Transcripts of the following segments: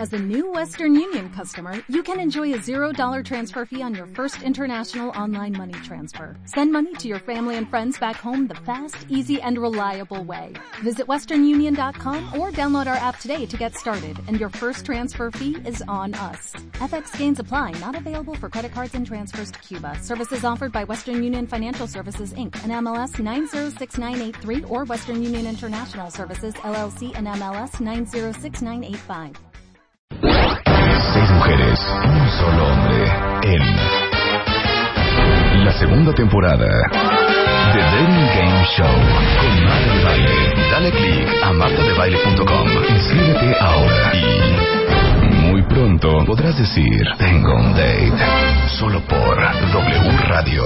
As a new Western Union customer, you can enjoy a $0 transfer fee on your first international online money transfer. Send money to your family and friends back home the fast, easy, and reliable way. Visit westernunion.com or download our app today to get started, and your first transfer fee is on us. FX gains apply, not available for credit cards and transfers to Cuba. Services offered by Western Union Financial Services, Inc., and MLS 906983, or Western Union International Services, LLC, and MLS 906985. 6 mujeres, un solo hombre en la segunda temporada de Dating Game Show con Marta de Baile. Dale click a martadebaile.com, inscríbete ahora y muy pronto podrás decir tengo un date solo por W Radio.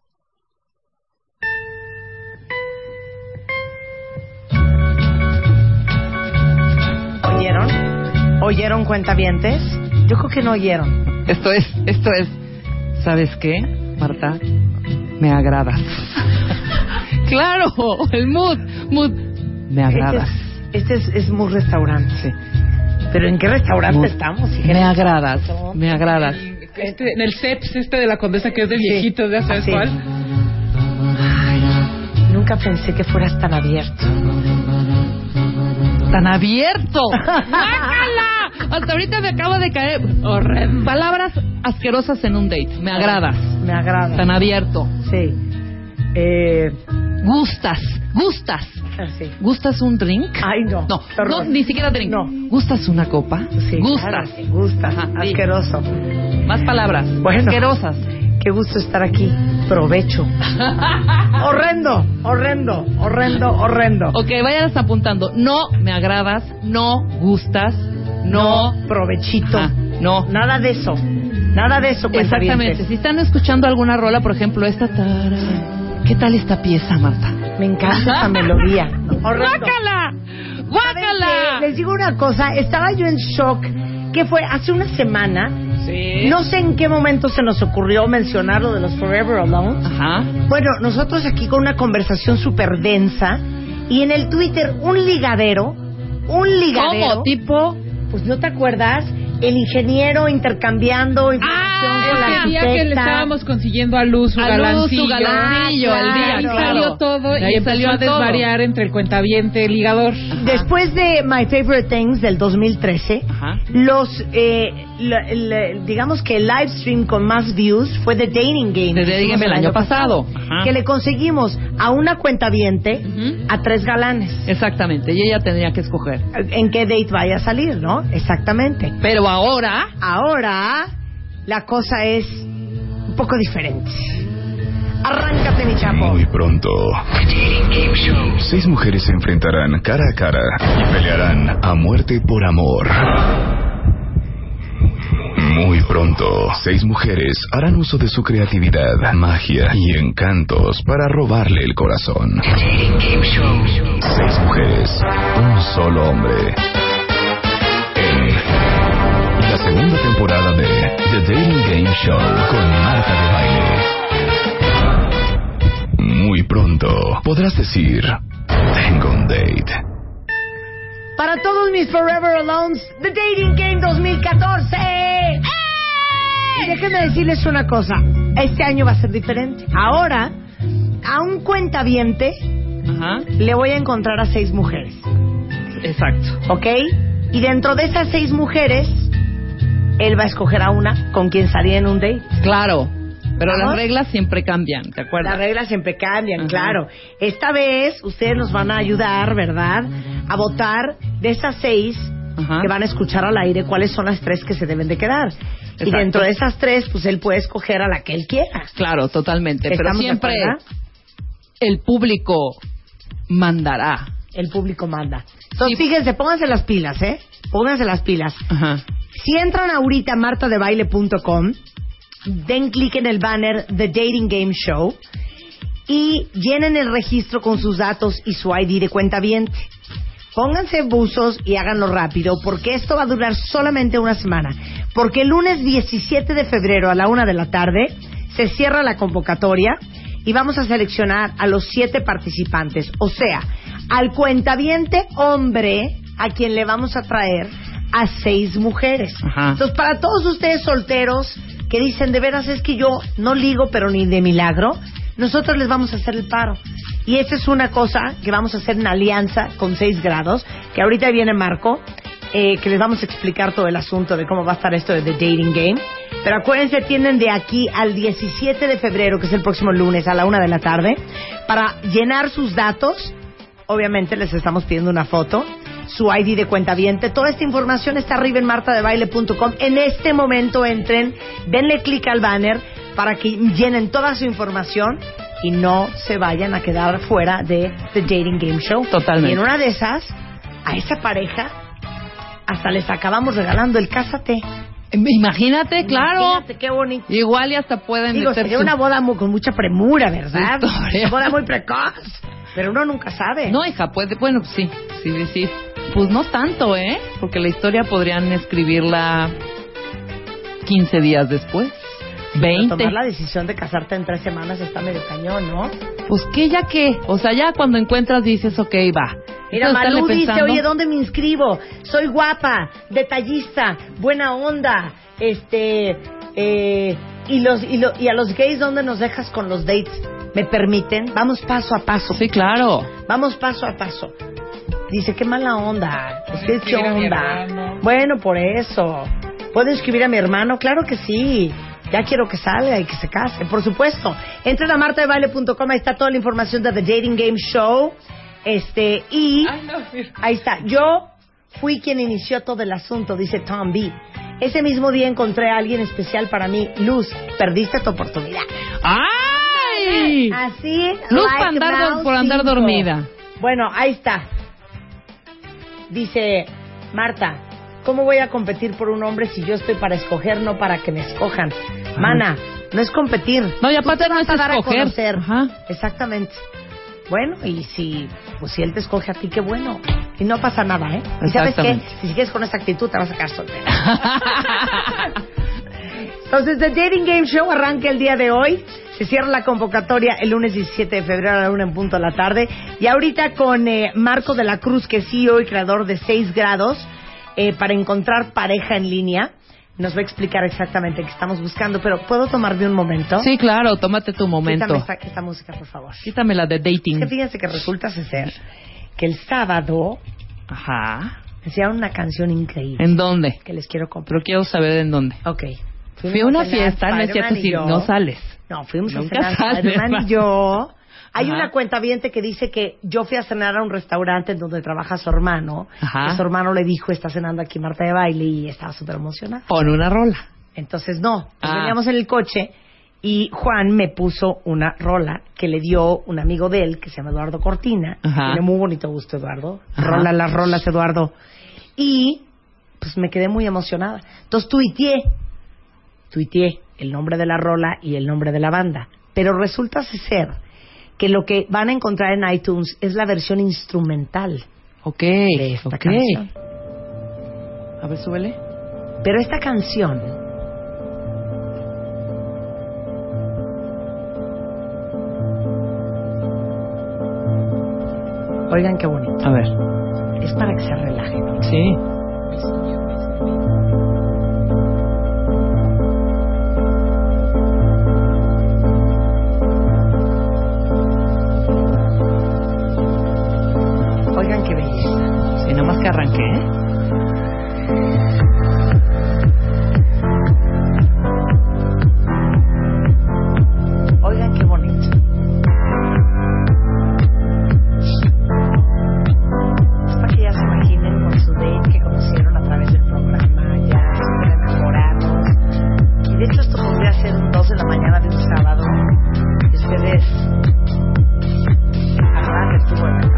¿Oyeron, cuentavientes? Yo creo que no oyeron. Esto es, ¿sabes qué, Marta? Me agradas. Claro, el mood. Me agradas. Este es Mood Restaurante. Sí. ¿Pero en qué restaurante Mood. estamos? Me agradas. En el CEPS de la Condesa, que es de viejitos, ¿ya sabes cuál? Ay, nunca pensé que fueras tan abierto. ¡Tan abierto! ¡Bájala! Hasta ahorita me acabo de caer. Horrendo. Palabras asquerosas en un date. Me agradas. Me agrada. Tan abierto. Sí. Gustas. Sí. ¿Gustas un drink? Ay, no. No, ni siquiera drink. No. ¿Gustas una copa? Sí, Gustas. claro, sí, gustas. Ajá, sí. Asqueroso. Más palabras. Bueno. Asquerosas. Qué gusto estar aquí. Provecho. Horrendo. Ok, vayan apuntando. No me agradas, no gustas, no provechito. Ajá, no. Nada de eso. Exactamente. Si están escuchando alguna rola, por ejemplo, esta tara. ¿Qué tal esta pieza, Marta? Me encanta esa melodía. ¡Guácala! Les digo una cosa. Estaba yo en shock. ¿Qué fue? Hace una semana. Sí. No sé en qué momento se nos ocurrió mencionar lo de los Forever Alone. Ajá. Bueno, nosotros aquí con una conversación súper densa y en el Twitter un ligadero. ¿Cómo? ¿Tipo? Pues ¿no te acuerdas? El ingeniero intercambiando información con la el día que le arquitecta. estábamos consiguiendo a Luz su galancillo al día, y claro. salió todo y empezó a desvariar entre el cuentaviente y el ligador. Después de My Favorite Things del 2013, ajá, digamos que el live stream con más views fue The Dating Game. The Dating Game el año pasado. Ajá. Que le conseguimos a una cuentaviente a 3 galanes. Exactamente, y ella tendría que escoger en qué date vaya a salir, ¿no? Exactamente. Pero ahora la cosa es un poco diferente. Arráncate, mi chapo. Muy pronto, The Dating Game Show. 6 mujeres se enfrentarán cara a cara y pelearán a muerte por amor. Muy pronto, 6 mujeres harán uso de su creatividad, magia y encantos para robarle el corazón. The Dating Game Show. 6 mujeres, un solo hombre. En la segunda temporada de The Dating Game Show con Marta de Baile. Muy pronto podrás decir tengo un date. Para todos mis Forever Alones, The Dating Game 2014. Y déjenme decirles una cosa. Este año va a ser diferente. Ahora, a un cuentaviente le voy a encontrar a 6 mujeres. Exacto. ¿Ok? Y dentro de esas 6 mujeres, él va a escoger a una con quien salía en un date. Claro. Pero ¿vamos? las reglas siempre cambian, ¿te acuerdas? Las reglas siempre cambian, claro. Esta vez ustedes nos van a ayudar, ¿verdad? A votar de esas 6 que van a escuchar al aire cuáles son las 3 que se deben de quedar. Exacto. Y dentro de esas 3, pues él puede escoger a la que él quiera. Claro, totalmente. Pero siempre el público mandará. El público manda. Entonces, fíjense, pónganse las pilas, ¿eh? Pónganse las pilas. Ajá. Si entran ahorita a martadebaile.com, den clic en el banner The Dating Game Show y llenen el registro con sus datos y su ID de cuentaviente. Pónganse buzos y háganlo rápido porque esto va a durar solamente una semana. Porque el lunes 17 de febrero a la 1 de la tarde se cierra la convocatoria y vamos a seleccionar a los 7 participantes. O sea, al cuentaviente hombre a quien le vamos a traer a 6 mujeres. Ajá. Entonces, para todos ustedes solteros que dicen, de veras es que yo no ligo, pero ni de milagro, nosotros les vamos a hacer el paro. Y esta es una cosa que vamos a hacer en alianza con 6 grados, que ahorita viene Marco, que les vamos a explicar todo el asunto de cómo va a estar esto de The Dating Game. Pero acuérdense, tienen de aquí al 17 de febrero, que es el próximo lunes a la 1 de la tarde, para llenar sus datos. Obviamente les estamos pidiendo una foto, su ID de cuentaviente. Toda esta información está arriba en martadebaile.com. En este momento entren, denle clic al banner para que llenen toda su información y no se vayan a quedar fuera de The Dating Game Show. Totalmente. Y en una de esas, a esa pareja hasta les acabamos regalando el Cásate. Imagínate, claro. Imagínate, qué bonito. Igual y hasta pueden Digo, meter sería su- una boda con mucha premura, ¿verdad? Su historia. Una boda muy precoz. Pero uno nunca sabe. No, hija, puede, bueno, sí. Pues no tanto, ¿eh? Porque la historia podrían escribirla 15 días después. Pero 20. tomar la decisión de casarte en 3 semanas está medio cañón, ¿no? Pues qué, ya qué. O sea, ya cuando encuentras dices, ok, va. Mira, Entonces, Malú estarle dice, pensando- oye, ¿dónde me inscribo? Soy guapa, detallista, buena onda, y a los gays, ¿dónde nos dejas con los dates? ¿Me permiten? Vamos paso a paso. Sí, claro. Vamos paso a paso. Dice, qué mala onda. Pues, ¿qué Escribir a mi onda? hermano. Bueno, por eso. ¿Puedo escribir a mi hermano? Claro que sí. Ya quiero que salga y que se case, por supuesto. Entren a martadebaile.com, ahí está toda la información de The Dating Game Show. Y Ay, no, mira. ahí está. Yo fui quien inició todo el asunto, dice Tom B. Ese mismo día encontré a alguien especial para mí. Luz, perdiste tu oportunidad. ¡Ay! Así, Luz like por andar 5. dormida. Bueno, ahí está. Dice Marta, ¿cómo voy a competir por un hombre si yo estoy para escoger, no para que me escojan? Mana, no es competir. No, y Tú aparte te no vas es a dar a escoger. conocer. Ajá. Exactamente. Bueno, y si él te escoge a ti, qué bueno. Y no pasa nada, ¿eh? ¿Y sabes qué? Exactamente. Si sigues con esa actitud, te vas a quedar soltera. Entonces, The Dating Game Show arranca el día de hoy. Se cierra la convocatoria el lunes 17 de febrero a la 1 en punto de la tarde. Y ahorita con Marco de la Cruz, que es CEO y creador de 6 grados, para encontrar pareja en línea. Nos va a explicar exactamente qué estamos buscando. Pero, ¿puedo tomarme un momento? Sí, claro, tómate tu momento. Quítame esta música, por favor. Quítame la de Es dating. que fíjense que resulta ser que el sábado Ajá. enseñaron una canción increíble ¿En dónde? que les quiero comprar. Pero quiero saber en dónde. Ok. Fui a una cenar fiesta, no es cierto, Spider-Man y si yo. no sales. No, fuimos Nunca a cenar sales, Spider-Man y yo. Hay Ajá. una cuentaviente que dice que yo fui a cenar a un restaurante en donde trabaja su hermano. Ajá. Que su hermano le dijo, está cenando aquí Marta de Baile, y estaba súper emocionada. Pon una rola. Entonces, no. Pues Ah. veníamos en el coche y Juan me puso una rola que le dio un amigo de él que se llama Eduardo Cortina. Ajá. Tiene muy bonito gusto, Eduardo. Ajá. Rola las rolas, Eduardo. Y pues me quedé muy emocionada. Entonces tuiteé el nombre de la rola y el nombre de la banda. Pero resulta ser que lo que van a encontrar en iTunes es la versión instrumental Ok. de esta Ok. canción. A ver, súbele. Pero esta canción oigan qué bonito. A ver. Es para que se relajen. Sí. Oigan qué belleza. Sí, nada más que arranqué, ¿eh? Oigan qué bonito. Es para que ya se imaginen con su date que conocieron a través del programa, ya súper enamorados. Y de hecho esto podría ser un 2 de la mañana de un sábado. Y ustedes agarran el tubo en la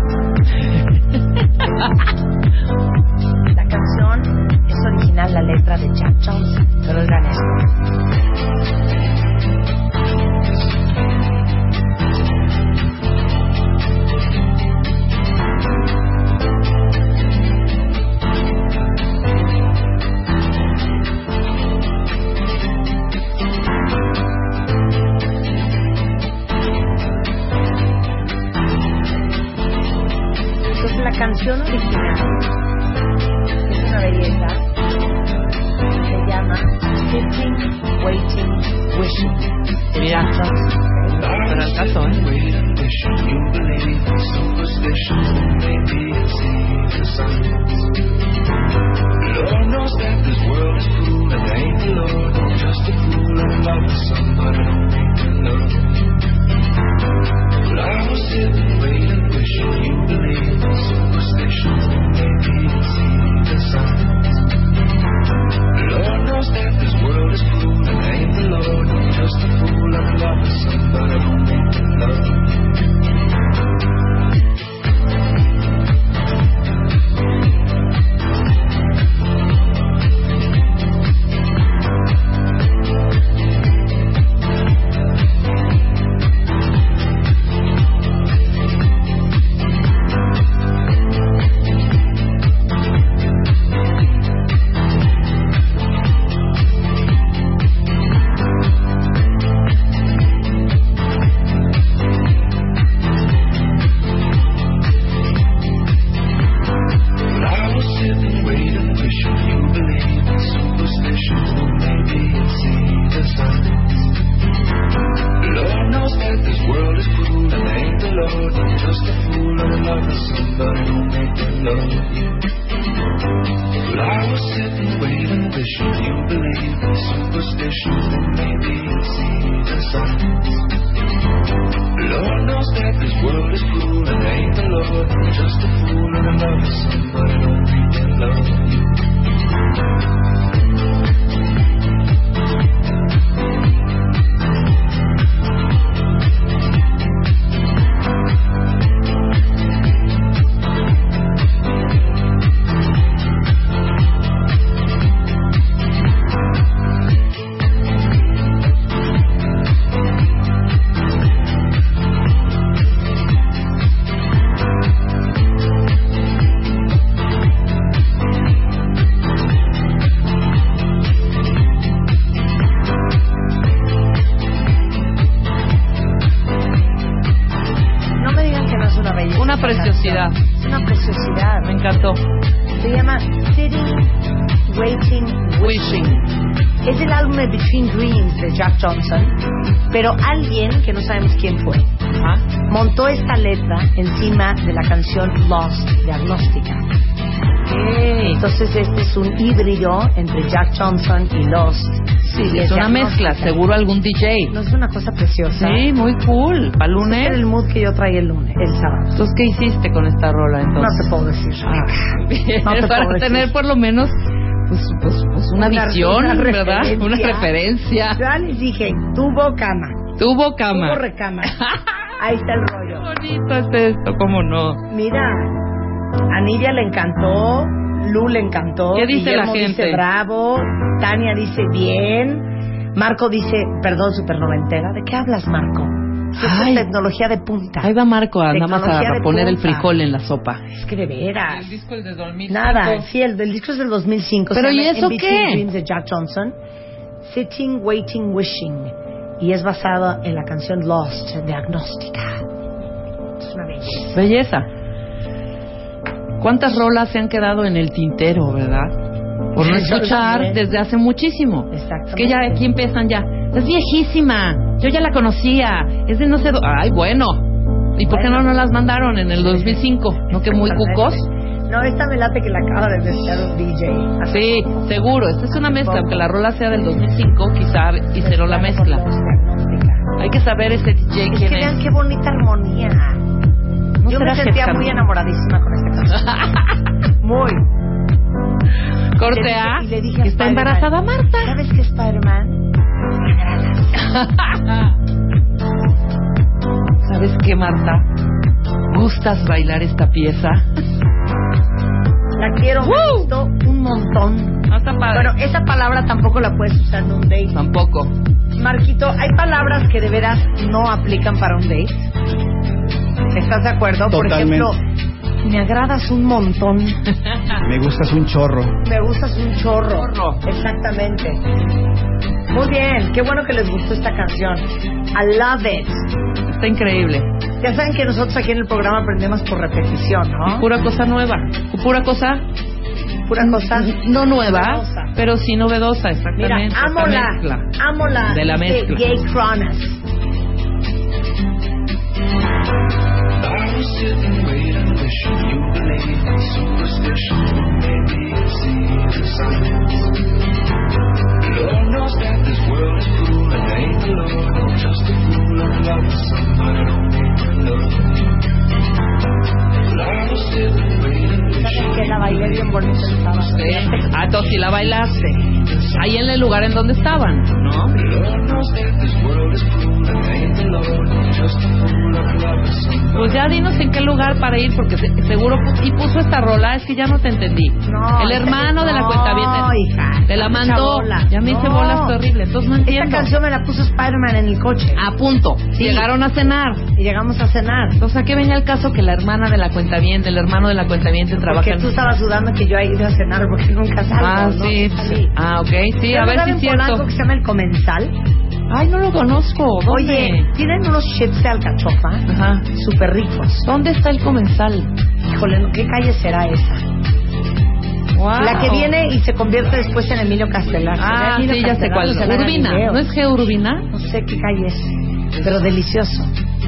cama. La canción es original, la letra de Jack Johnson. Pero oigan esto. Entonces la canción original es una belleza. Sitting, waiting, wishing. Mira, para el caso, ¿eh? Lord knows that this world is cruel and I ain't the Lord. I'm just a fool in love with somebody who ain't in love. But I was sitting, waiting, wishing you believed in superstitions and maybe you'd see the signs. Lord knows that this world is cruel and I ain't the Lord. I'm just a fool in love with somebody who ain't in love. preciosidad. Es una preciosidad. Me encantó. Se llama Sitting, Waiting, Wishing. Es el álbum de Between Dreams de Jack Johnson, pero alguien, que no sabemos quién fue, montó esta letra encima de la canción Lost de Agnóstica. Entonces este es un híbrido entre Jack Johnson y Lost. Sí, es una mezcla, seguro algún DJ. No es una cosa preciosa. Sí, muy cool. ¿Para lunes? Ese era el mood que yo traía el sábado. Entonces, ¿qué hiciste con esta rola entonces? No te puedo decir. No te para puedo tener decir. Por lo menos pues una visión, ¿verdad? Una referencia. Ya les dije, tuvo cama. Tuvo cama. Tuvo recámara. Ahí está el rollo. Qué bonito es esto, ¿cómo no? Mira, a Nidia le encantó, Lu le encantó. ¿Qué dice Guillermo la gente? Dice bravo, Tania dice bien, Marco dice, perdón, supernoventera. ¿De qué hablas, Marco? Es tecnología de punta. Ahí va Marco, nada más a poner el frijol en la sopa. Es que de veras. El disco es de 2005. Nada, sí, el disco es del 2005. ¿Pero y eso qué? Dreams de Jack Johnson, Sitting, Waiting, Wishing. Y es basado en la canción Lost de Agnóstica. Es una belleza. Belleza. ¿Cuántas rolas se han quedado en el tintero, verdad? Por no escuchar desde hace muchísimo. Exactamente. Es que ya aquí empiezan ya. Es viejísima. Yo ya la conocía. Es de no sé. Ay, bueno. ¿Y por qué no nos las mandaron en el 2005? ¿No que muy cucos? No, esta me late que la acaba de mezclar un DJ. Sí, seguro. Esta es una mezcla. Aunque la rola sea del 2005, quizá hicieron la mezcla. Hay que saber ese DJ quién es. Vean qué bonita armonía. ¿No yo me sentía muy enamoradísima con esta canción. Muy. Corte A, y le dije a que está embarazada Marta. ¿Sabes qué, Spider-Man? ¿Sabes qué, Marta? ¿Gustas bailar esta pieza? La quiero, me gustó un montón. No está padre. Bueno, esa palabra tampoco la puedes usar en un date. Tampoco. Marquito, hay palabras que de veras no aplican para un date. ¿Estás de acuerdo? Totalmente. Por ejemplo, me agradas un montón. Me gustas un chorro. Me gustas un chorro. Exactamente. Muy bien, qué bueno que les gustó esta canción. I love it. Está increíble. Ya saben que nosotros aquí en el programa aprendemos por repetición, ¿no? Pura cosa nueva. Pura cosa pura cosa. No nueva, novedosa. pero sí novedosa, Mira, exactamente. amo la De la mezcla. Gay Cronas. I was sitting waiting, wishing you believed in superstition, maybe you'd see the signs. Lord knows that this world is cruel and ain't the Lord. I'm just a fool in love with somebody I don't even know. I was sitting waiting, wishing Que la bailé bien bonita el sábado. Sí. Ah, tú sí la bailaste. Ahí en el lugar en donde estaban, ¿no? Lord knows that this world is cruel and ain't the Lord. I'm just a fool in love with somebody. Pues ya dinos en qué lugar para ir, porque seguro y puso esta rola, es que ya no te entendí. No, el hermano de la no, cuentaviente hija, te la mucha mandó. bola. Ya me hice No. bolas horrible, entonces no Esta entiendo. canción me la puso Spider-Man en el coche. A punto. Sí. Llegaron a cenar. Y llegamos a cenar. Entonces, ¿a qué venía el caso que la hermana de la cuentaviente, el hermano de la cuentaviente trabaja Porque en... tú estabas dudando que yo haya ido a cenar porque nunca salgo. Ah, ¿no? sí. Salí. Ah, ok. Sí, ¿Pero a ver lugar si es en cierto. Polanco que se llama El Comensal? Ay, no lo conozco. ¿Dónde? Oye, tienen unos chips de alcachofa Ajá. súper ricos. ¿Dónde está el comensal? Híjole, ¿no? ¿Qué calle será esa? Wow. La que viene y se convierte después en Emilio Castelar. ¿Será Ah, Emilio sí, ya sé Castelar cuál. o será Urbina. Galileo? ¿No es G. Urbina? No sé qué calle es, pero delicioso.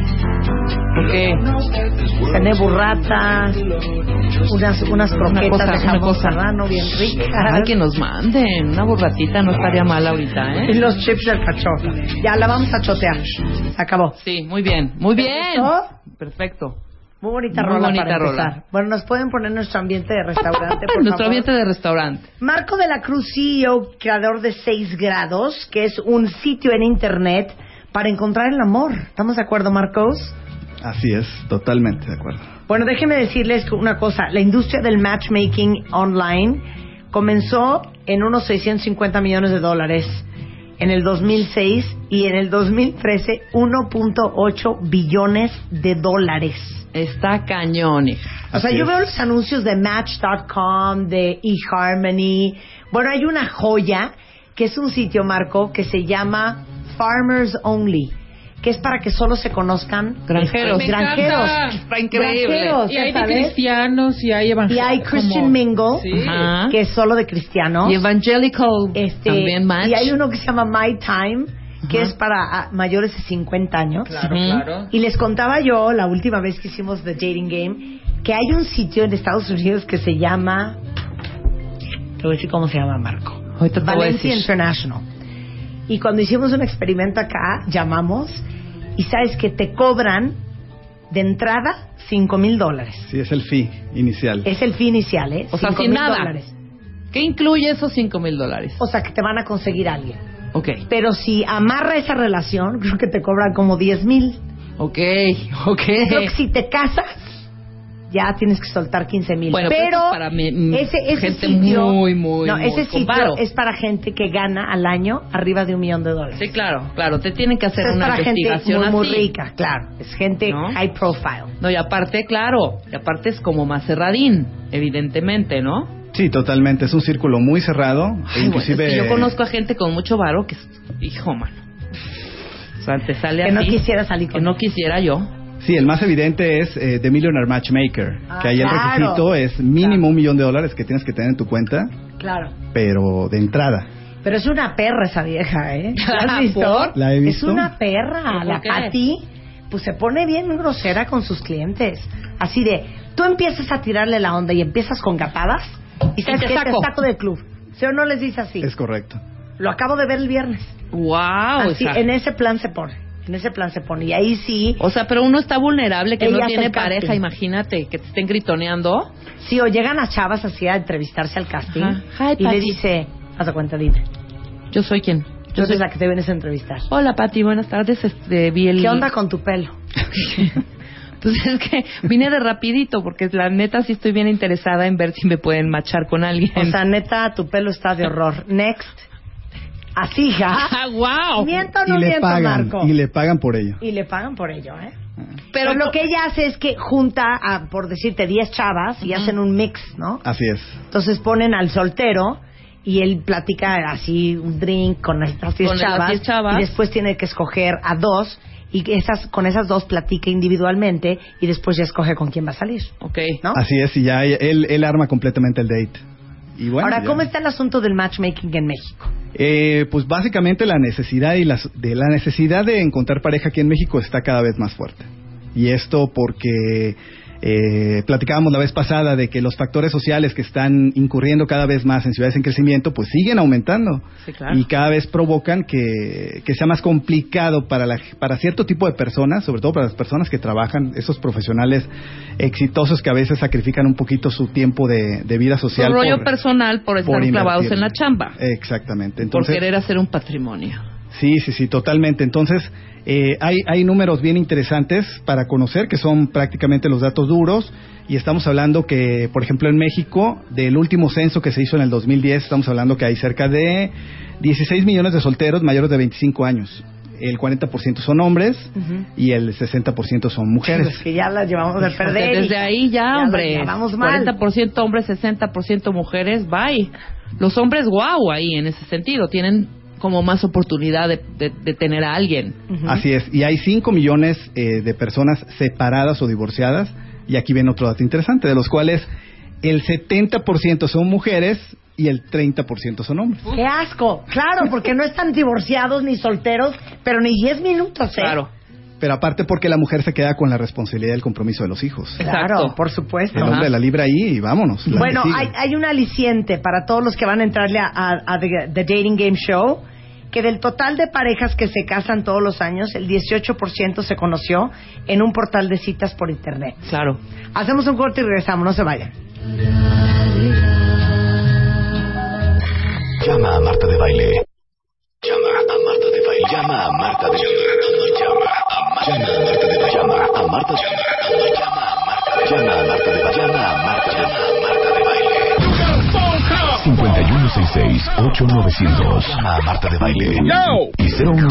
Ok. Cené burrata, unas croquetas de jamón serrano bien ricas. Ay, que nos manden. Una borratita no estaría mal ahorita, Y ¿eh? los chips de alcachofa. Ya la vamos a chotear. Se acabó. Sí, muy bien. Muy bien. gustó? Perfecto. Muy bonita Muy rola bonita para empezar. rola. Bueno, nos pueden poner nuestro ambiente de restaurante, por Nuestro favor. ambiente de restaurante. Marco de la Cruz, CEO, creador de 6 grados, que es un sitio en internet para encontrar el amor. ¿Estamos de acuerdo, Marcos? Así es, totalmente de acuerdo. Bueno, déjenme decirles una cosa. La industria del matchmaking online comenzó en unos $650 millones en el 2006 y en el 2013 $1.8 billones. Está cañón, hija. O sea, Así yo es. veo los anuncios de Match.com, de eHarmony. Bueno, hay una joya que es un sitio, Marco, que se llama Farmers Only, que es para que solo se conozcan Granjeros. Me granjeros. encanta. Está increíble. Granjeros, Y hay de ¿sabes? cristianos y hay Y evangélicos. hay Christian Mingle, Sí. Ajá. que es solo de cristianos. Y Evangelical también match. Y hay uno que se llama My Time, que es para mayores de 50 años. Claro, Ujú. claro. Y les contaba yo la última vez que hicimos The Dating Game que hay un sitio en Estados Unidos que se llama, te voy a decir cómo se llama, Marco, Ahorita te voy a Valencia decir. International. Y cuando hicimos un experimento acá, llamamos y sabes que te cobran de entrada $5,000. Sí, es el fee inicial. Es el fee inicial, ¿eh? O sea, sin $5,000. nada. ¿Qué incluye esos $5,000? O sea, que te van a conseguir a alguien. Ok. Pero si amarra esa relación, creo que te cobran como $10,000. Ok. Creo que si te casas, ya tienes que soltar $15,000. Bueno, pero pues es para ese gente sitio, muy no, ese con sitio varo. es para gente que gana al año arriba de $1 millón. Sí, claro, claro. Te tienen que hacer Es una para gente investigación muy así. rica, claro. Es gente ¿No? high profile. No, y aparte, claro, y aparte es como más cerradín, evidentemente, ¿no? Sí, totalmente. Es un círculo muy cerrado. Ay, inclusive bueno, es que yo conozco a gente con mucho varo que es, hijo, mano. O sea, te sale Que así. no quisiera salir Que con no él. quisiera yo. Sí, el más evidente es The Millionaire Matchmaker, que ahí claro. el requisito es mínimo $1 millón que tienes que tener en tu cuenta, Claro. pero de entrada. Pero es una perra esa vieja, ¿eh? ¿La has visto? ¿Por? La he Es visto. una perra. ¿Por La qué? Pati, pues se pone bien grosera con sus clientes. Así de, tú empiezas a tirarle la onda y empiezas con gatadas y sabes te que te saco. saco del club. ¿Sí o no les dice así? Es correcto. Lo acabo de ver el viernes. Wow, Así, o sea, en ese plan se pone. En ese plan se pone. Y ahí sí, o sea, pero uno está vulnerable, que Ella no hace tiene el casting. pareja, imagínate, que te estén gritoneando. sí, o llegan las chavas así a entrevistarse al casting Ajá. Hi, y le Pati. dice, haz de cuenta, dime. Yo soy quien. Yo soy la que te vienes a entrevistar. Hola, Pati, buenas tardes. Vi el... ¿Qué onda con tu pelo? Pues es que vine de rapidito, porque la neta sí estoy bien interesada en ver si me pueden machar con alguien. O sea, neta, tu pelo está de horror. Next. Así, hija. ¡Ah, wow! ¿Miento o no y le miento, pagan, Marco? y le pagan por ello. Y le pagan por ello, ¿eh? Pero Pero lo que ella hace es que junta, por decirte, 10 chavas y hacen un mix, ¿no? Así es. Entonces ponen al soltero y él platica así un drink con estas 10 Con las chavas, 10 chavas. y después tiene que escoger a 2 y que con esas 2 platica individualmente y después ya escoge con quién va a salir, Ok. ¿no? Así es, y ya él arma completamente el date. Y bueno, ahora, ya. ¿cómo está el asunto del matchmaking en México? Pues básicamente la necesidad de encontrar pareja aquí en México está cada vez más fuerte. Y esto porque platicábamos la vez pasada de que los factores sociales que están incurriendo cada vez más en ciudades en crecimiento, pues siguen aumentando. Sí, claro. Y cada vez provocan que sea más complicado para cierto tipo de personas, sobre todo para las personas que trabajan, esos profesionales exitosos que a veces sacrifican un poquito su tiempo de vida social. Su rollo personal por estar clavados invertir. en la chamba. Exactamente. Entonces, por querer hacer un patrimonio. Sí, totalmente. Entonces, hay números bien interesantes para conocer, que son prácticamente los datos duros, y estamos hablando que, por ejemplo, en México, del último censo que se hizo en el 2010, estamos hablando que hay cerca de 16 millones de solteros mayores de 25 años. El 40% son hombres y el 60% son mujeres. Pues que ya las llevamos de perder. Desde ahí ya, hombre. Vamos mal. 40% hombres, 60% mujeres, bye. Los hombres, wow, ahí en ese sentido, tienen como más oportunidad de tener a alguien. Así es, y hay 5 millones de personas separadas o divorciadas, y aquí viene otro dato interesante, de los cuales el 70% son mujeres y el 30% son hombres. ¡Qué asco! Claro, porque no están divorciados ni solteros, pero ni 10 minutos, ¿eh? Claro. Pero aparte porque la mujer se queda con la responsabilidad del compromiso de los hijos. Claro, Exacto. por supuesto. El hombre la libra ahí y vámonos. la Bueno, que sigue. hay un aliciente para todos los que van a entrarle a The Dating Game Show, que del total de parejas que se casan todos los años, el 18% se conoció en un portal de citas por internet. Claro. Hacemos un corte y regresamos, no se vayan. Llama a Marta de Baile. Llama a Marta de Baile. Llama a Marta de Baile. Llama a Marta de Baile. Llama a Marta de Baile. Llama a Marta de Baile. 5166-8900. Llama a Marta de Baile. Y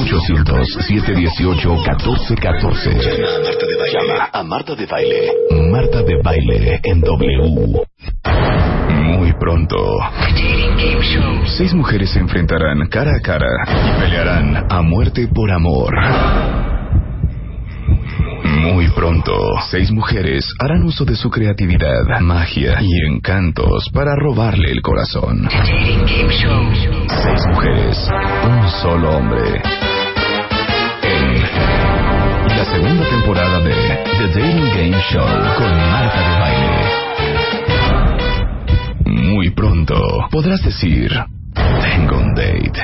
01800-718-1414. Llama a Marta de Baile. Marta de Baile en W. Muy pronto, 6 mujeres se enfrentarán cara a cara y pelearán a muerte por amor. Muy pronto, 6 mujeres harán uso de su creatividad, magia y encantos para robarle el corazón. 6 mujeres, un solo hombre. En la segunda temporada de The Dating Game Show con Marta de Baile. Muy pronto podrás decir, tengo un date.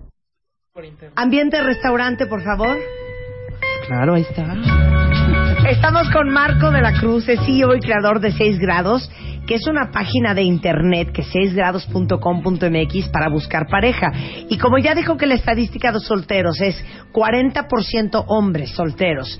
Ambiente restaurante, por favor. Claro, ahí está. Estamos con Marco de la Cruz, es CEO y creador de 6 Grados, que es una página de internet, que es 6grados.com.mx, para buscar pareja. Y como ya dijo que la estadística de los solteros es 40% hombres solteros,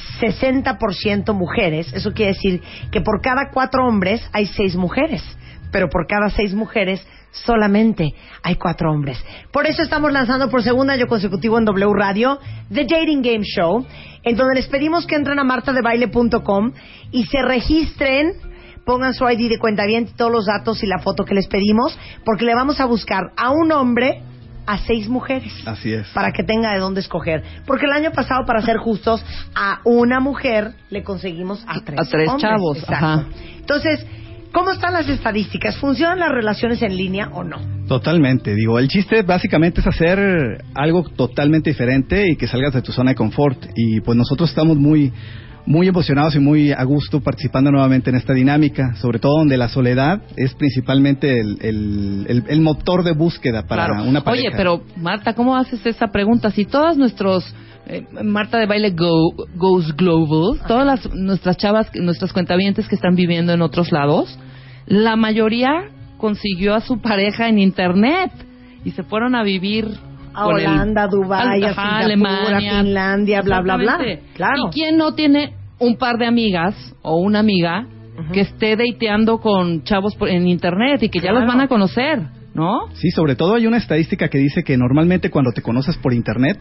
60% mujeres, eso quiere decir que por cada 4 hombres hay 6 mujeres, pero por cada 6 mujeres solamente hay 4 hombres. Por eso estamos lanzando por segundo año consecutivo en W Radio The Dating Game Show, en donde les pedimos que entren a martadebaile.com y se registren, pongan su ID de cuentaviente, todos los datos y la foto que les pedimos, porque le vamos a buscar a un hombre a 6 mujeres. Así es. Para que tenga de dónde escoger. Porque el año pasado, para ser justos, a una mujer le conseguimos a 3 hombres. chavos. Exacto. Ajá. Entonces, ¿cómo están las estadísticas? ¿Funcionan las relaciones en línea o no? Totalmente, digo, el chiste básicamente es hacer algo totalmente diferente y que salgas de tu zona de confort, y pues nosotros estamos muy emocionados y muy a gusto participando nuevamente en esta dinámica, sobre todo donde la soledad es principalmente el motor de búsqueda para una pareja. Oye, pero Marta, ¿cómo haces esa pregunta? Si todas nuestros Marta de Baile goes global, todas nuestras chavas, nuestras cuentavientes que están viviendo en otros lados, la mayoría consiguió a su pareja en internet y se fueron a vivir A Holanda, Dubái, a Singapur, Alemania, a Finlandia, bla, bla, bla. Claro. ¿Y quién no tiene un par de amigas o una amiga que esté dateando con chavos en internet y que ya los van a conocer, ¿no? Sí, sobre todo hay una estadística que dice que normalmente cuando te conoces por internet,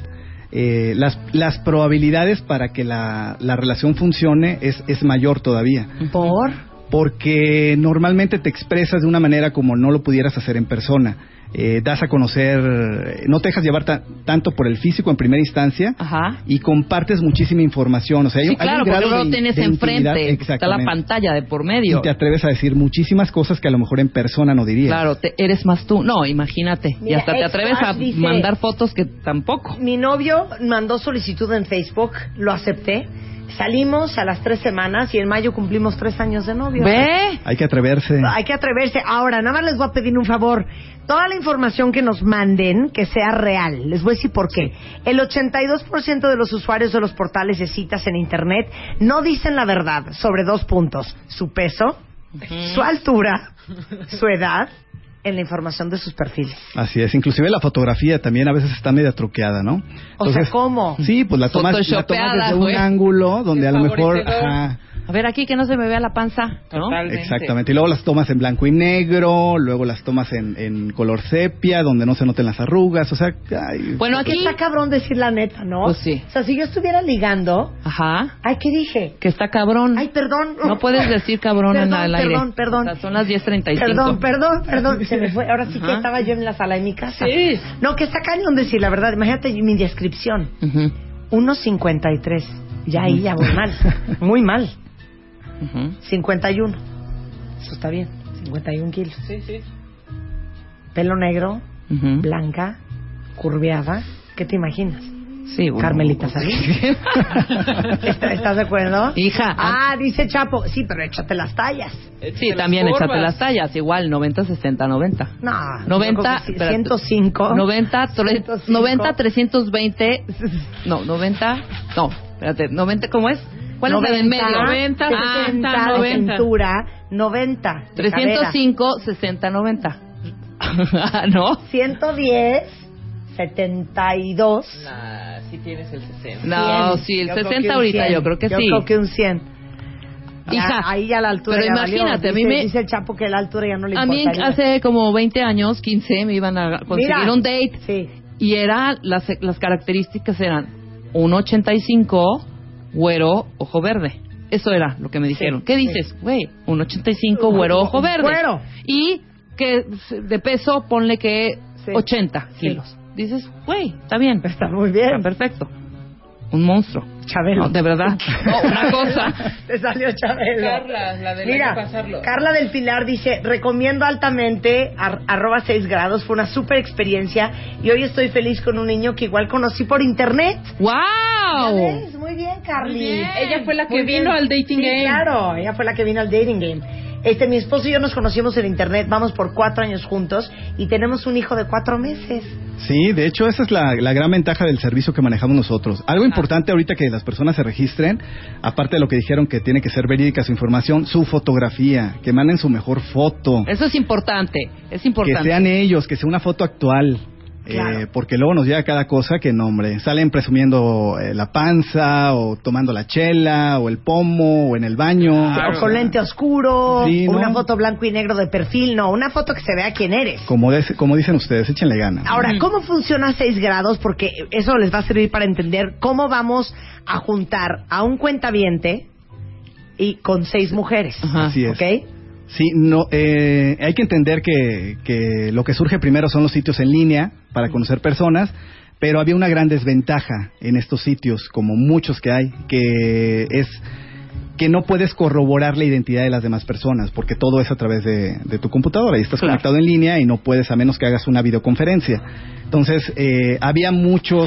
las probabilidades para que la relación funcione es mayor todavía. ¿Por? Porque normalmente te expresas de una manera como no lo pudieras hacer en persona. das a conocer, no te dejas llevar tanto por el físico en primera instancia. Ajá. Y compartes muchísima información. O sea, Sí, claro, porque no lo tienes enfrente, está la exactamente. pantalla de por medio. Y te atreves a decir muchísimas cosas que a lo mejor en persona no dirías. Claro, eres más tú. No, imagínate. Mira, y hasta te atreves a dice, mandar fotos que tampoco. Mi novio mandó solicitud en Facebook, lo acepté. Salimos a las 3 semanas y en mayo cumplimos 3 años de novio. ¿Ve? Hay que atreverse. Hay que atreverse. Ahora, nada más les voy a pedir un favor. Toda la información que nos manden, que sea real. Les voy a decir por qué. El 82% de los usuarios de los portales de citas en Internet no dicen la verdad sobre 2 puntos. Su peso, su altura, su edad, en la información de sus perfiles. Así es, inclusive la fotografía también a veces está media truqueada, ¿no? O sea, ¿cómo? Sí, pues la tomas desde un ángulo donde a lo mejor... Ajá, A ver, aquí que no se me vea la panza, ¿no? Totalmente. exactamente, y luego las tomas en blanco y negro, luego las tomas en color sepia, donde no se noten las arrugas, o sea... Ay, Bueno, Aquí aquí... está cabrón decir la neta, ¿no? Pues sí. O sea, si yo estuviera ligando... Ajá. Ay, ¿qué dije? Que está cabrón. Ay, perdón. No puedes decir cabrón en el aire. Perdón. O sea, son las 10:35. Perdón. Se me fue. Ahora sí que Ajá. estaba yo en la sala de mi casa. Sí. No, que está cañón decir la verdad. Imagínate mi descripción. Ujú, 1.53. Ya ahí ya voy mal. Muy mal. ujú. 51. Eso está bien. 51 kilos. Sí, sí. Pelo negro, Ujú. blanca, curveada. ¿Qué te imaginas? Sí, bueno. Carmelita Salinas. ¿Estás de acuerdo? Hija. Ah, dice Chapo. Sí, pero échate las tallas. Sí, también échate las tallas. Igual, 90, 60, 90. No. 90, yo creo que sí, espérate. 105. 90, 105. 90, 320. No, 90. No, espérate, 90, ¿cómo es? ¿Cuál es la de en medio? 90, 60 de 90. cintura, 90 de 305, 60, 90. ¿No? 110, 72. Sí tienes el 60. No, 100. sí, el Yo creo 60 que un ahorita 100. yo creo que sí. Yo creo que un 100. Ya, Hija, ahí ya la altura pero ya imagínate, valió. a mí me... Dice el Chapo que la altura ya no le A mí importaría. hace como 20 años, 15, me iban a conseguir Mira. un date. Sí. Y era las características eran 1.85, güero, ojo verde. Eso era lo que me dijeron. Sí, ¿Qué sí. dices? Güey, 1.85, güero, ojo verde. Güero. Y que de peso ponle que Sí. 80 Sí. kilos. Dices, güey, está bien. Está muy bien. Está perfecto. Un monstruo. Chabelo. No, de verdad. No, una cosa. Te salió Chabelo. Carla, la del Mira, año pasarlo. Carla del Pilar dice, recomiendo altamente arroba 6 grados, fue una super experiencia y hoy estoy feliz con un niño que igual conocí por internet. ¡Wow! ¿Ya ves? Muy bien, Carly. Muy bien. Ella fue la que Muy vino bien. al dating Sí, game. Claro, ella fue la que vino al dating game. Mi esposo y yo nos conocimos en internet, vamos por 4 años juntos y tenemos un hijo de 4 meses. Sí, de hecho esa es la gran ventaja del servicio que manejamos nosotros. Algo importante ahorita que las personas se registren, aparte de lo que dijeron que tiene que ser verídica su información, su fotografía, que manden su mejor foto, Eso es importante. Es que importante. sean ellos, que sea una foto actual. Claro. Porque luego nos llega cada cosa que no, hombre, salen presumiendo la panza o tomando la chela o el pomo o en el baño. O con lente oscuro, Sí, o ¿no? una foto blanco y negro de perfil, no, una foto que se vea quién eres. Como dicen ustedes, échenle ganas. Ahora, ¿cómo funciona 6 grados? Porque eso les va a servir para entender cómo vamos a juntar a un cuentaviente y con 6 mujeres. Ajá. Así es. ¿Ok? Sí, no, hay que entender que lo que surge primero son los sitios en línea para conocer personas, pero había una gran desventaja en estos sitios, como muchos que hay, que es que no puedes corroborar la identidad de las demás personas, porque todo es a través de tu computadora y estás Claro. conectado en línea y no puedes a menos que hagas una videoconferencia. Entonces, había muchos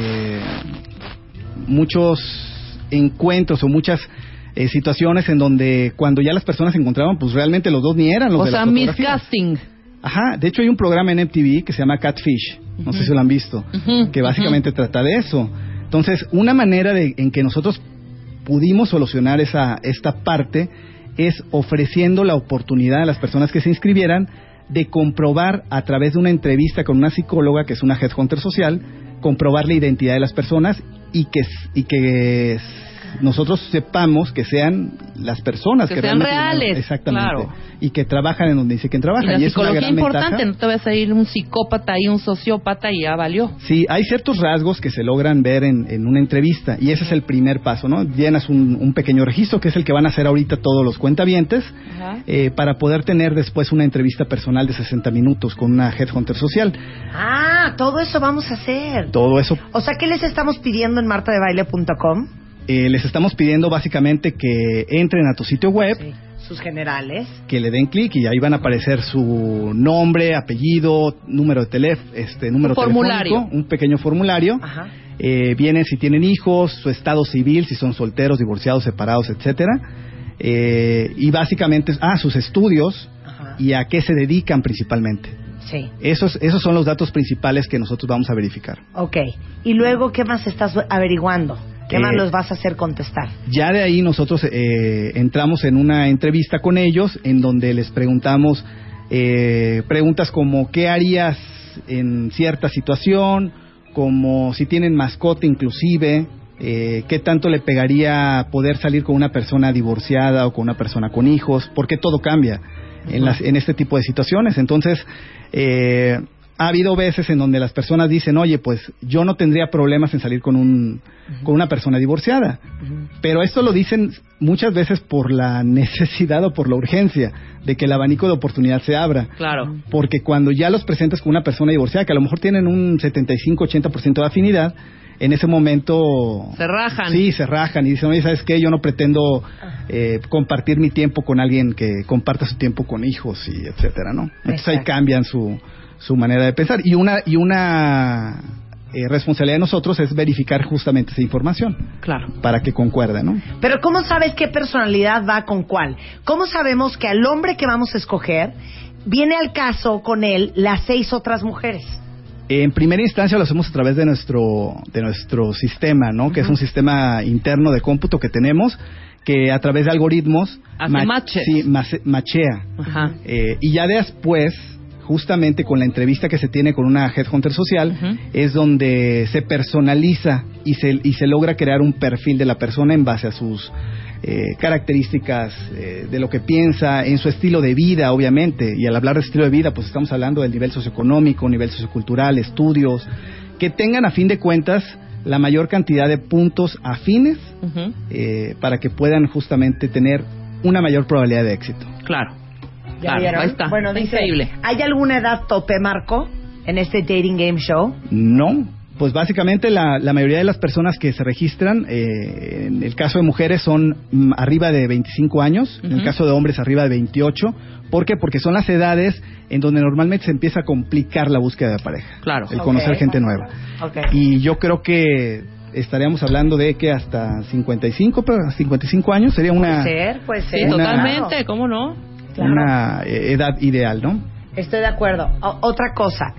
encuentros o muchas situaciones en donde cuando ya las personas se encontraban, pues realmente los dos ni eran los O de sea, la fotografía. miscasting. Ajá, de hecho hay un programa en MTV que se llama Catfish, no sé si lo han visto, que básicamente trata de eso. Entonces, una manera en que nosotros pudimos solucionar esta parte es ofreciendo la oportunidad a las personas que se inscribieran de comprobar a través de una entrevista con una psicóloga, que es una headhunter social, comprobar la identidad de las personas y que nosotros sepamos que sean las personas que sean reales, exactamente, claro. y que trabajan en donde dice que trabajan. Y la y es una psicología gran importante, ventaja. no te vas a ir un psicópata y un sociópata y ya valió. Sí, hay ciertos rasgos que se logran ver en una entrevista y ese es el primer paso, ¿no? Llenas un pequeño registro que es el que van a hacer ahorita todos los cuentavientes para poder tener después una entrevista personal de 60 minutos con una headhunter social. Ah, todo eso vamos a hacer. Todo eso. O sea, ¿qué les estamos pidiendo en martadebaile.com? Les estamos pidiendo básicamente que entren a tu sitio web, Sí. Sus generales. que le den clic y ahí van a aparecer su nombre, apellido, número de número formulario. telefónico, un pequeño formulario. Ajá. Vienen si tienen hijos, su estado civil, si son solteros, divorciados, separados, etcétera. Y básicamente, sus estudios. Ajá. Y a qué se dedican principalmente. Sí. Esos son los datos principales que nosotros vamos a verificar. Ok. Y luego, ¿qué más estás averiguando? ¿Qué más los vas a hacer contestar? Ya de ahí nosotros entramos en una entrevista con ellos en donde les preguntamos preguntas como ¿qué harías en cierta situación? Como si tienen mascota inclusive, ¿qué tanto le pegaría poder salir con una persona divorciada o con una persona con hijos? Porque todo cambia en este tipo de situaciones. Entonces, ha habido veces en donde las personas dicen, oye, pues yo no tendría problemas en salir con una persona divorciada. Pero esto lo dicen muchas veces por la necesidad o por la urgencia de que el abanico de oportunidad se abra. Claro. Porque cuando ya los presentas con una persona divorciada, que a lo mejor tienen un 75-80% de afinidad, en ese momento se rajan. Sí, se rajan y dicen, oye, ¿sabes qué? Yo no pretendo compartir mi tiempo con alguien que comparta su tiempo con hijos y etcétera, ¿no? Entonces ahí cambian su manera de pensar y una responsabilidad de nosotros es verificar justamente esa información. Claro. Para que concuerde, ¿no? Pero ¿cómo sabes qué personalidad va con cuál? ¿Cómo sabemos que al hombre que vamos a escoger viene al caso con él las 6 otras mujeres? En primera instancia lo hacemos a través de nuestro sistema, ¿no? Que es un sistema interno de cómputo que tenemos, que a través de algoritmos hace matches. Sí, machea. Ajá. Y ya después, justamente con la entrevista que se tiene con una headhunter social, es donde se personaliza y se logra crear un perfil de la persona en base a sus características, de lo que piensa, en su estilo de vida, obviamente. Y al hablar de estilo de vida, pues estamos hablando del nivel socioeconómico, nivel sociocultural, estudios, que tengan a fin de cuentas la mayor cantidad de puntos afines para que puedan justamente tener una mayor probabilidad de éxito. Claro. ¿Ya Claro, vieron? ahí está. Bueno, dice, increíble. ¿hay alguna edad tope, Marco, en este dating game show? No, pues básicamente la mayoría de las personas que se registran, en el caso de mujeres son arriba de 25 años, en el caso de hombres arriba de 28. ¿Por qué? Porque son las edades en donde normalmente se empieza a complicar la búsqueda de pareja. Claro. El conocer gente nueva. Okay. Y yo creo que estaríamos hablando de que hasta 55 años sería una... Puede ser. Sí, Una- totalmente, ¿cómo no? Claro. Una edad ideal, ¿no? Estoy de acuerdo. Otra cosa,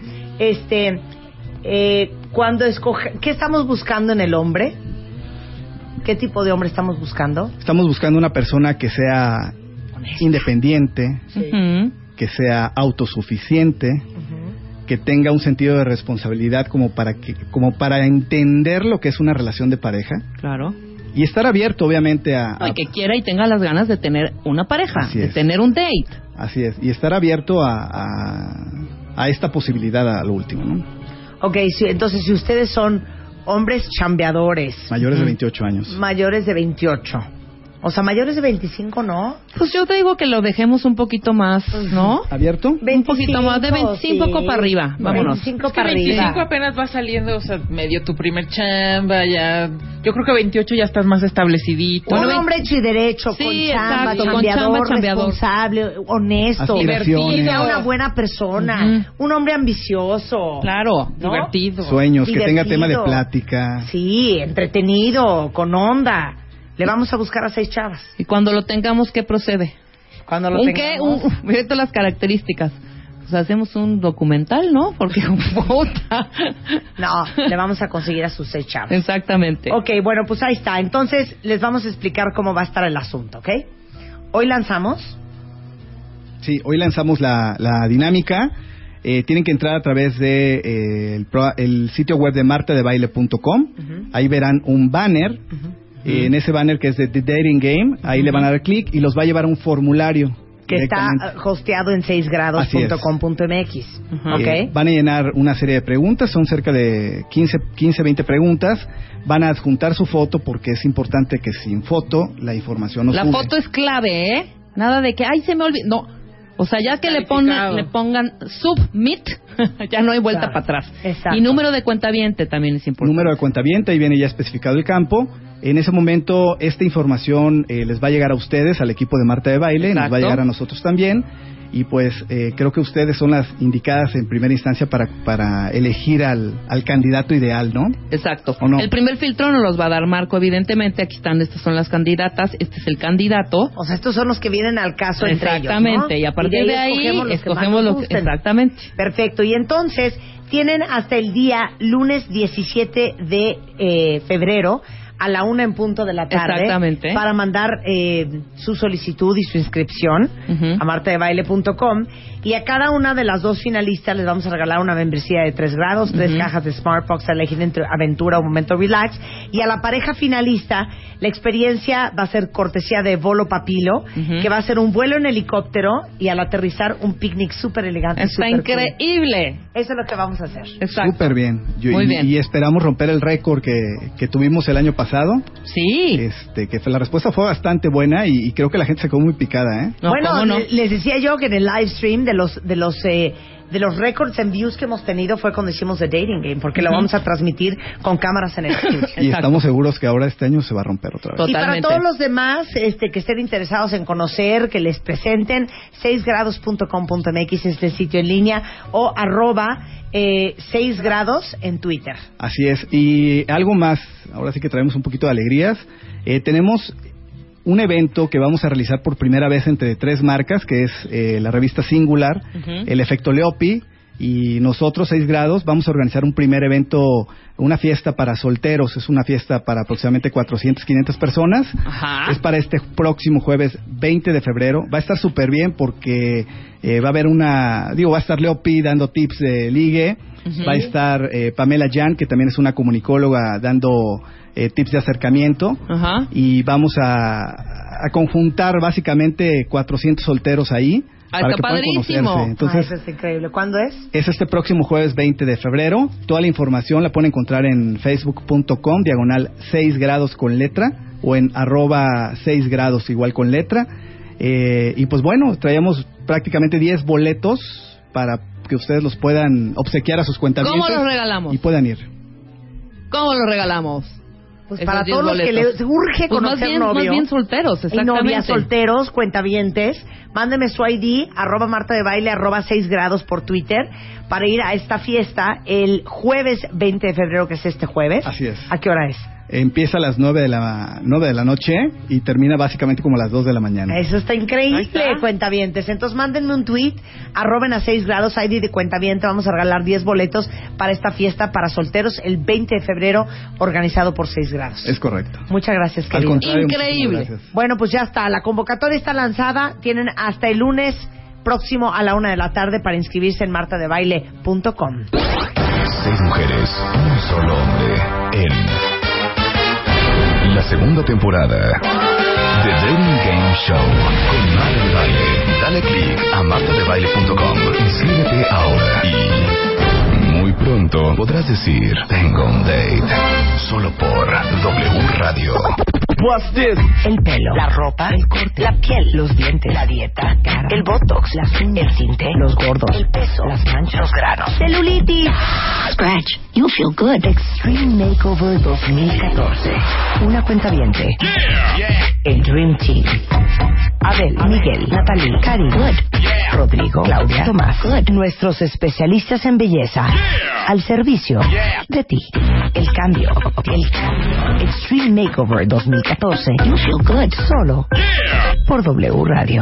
cuando ¿qué estamos buscando en el hombre? ¿Qué tipo de hombre estamos buscando? Estamos buscando una persona que sea independiente, Ujú. que sea autosuficiente, que tenga un sentido de responsabilidad como para entender lo que es una relación de pareja Claro. y estar abierto, obviamente, Y que quiera y tenga las ganas de tener una pareja, Así de es. tener un date. así es, y estar abierto a esta posibilidad a lo último, ¿no? Ok, entonces si ustedes son hombres chambeadores, Mayores de 28 años. mayores de 28, o sea, mayores de 25, ¿no? Pues yo te digo que lo dejemos un poquito más, ¿no? ¿Abierto? Un poquito más, de 25 sí. para arriba, vámonos. 25 Es que para 25 arriba. apenas va saliendo, o sea, medio tu primer chamba, ya... Yo creo que 28 ya estás más establecidito. Un hombre hecho y derecho, Sí, con chamba, exacto, con chambeador, chamba, chambeador. responsable, honesto, Aspiraciones. que sea una buena persona, un hombre ambicioso. Claro, ¿no? divertido. Sueños, que tenga Divertido. tema de plática. Sí, entretenido, con onda. Le vamos a buscar a 6 chavas. Y cuando lo tengamos, ¿qué procede? Cuando lo ¿Un qué? tengamos. Mira todas las características. Pues hacemos un documental, ¿no? Porque puta. No, le vamos a conseguir a sus 6 chavas. Exactamente. Ok, bueno, pues ahí está. Entonces, les vamos a explicar cómo va a estar el asunto, ¿ok? Hoy lanzamos. Sí, hoy lanzamos la dinámica. Tienen que entrar a través de el sitio web de martadebaile.com. Ahí verán un banner En ese banner que es de The Dating Game, ahí le van a dar clic y los va a llevar a un formulario. Que está hosteado en 6grados.com.mx. ¿Okay? Van a llenar una serie de preguntas, son cerca de 15, 20 preguntas. Van a adjuntar su foto porque es importante que sin foto la información no sube. La foto es clave, ¿eh? Nada de que, ay, se me olvidó. No. O sea, ya que le pongan submit, ya no hay vuelta para atrás. Exacto. Y número de cuentaviente también es importante. Número de cuentaviente, ahí viene ya especificado el campo. En ese momento, esta información les va a llegar a ustedes, al equipo de Marta de Baile, Exacto. nos va a llegar a nosotros también. Y pues creo que ustedes son las indicadas en primera instancia para elegir al candidato ideal, ¿no? Exacto. ¿O no? El primer filtro nos los va a dar Marco, evidentemente. Aquí están, estas son las candidatas, este es el candidato. O sea, estos son los que vienen al caso entre ellos, ¿no? Exactamente, y a partir de ahí escogemos lo que... Exactamente. Perfecto, y entonces tienen hasta el día lunes 17 de febrero a la 1 en punto de la tarde. Exactamente. Para mandar su solicitud y su inscripción a martadebaile.com. Y a cada una de las dos finalistas les vamos a regalar una membresía de 3 grados, 3 cajas de Smartbox a elegir entre aventura o momento relax. Y a la pareja finalista, la experiencia va a ser cortesía de Volo Papilo, que va a ser un vuelo en helicóptero y al aterrizar un picnic súper elegante. Está increíble. Cool. Eso es lo que vamos a hacer. Exacto. Súper bien. Muy bien. Y esperamos romper el récord que tuvimos el año pasado. Sí. Que la respuesta fue bastante buena y creo que la gente se quedó muy picada, ¿eh? No, bueno, ¿cómo no? les decía yo que en el live stream de los récords en views que hemos tenido fue cuando hicimos The Dating Game, porque lo vamos a transmitir con cámaras en el estudio. Y estamos seguros que ahora este año se va a romper otra vez. Totalmente. Y para todos los demás que estén interesados en conocer, que les presenten, 6grados.com.mx es el sitio en línea, o @6grados en Twitter. Así es. Y algo más, ahora sí que traemos un poquito de alegrías. Tenemos un evento que vamos a realizar por primera vez entre 3 marcas, que es la revista Singular, el Efecto Leopi y nosotros, 6 grados. Vamos a organizar un primer evento, una fiesta para solteros. Es una fiesta para aproximadamente 400, 500 personas. Ajá. Es para este próximo jueves 20 de febrero. Va a estar súper bien porque va a haber va a estar Leopi dando tips de ligue. Va a estar Pamela Jan, que también es una comunicóloga, dando tips de acercamiento. Ajá. Y vamos a conjuntar básicamente 400 solteros ahí. Para está que puedan padrísimo. conocerse. Entonces, eso es increíble. ¿Cuándo es? Es este próximo jueves 20 de febrero. Toda la información la pueden encontrar en facebook.com, /6 grados con letra, o en @6 grados igual con letra. Y pues bueno, traíamos prácticamente 10 boletos para que ustedes los puedan obsequiar a sus cuentavientes. ¿Cómo los regalamos? Y puedan ir. ¿Cómo los regalamos? Pues Esos para 10 todos los que les urge pues conocer más bien solteros, y exactamente. novias, solteros, cuentavientes, mándenme su ID, @martadebaile, @6 grados por Twitter, para ir a esta fiesta el jueves 20 de febrero, que es este jueves. Así es. ¿A qué hora es? Empieza a las 9 de la noche y termina básicamente como a las 2 de la mañana. Eso está increíble, Ahí está. cuentavientes. Entonces mándenme un tweet, arroben a 6 grados, ID de cuentaviente. Vamos a regalar 10 boletos para esta fiesta para solteros el 20 de febrero, organizado por 6 grados. Es correcto. Muchas gracias, Al querido. contrario, Increíble. muchísimas gracias. Bueno, pues ya está. La convocatoria está lanzada. Tienen hasta el lunes próximo a la 1 de la tarde para inscribirse en martadebaile.com. 6 mujeres, un solo hombre en la segunda temporada The Dating Game Show con Marta de Baile. Dale click a martadebaile.com, inscríbete ahora y muy pronto podrás decir tengo un date solo por W Radio. El pelo, la ropa, el corte, la piel, los dientes, la dieta, cara, el botox, las uñas, el tinte, los gordos, el peso, las manchas, los granos, celulitis. Scratch, you feel good. Extreme Makeover 2014. Una cuentaviente. El Dream Team. Abel, Miguel, Natalie, Cari, Rodrigo, Claudia, Tomás, nuestros especialistas en belleza, al servicio de ti. El cambio. Extreme Makeover 2014. You feel good. Solo por W Radio.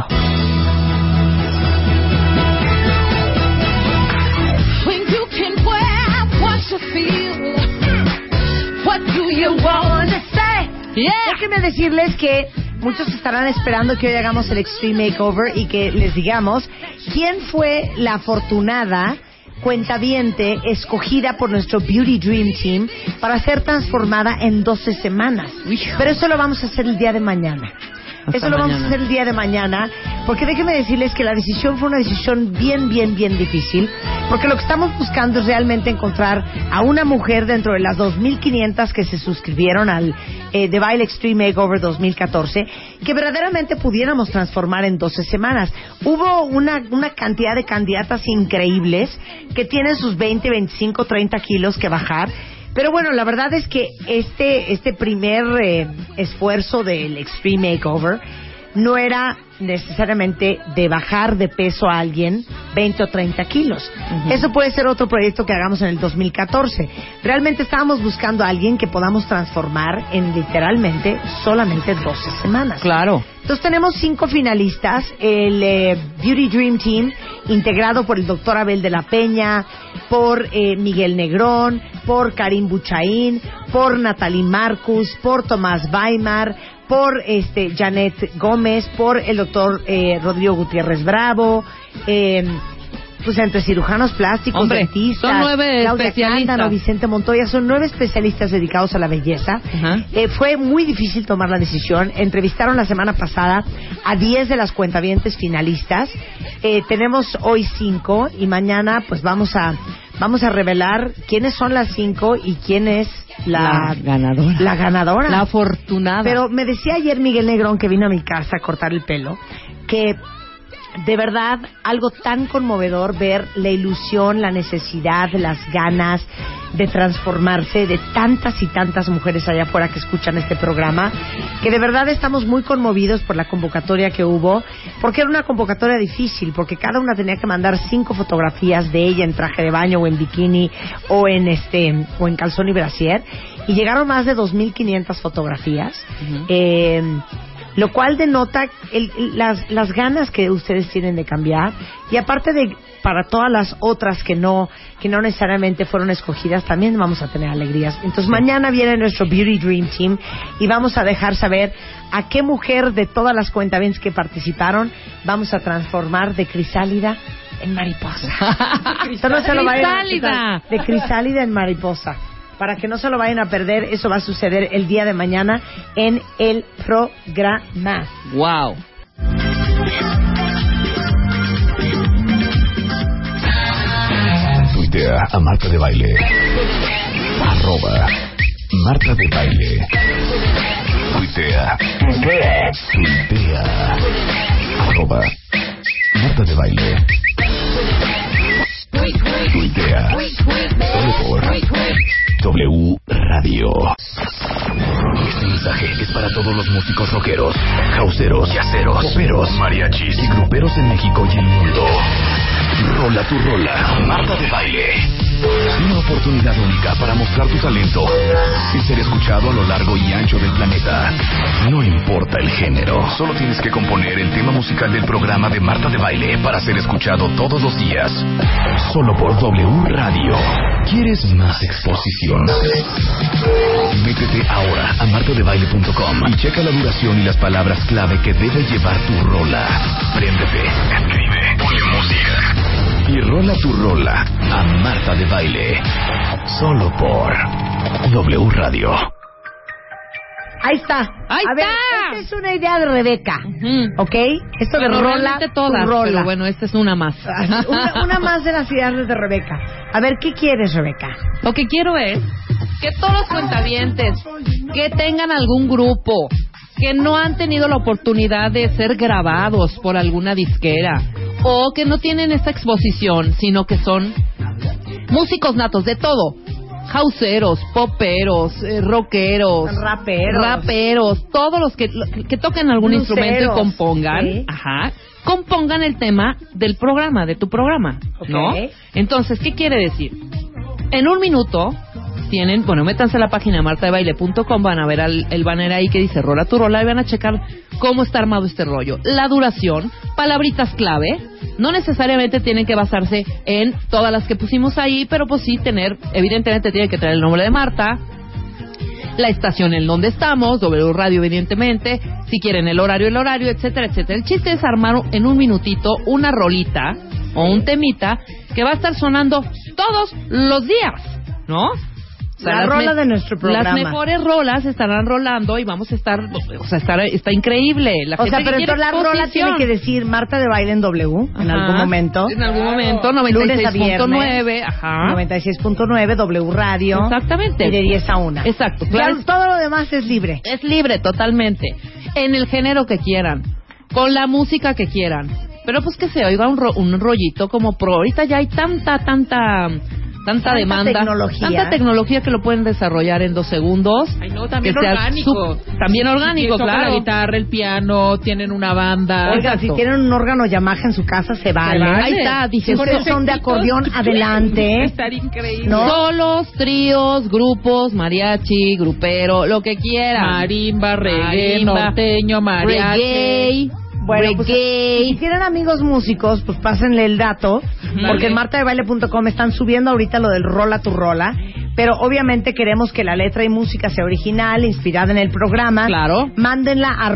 When you can wear what you feel, what do you want to say? Déjenme decirles que muchos estarán esperando que hoy hagamos el Extreme Makeover y que les digamos quién fue la afortunada cuentaviente escogida por nuestro Beauty Dream Team para ser transformada en 12 semanas. Pero eso lo vamos a hacer el día de mañana. Eso lo vamos a hacer el día de mañana, porque déjenme decirles que la decisión fue una decisión bien difícil, porque lo que estamos buscando es realmente encontrar a una mujer dentro de las 2,500 que se suscribieron al The Baile Extreme Makeover 2014, que verdaderamente pudiéramos transformar en 12 semanas. Hubo una cantidad de candidatas increíbles que tienen sus 20, 25, 30 kilos que bajar. Pero bueno, la verdad es que este primer esfuerzo del Extreme Makeover no era necesariamente de bajar de peso a alguien 20 o 30 kilos. Eso puede ser otro proyecto que hagamos en el 2014. Realmente estábamos buscando a alguien que podamos transformar en literalmente solamente 12 semanas. Claro. Entonces tenemos 5 finalistas. El Beauty Dream Team, integrado por el doctor Abel de la Peña, por Miguel Negrón, por Karim Buchaín, por Natalie Marcus, por Tomás Weimar, por Janet Gómez, por el doctor Rodrigo Gutiérrez Bravo, pues entre cirujanos plásticos, dentistas, son 9 Claudia especialistas. Cándano, Vicente Montoya, son 9 especialistas dedicados a la belleza. Fue muy difícil tomar la decisión. Entrevistaron la semana pasada a 10 de las cuentavientes finalistas. Tenemos hoy 5 y mañana pues vamos a revelar quiénes son las 5 y quién es la ganadora. La ganadora. La afortunada. Pero me decía ayer Miguel Negrón, que vino a mi casa a cortar el pelo, que de verdad algo tan conmovedor ver la ilusión, la necesidad, las ganas de transformarse de tantas y tantas mujeres allá afuera que escuchan este programa, que de verdad estamos muy conmovidos por la convocatoria que hubo, porque era una convocatoria difícil, porque cada una tenía que mandar 5 fotografías de ella en traje de baño o en bikini o en calzón y brasier, y llegaron más de 2,500 fotografías. Lo cual denota las ganas que ustedes tienen de cambiar, y aparte de para todas las otras que no necesariamente fueron escogidas, también vamos a tener alegrías. Entonces mañana viene nuestro Beauty Dream Team y vamos a dejar saber a qué mujer de todas las cuentavientes que participaron vamos a transformar de crisálida en mariposa. No se lo vayan a- de crisálida en mariposa. Para que no se lo vayan a perder, eso va a suceder el día de mañana en el programa. Wow. Tuitea a Marta de Baile. @Marta de Baile. Tuitea. @Marta de Baile. Tuitea. Solo por W Radio. Este mensaje es para todos los músicos rockeros, houseeros, jazzeros, poperos, mariachis y gruperos en México y el mundo. Rola tu rola, Marta de Baile. Una oportunidad única para mostrar tu talento y ser escuchado a lo largo y ancho del planeta. No importa el género, solo tienes que componer el tema musical del programa de Marta de Baile para ser escuchado todos los días. Solo por W Radio. ¿Quieres más exposición? Métete ahora a martadebaile.com y checa la duración y las palabras clave que debe llevar tu rola. Préndete, escribe, ponle música y rola tu rola a Marta de Baile. Solo por W Radio. Ahí está. ¡Ahí a ver, está! esta es una idea de Rebeca, ¿ok? Esto Bueno, de rola realmente todas, tu rola. pero bueno, esta es una más. Una más de las ideas de Rebeca. A ver, ¿qué quieres, Rebeca? Lo que quiero es que todos los cuentavientes que tengan algún grupo, que no han tenido la oportunidad de ser grabados por alguna disquera, o que no tienen esta exposición, sino que son músicos natos de todo, houseeros, poperos, rockeros, raperos, todos los que toquen algún Bluseros, instrumento y compongan, sí. compongan el tema del programa, de tu programa, ¿no? Entonces, ¿qué quiere decir? En un minuto tienen, métanse a la página martadebaile.com, van a ver el banner ahí que dice rola tu rola y van a checar cómo está armado este rollo. La duración, palabritas clave, no necesariamente tienen que basarse en todas las que pusimos ahí, pero pues sí evidentemente tiene que tener el nombre de Marta, la estación en donde estamos, W Radio evidentemente, si quieren el horario, etcétera, etcétera. El chiste es armar en un minutito una rolita o un temita que va a estar sonando todos los días, ¿no? O sea, La rola de nuestro programa. Las mejores rolas estarán rolando y vamos a estar, o sea, está increíble. La O sea, gente pero que quiere entonces la rola exposición. tiene que decir Marta de Baile en W en Ajá. algún momento. En algún momento, Lunes a 96.9, ajá. 96.9 W Radio. Exactamente. Y de 10 a 1. Exacto. Ya Claro, todo lo demás es libre. es libre totalmente. En el género que quieran, con la música que quieran. Pero pues que se oiga un rollito como pro. Ahorita ya hay tanta demanda, tanta tecnología que lo pueden desarrollar en 2 segundos. Ay, no, también Que sea orgánico. también orgánico, Sí, tocan claro. la guitarra, el piano, tienen una banda. Oiga, Exacto. si tienen un órgano Yamaha en su casa, se vale. vale. Ahí está, Si dice ustedes son de acordeón, adelante. Estar increíble. No. solos, tríos, grupos, mariachi, grupero, lo que quieran. Marimba, reggae, Marimba, norteño, mariachi. reggae, Bueno, pues, reggae. si tienen amigos músicos, pues pásenle el dato, porque en martadebaile.com están subiendo ahorita lo del Rola tu Rola, pero obviamente queremos que la letra y música sea original, inspirada en el programa. Claro. Mándenla a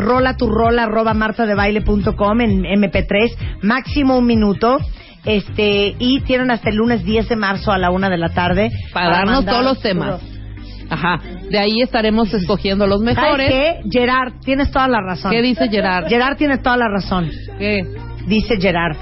rolaturola@martadebaile.com en MP3, máximo 1 minuto. Y tienen hasta el lunes 10 de marzo a la 1 de la tarde Para darnos mandar todos los su- temas. Ajá. De ahí estaremos escogiendo los ¿Sabes mejores. qué? Gerard, tienes toda la razón. ¿Qué dice Gerard? Gerard tiene toda la razón. ¿Qué? Dice Gerard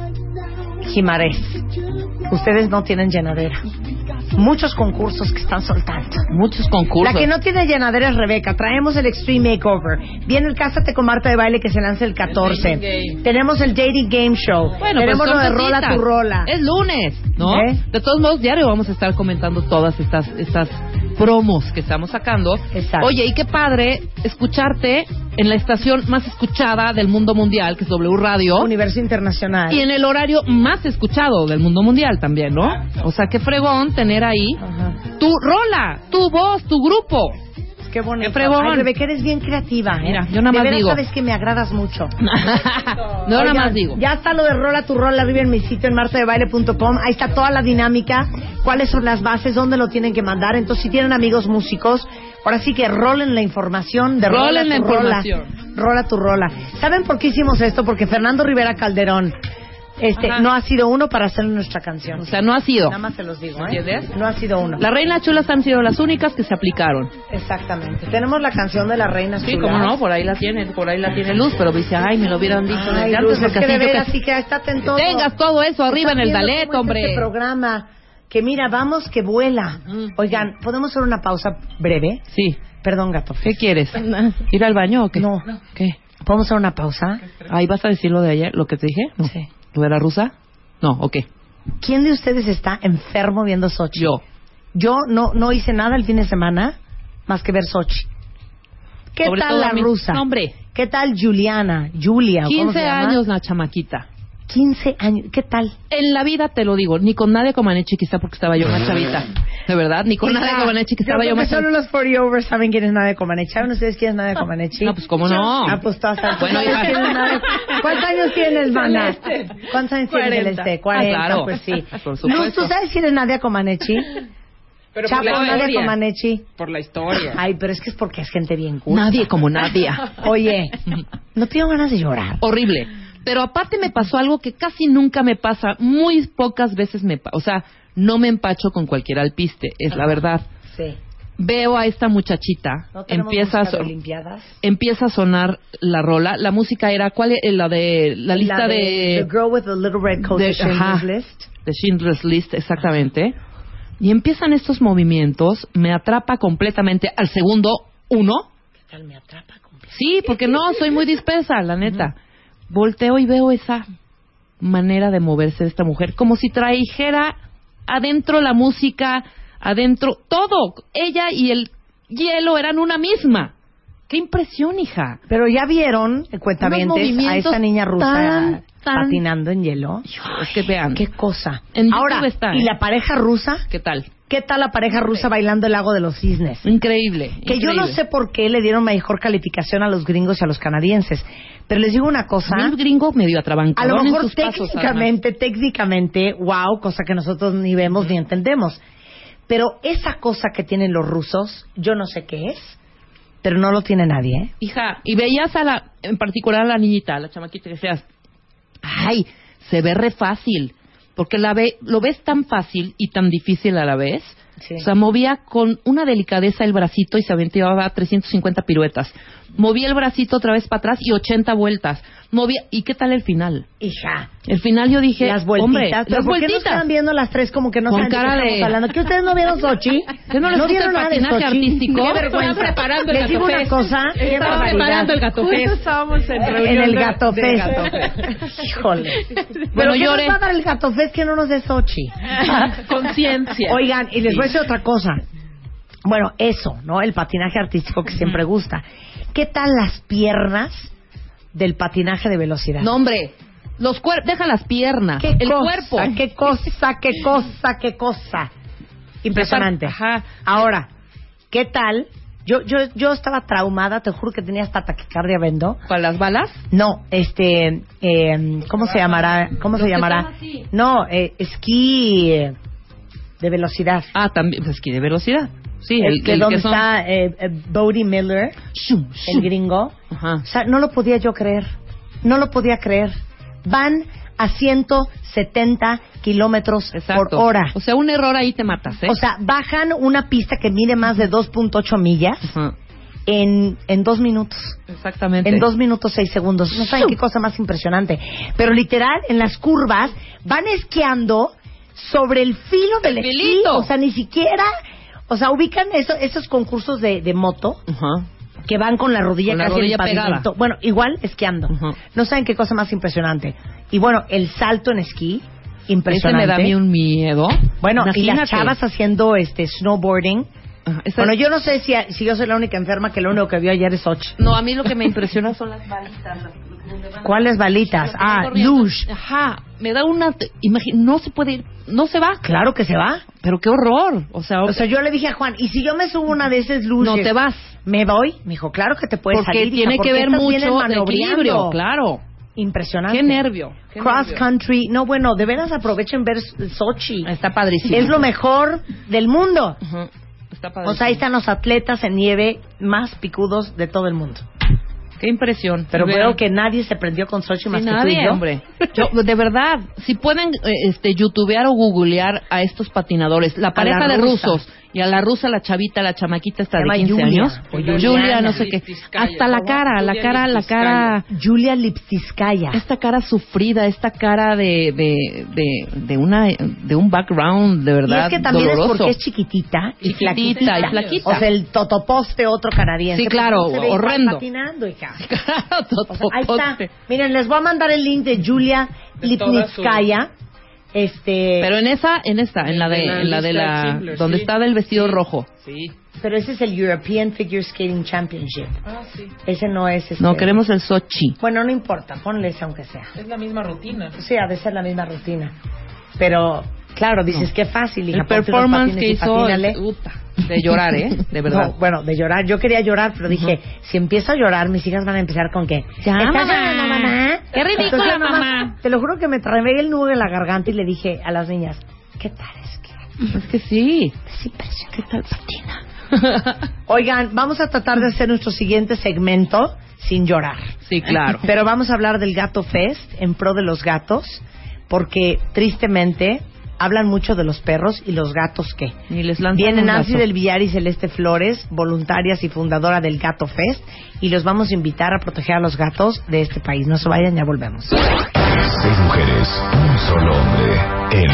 Jimarés, ustedes no tienen llenadera. Muchos concursos que están soltando. Muchos concursos. La que no tiene llenadera es Rebeca. Traemos el Extreme Makeover. Viene el Cásate con Marta de Baile que se lanza el 14. Game. Tenemos el Dating Game Show. Bueno, Tenemos pues lo de son Rola cositas. tu Rola. Es lunes, ¿no? ¿Eh? De todos modos, diario vamos a estar comentando todas estas promos que estamos sacando. Exacto. Oye, y qué padre escucharte en la estación más escuchada del mundo mundial, que es W Radio. Universo Internacional. Y en el horario más escuchado del mundo mundial también, ¿no? O sea, qué fregón tener ahí Ajá. tu rola, tu voz, tu grupo. Qué bonito. Qué fregón. Ay, Rebeca, eres bien creativa. Mira, yo nada más de veras digo. sabes que me agradas mucho. No, nada Oigan, más digo. Ya está lo de Rola tu Rola arriba en mi sitio en martadebaile.com. Ahí está toda la dinámica, cuáles son las bases, dónde lo tienen que mandar. Entonces, si tienen amigos músicos, ahora sí que rolen la información de Rola Rolen la tu Rola. información. Rola tu Rola. ¿Saben por qué hicimos esto? Porque Fernando Rivera Calderón Ajá. no ha sido uno para hacer nuestra canción. O sea, no ha sido. Nada más se los digo, ¿eh? ¿Entiendes? No ha sido uno. Las reinas chulas han sido las únicas que se aplicaron. Exactamente. Tenemos la canción de las reinas Sí, chulas. cómo no, por ahí la tiene Luz, pero dice, ay, me lo hubieran dicho Ay, desde Luz, antes, es porque que de así yo veras, que- sí que estate en todo. tengas todo eso arriba en el Estás viendo dalet, cómo es hombre. este programa, que mira, vamos, que vuela. Oigan, ¿podemos hacer una pausa breve? Sí. Perdón, gato. ¿Qué quieres? ¿Ir al baño o qué? No. ¿Qué? ¿Podemos hacer una pausa? Ahí vas a decir lo de ayer, lo que te dije. No. Sí. ¿Lo de la rusa? No, ¿o qué? ¿Quién de ustedes está enfermo viendo Sochi? Yo. Yo no hice nada el fin de semana más que ver Sochi. ¿Qué Sobre tal todo la a mí. rusa? No, hombre. ¿Qué tal Julia? ¿Cómo 15 se llama? años la chamaquita. 15 años. ¿Qué tal? En la vida te lo digo, ni con Nadia Comaneci quizá porque estaba yo más chavita. De verdad, ni con Nadia Comaneci que estaba yo creo más que solo chavita. los 40 overs saben quién es Nadia Comaneci. ¿Saben ustedes quién es Nadia Comaneci? No, pues cómo no. Ah, pues todas saben. Bueno, ¿Sabes hija. quién es Nadia? ¿Cuántos años tiene el mana? ¿Cuántos años tiene el 40. este? 40, Ah, claro. pues sí. Por supuesto. Luz, ¿tú sabes quién es Nadia Comaneci? Pero Chapo, por la Nadia historia. Comaneci. Por la historia. Ay, pero es que es porque es gente bien cool. Nadie como Nadia. Oye, ¿no tengo ganas de llorar? Horrible. Pero aparte me pasó algo que casi nunca me pasa, muy pocas veces me pasa. O sea, no me empacho con cualquier alpiste, es la verdad. Sí. Veo a esta muchachita, ¿No tenemos empieza música a, de Olimpiadas? empieza a sonar la rola. La música era, ¿cuál es? La de la lista La de The Girl with the Little Red Coat de Schindler's ajá, List. de Schindler's List, exactamente. Y empiezan estos movimientos, me atrapa completamente al segundo uno. ¿Qué tal me atrapa? Sí, porque no, soy muy dispersa, la neta. Volteo y veo esa manera de moverse de esta mujer, como si trajera adentro la música, adentro todo. Ella y el hielo eran una misma. ¡Qué impresión, hija! Pero ya vieron, cuentavientes, a movimientos esta niña rusa tan patinando en hielo. Es que vean. ¡Qué cosa! En YouTube Ahora, está, ¿y ¿eh? la pareja rusa? ¿Qué tal? ¿Qué tal la pareja rusa bailando el lago de los cisnes? Increíble. Que yo no increíble. sé por qué le dieron mejor calificación a los gringos y a los canadienses. Pero les digo una cosa. A mí el gringo medio A atrabancadón lo en mejor sus pasos, técnicamente, wow, cosa que nosotros ni vemos ni entendemos. Pero esa cosa que tienen los rusos, yo no sé qué es, pero no lo tiene nadie, ¿eh? Hija, y veías a en particular a la niñita, a la chamaquita, que decías, ay, se ve re fácil. porque lo ves tan fácil y tan difícil a la vez. Sí. O sea, movía con una delicadeza el bracito y se aventaba 350 piruetas. Movía el bracito otra vez para atrás y 80 vueltas. Movía, ¿y qué tal el final? Hija. El final yo dije, Las vueltitas. hombre, ¿Pero las por qué no vueltitas. estaban viendo las tres como que no Con saben de qué cara de- estamos hablando? ¿Que ustedes no vieron Sochi? ¿Qué no les gusta vieron el nada de patinaje Sochi? artístico? Qué vergüenza. Estaban preparando el Les digo Gato una Fest. cosa, qué Estaban barbaridad. preparando el Gato Fest. Estábamos en En reunión el de- Gato de Fest. Gato Fest. Híjole. Bueno, Pero ¿qué lloré. nos va a dar el Gato Fest que no nos dé Sochi? Conciencia. Oigan, y les voy a decir otra cosa. Bueno, eso, ¿no? El patinaje artístico que siempre gusta. ¿Qué tal las piernas del patinaje de velocidad? No, hombre, deja las piernas, ¿Qué el cosa, cuerpo. qué cosa. Impresionante. Ajá. Ahora, ¿qué tal? Yo estaba traumada, te juro que tenía hasta taquicardia vendo. ¿Para las balas? No, ¿cómo se llamará? ¿Cómo se Los que llamará? están así. No, esquí de velocidad. Ah, también, pues esquí de velocidad. Sí, Que el donde que son... está Bodie Miller, el gringo. Ajá. O sea, no lo podía yo creer. No lo podía creer. Van a 170 kilómetros por Exacto. hora. O sea, un error ahí te matas, ¿eh? O sea, bajan una pista que mide más de 2.8 millas Ajá. en 2 minutos. Exactamente. En 2 minutos 6 segundos. No saben qué cosa más impresionante. Pero literal, en las curvas, van esquiando sobre el filo del esquí. filito. O sea, ni siquiera... O sea, ubican esos concursos de moto Ajá. que van con la rodilla Con la casi en el rodilla pegada. pavimento. Bueno, igual esquiando. Ajá. No saben qué cosa más impresionante. Y bueno, el salto en esquí, Ese impresionante. me da a mí un miedo. Bueno, y Imagínate. las chavas haciendo snowboarding. Ajá, esa- Bueno, yo no sé si yo soy la única enferma que lo único que vio ayer es Sochi. No, a mí lo que me impresiona son las balitas. ¿Cuáles balitas? Las que van Ah, corriendo. luge. Ajá. Me da una... no se puede ir. No se va. Claro que se va. Pero qué horror. O sea, Yo le dije a Juan, ¿y si yo me subo una de esas luces? no te vas. ¿Me voy? Me dijo, claro que te puedes Porque salir. hija, tiene porque que ver estas vienen mucho de maniobrando. equilibrio. Claro. Impresionante. Qué nervio. qué Cross nervio. country. No, bueno, de veras aprovechen ver Sochi. Está padrísimo. Es lo mejor del mundo. Ajá. Está padrísimo. O sea, ahí están los atletas en nieve más picudos de todo el mundo. Qué impresión. Pero Vean. veo que nadie se prendió con Sochi más Sí, que tú nadie, y yo. hombre. De verdad, si pueden youtubear o googlear a estos patinadores, la pareja la de rusa. rusos y a la rusa, la chavita, la chamaquita esta Se de llama 15 Julia, años, o Julia, Juliana no sé qué, Lipskaya. hasta la cara, la cara, Julia Lipsiskaya. esta cara sufrida, esta cara de un background de Y verdad es que también doloroso. es porque es chiquitita y Chiquitita flaquita. y flaquita. O sea, el totoposte otro canadiense. Sí, claro, pues, no se ve igual horrendo. patinando, hija. Claro, O sea, ahí está. totoposte. Miren, les voy a mandar el link de Julia De toda su- Lipnitskaya. Pero en la de la Schindler, donde sí. estaba el vestido rojo. Sí. Pero ese es el European Figure Skating Championship. Ah, sí. Ese no es No, queremos el Sochi. Bueno, no importa, ponle ese aunque sea. Es la misma rutina. Sí, ha de ser la misma rutina. Pero, claro, dices, qué fácil, hija. El ponte unos performance patines que y hizo, patínale. de llorar, de verdad. No, bueno, de llorar. Yo quería llorar, pero dije, si empiezo a llorar, mis hijas van a empezar con que... Ya, ¿Estás mamá. llorando, mamá? Qué ridícula, Entonces, nomás, mamá. Te lo juro que me trae el nudo en la garganta y le dije a las niñas, ¿qué tal es que Es que sí. es impresionante? ¿Qué tal patina? Oigan, vamos a tratar de hacer nuestro siguiente segmento sin llorar. Sí, claro. Pero vamos a hablar del Gato Fest en pro de los gatos, porque tristemente hablan mucho de los perros y los gatos ¿qué? Ni les lanzan Viene un Nancy gato. del Villar y Celeste Flores, voluntarias y fundadora del Gato Fest, y los vamos a invitar a proteger a los gatos de este país. No se vayan, ya volvemos. 6 mujeres, un solo hombre en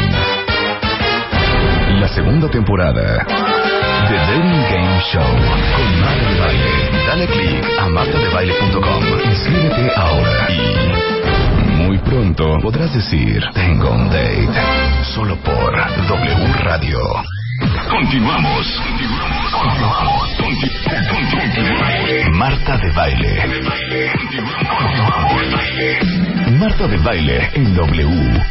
la segunda temporada The Dating Game Show con Marta de Baile. Dale click a martadebaile.com. Inscríbete ahora y muy pronto podrás decir tengo un date solo por W Radio. Continuamos. Marta de Baile. Marta de Baile en W.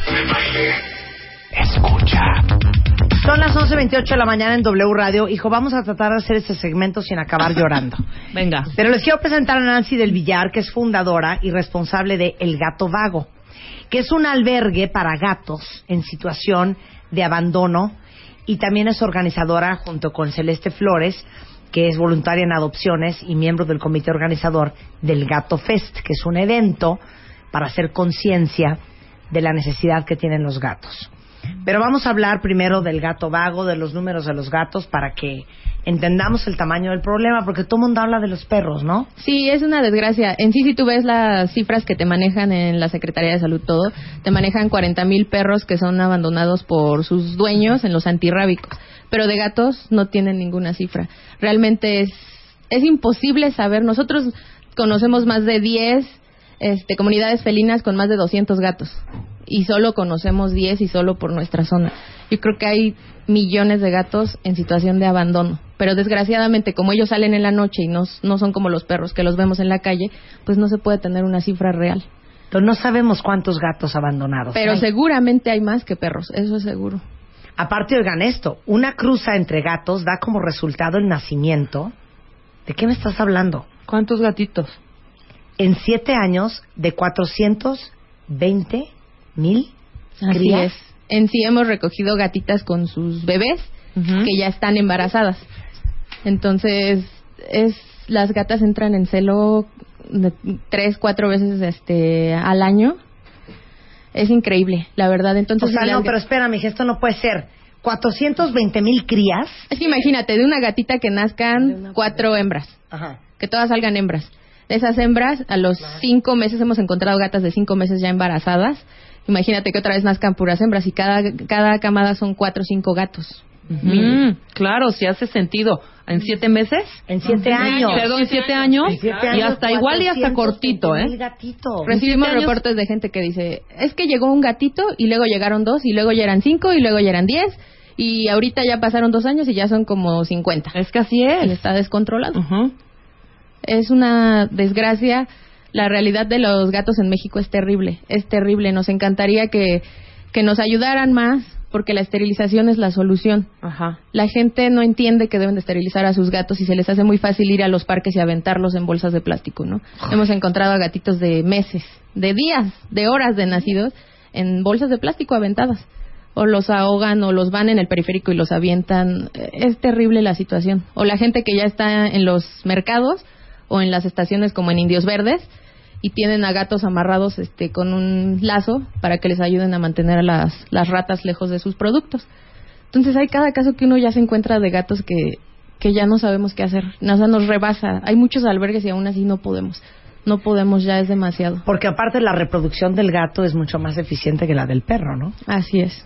Escucha. Son las 11:28 de la mañana en W Radio. Hijo, vamos a tratar de hacer este segmento sin acabar llorando. Venga. Pero les quiero presentar a Nancy del Villar, que es fundadora y responsable de El Gato Vago, que es un albergue para gatos en situación de abandono, y también es organizadora junto con Celeste Flores, que es voluntaria en adopciones y miembro del comité organizador del Gato Fest, que es un evento para hacer conciencia de la necesidad que tienen los gatos. Pero vamos a hablar primero del gato vago, de los números de los gatos, para que entendamos el tamaño del problema, porque todo el mundo habla de los perros, ¿no? Sí, es una desgracia. En sí, si tú ves las cifras que te manejan en la Secretaría de Salud, todo, te manejan 40,000 perros que son abandonados por sus dueños en los antirrábicos. Pero de gatos no tienen ninguna cifra. Realmente es imposible saber. Nosotros conocemos más de 10 comunidades felinas con más de 200 gatos. Y solo conocemos 10 y solo por nuestra zona. Yo creo que hay millones de gatos en situación de abandono. Pero desgraciadamente, como ellos salen en la noche y no son como los perros que los vemos en la calle, pues no se puede tener una cifra real. Entonces no sabemos cuántos gatos abandonados Pero hay. seguramente hay más que perros, eso es seguro. Aparte, oigan esto, una cruza entre gatos da como resultado el nacimiento. ¿De qué me estás hablando? ¿Cuántos gatitos? En 7 años, de 420,000 Así crías. es. En sí hemos recogido gatitas con sus bebés que ya están embarazadas. Entonces, las gatas entran en celo 3-4 veces al año. Es increíble, la verdad. Entonces, O sea, no, pero espérame, hija, esto no puede ser. 420,000 crías. Es que imagínate, de una gatita que nazcan 4 hembras, Ajá. que todas salgan hembras. De esas hembras, a los 5 meses hemos encontrado gatas de 5 meses ya embarazadas. Imagínate que otra vez nazcan puras hembras y cada camada son 4 o 5 gatos. Claro, sí hace sentido. ¿En 7 meses? En 7 años. Perdón, ¿en 7 años? En 7 Y años, hasta igual y hasta cortito, 420,000 gatitos. Recibimos 7 años. reportes de gente que dice, es que llegó un gatito y luego llegaron 2 y luego ya eran 5 y luego ya eran 10 y ahorita ya pasaron 2 años y ya son como 50. Es que así Y es. está descontrolado. Es una desgracia. La realidad de los gatos en México es terrible. Es terrible. Nos encantaría que nos ayudaran más porque la esterilización es la solución. Ajá. La gente no entiende que deben de esterilizar a sus gatos y se les hace muy fácil ir a los parques y aventarlos en bolsas de plástico, ¿no? Hemos encontrado a gatitos de meses, de días, de horas de nacidos en bolsas de plástico aventadas. O los ahogan o los van en el periférico y los avientan. Es terrible la situación. O la gente que ya está en los mercados o en las estaciones como en Indios Verdes y tienen a gatos amarrados con un lazo para que les ayuden a mantener a las ratas lejos de sus productos. Entonces hay cada caso que uno ya se encuentra de gatos que ya no sabemos qué hacer. O sea, nos rebasa. Hay muchos albergues y aún así no podemos. No podemos, ya es demasiado. Porque aparte la reproducción del gato es mucho más eficiente que la del perro, ¿no? Así es.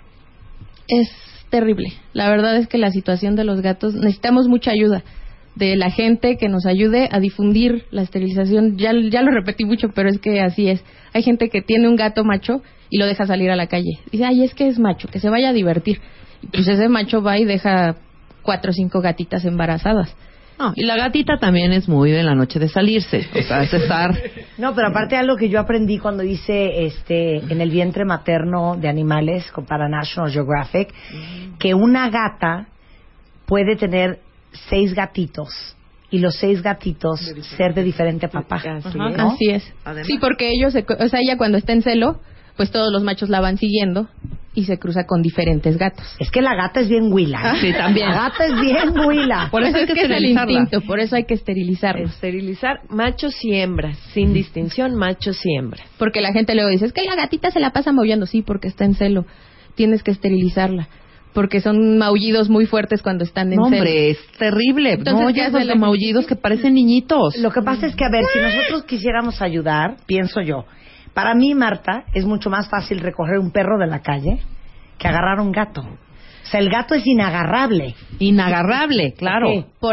Es terrible. La verdad es que la situación de los gatos, necesitamos mucha ayuda de la gente que nos ayude a difundir la esterilización. Ya lo repetí mucho, pero es que así es. Hay gente que tiene un gato macho y lo deja salir a la calle. Dice, ay, es que es macho, que se vaya a divertir. Y pues ese macho va y deja 4 o 5 gatitas embarazadas. No, y la gatita también es muy de la noche de salirse. O sea, es estar... No, pero aparte algo que yo aprendí cuando hice en el vientre materno de animales para National Geographic, que una gata puede tener 6 gatitos y los 6 gatitos ser de diferente papá. Así es. Sí, porque ellos, ella cuando está en celo, pues todos los machos la van siguiendo y se cruza con diferentes gatos. Es que la gata es bien huila. Sí, también. La gata es bien huila. Por eso es que es el esterilizarla. instinto, por eso hay que esterilizarlos. Esterilizar machos y hembras, sin distinción, machos y hembras. Porque la gente luego dice, es que la gatita se la pasa maullando. Sí, porque está en celo. Tienes que esterilizarla. Porque son maullidos muy fuertes cuando están en No, celo. hombre, es terrible. Entonces, no, ¿qué ya hace esos la maullidos que parecen niñitos. Lo que pasa es que, a ver, si nosotros quisiéramos ayudar, pienso yo, para mí, Marta, es mucho más fácil recoger un perro de la calle que agarrar un gato. O sea, el gato es inagarrable. Inagarrable, claro. Sí. Por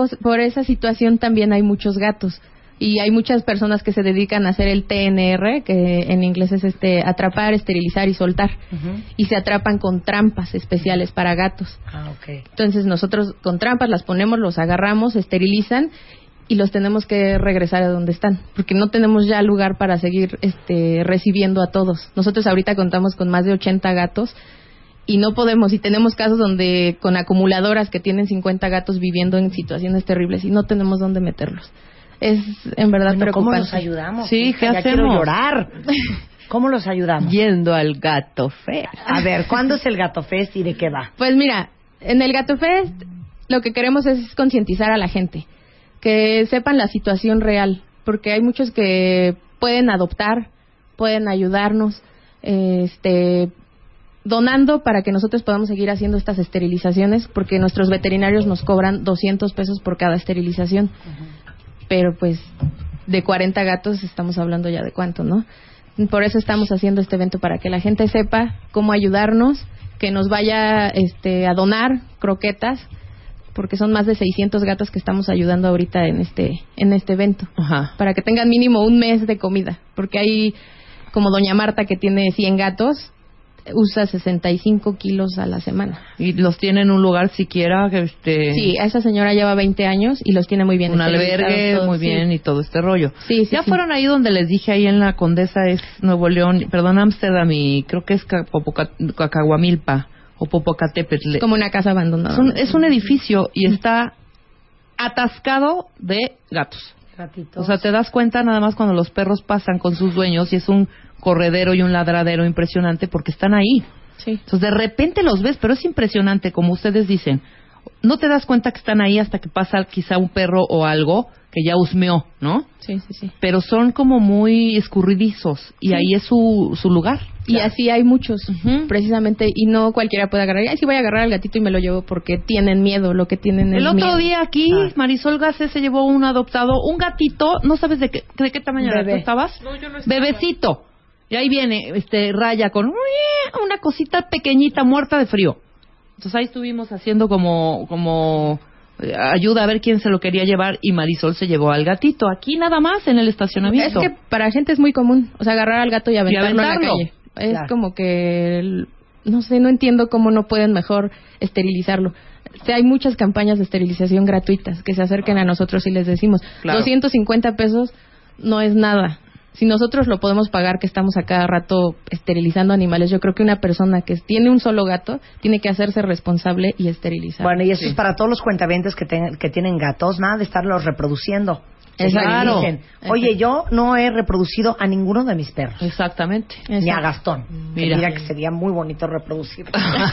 esa situación también hay muchos gatos. Y hay muchas personas que se dedican a hacer el TNR, que en inglés es atrapar, esterilizar y soltar. Y se atrapan con trampas especiales para gatos. Ah, ok. Entonces nosotros con trampas las ponemos, los agarramos, se esterilizan y los tenemos que regresar a donde están, porque no tenemos ya lugar para seguir recibiendo a todos. Nosotros ahorita contamos con más de 80 gatos y no podemos, y tenemos casos donde con acumuladoras que tienen 50 gatos viviendo en situaciones terribles y no tenemos dónde meterlos. Es en verdad Bueno, ¿cómo preocupante. los ayudamos? Sí, Hija, ¿qué ya quiero hacemos? llorar. ¿Cómo los ayudamos? Yendo al Gato Fest. A ver, ¿cuándo es el Gato Fest y de qué va? Pues mira, en el Gato Fest lo que queremos es concientizar a la gente, que sepan la situación real, porque hay muchos que pueden adoptar, pueden ayudarnos, donando para que nosotros podamos seguir haciendo estas esterilizaciones, porque nuestros veterinarios nos cobran 200 pesos por cada esterilización. Pero pues de 40 gatos estamos hablando ya de cuánto, ¿no? Por eso estamos haciendo este evento, para que la gente sepa cómo ayudarnos, que nos vaya a donar croquetas, porque son más de 600 gatos que estamos ayudando ahorita en este evento. Ajá. Para que tengan mínimo un mes de comida, porque hay como doña Marta, que tiene 100 gatos, usa 65 kilos a la semana. Y los tiene en un lugar siquiera Sí, a esa señora lleva 20 años y los tiene muy bien. Un albergue, todos, muy bien, sí. y todo este rollo. Sí, ya fueron ahí donde les dije, ahí en la Condesa, es Nuevo León, perdón, Ámsterdam, y creo que es Cacahuamilpa o Popocatépetl. Es como una casa abandonada. Es un edificio y está atascado de gatos. Gatitos. O sea, te das cuenta nada más cuando los perros pasan con sus dueños y es un corredero y un ladradero impresionante porque están ahí. Sí. Entonces, de repente los ves, pero es impresionante, como ustedes dicen. No te das cuenta que están ahí hasta que pasa quizá un perro o algo que ya husmeó, ¿no? Sí. Pero son como muy escurridizos y Sí. ahí es su lugar. Y así hay muchos, Ujú. precisamente, y no cualquiera puede agarrar. Ay, sí voy a agarrar al gatito y me lo llevo, porque tienen miedo, lo que tienen es El otro miedo. día aquí, Marisol Gase se llevó un adoptado, un gatito, no sabes de qué tamaño era, ¿tú estabas? No, yo no estaba. Bebecito. Y ahí viene, Raya con una cosita pequeñita muerta de frío. Entonces ahí estuvimos haciendo como ayuda a ver quién se lo quería llevar y Marisol se llevó al gatito. Aquí nada más en el estacionamiento. Es que para gente es muy común, o sea, agarrar al gato y aventarlo en la aventarlo. calle. Es Claro. como que, no sé, no entiendo cómo no pueden mejor esterilizarlo. O sea, hay muchas campañas de esterilización gratuitas que se acerquen a nosotros y les decimos, Claro. 250 pesos no es nada. Si nosotros lo podemos pagar, que estamos a cada rato esterilizando animales, yo creo que una persona que tiene un solo gato tiene que hacerse responsable y esterilizar. Bueno, y eso es para todos los cuentavientes que tienen gatos, nada de estarlos reproduciendo. Claro. Dicen, oye, yo no he reproducido a ninguno de mis perros. Exactamente. Ni a Gastón. Mira. Mira que sería muy bonito reproducir.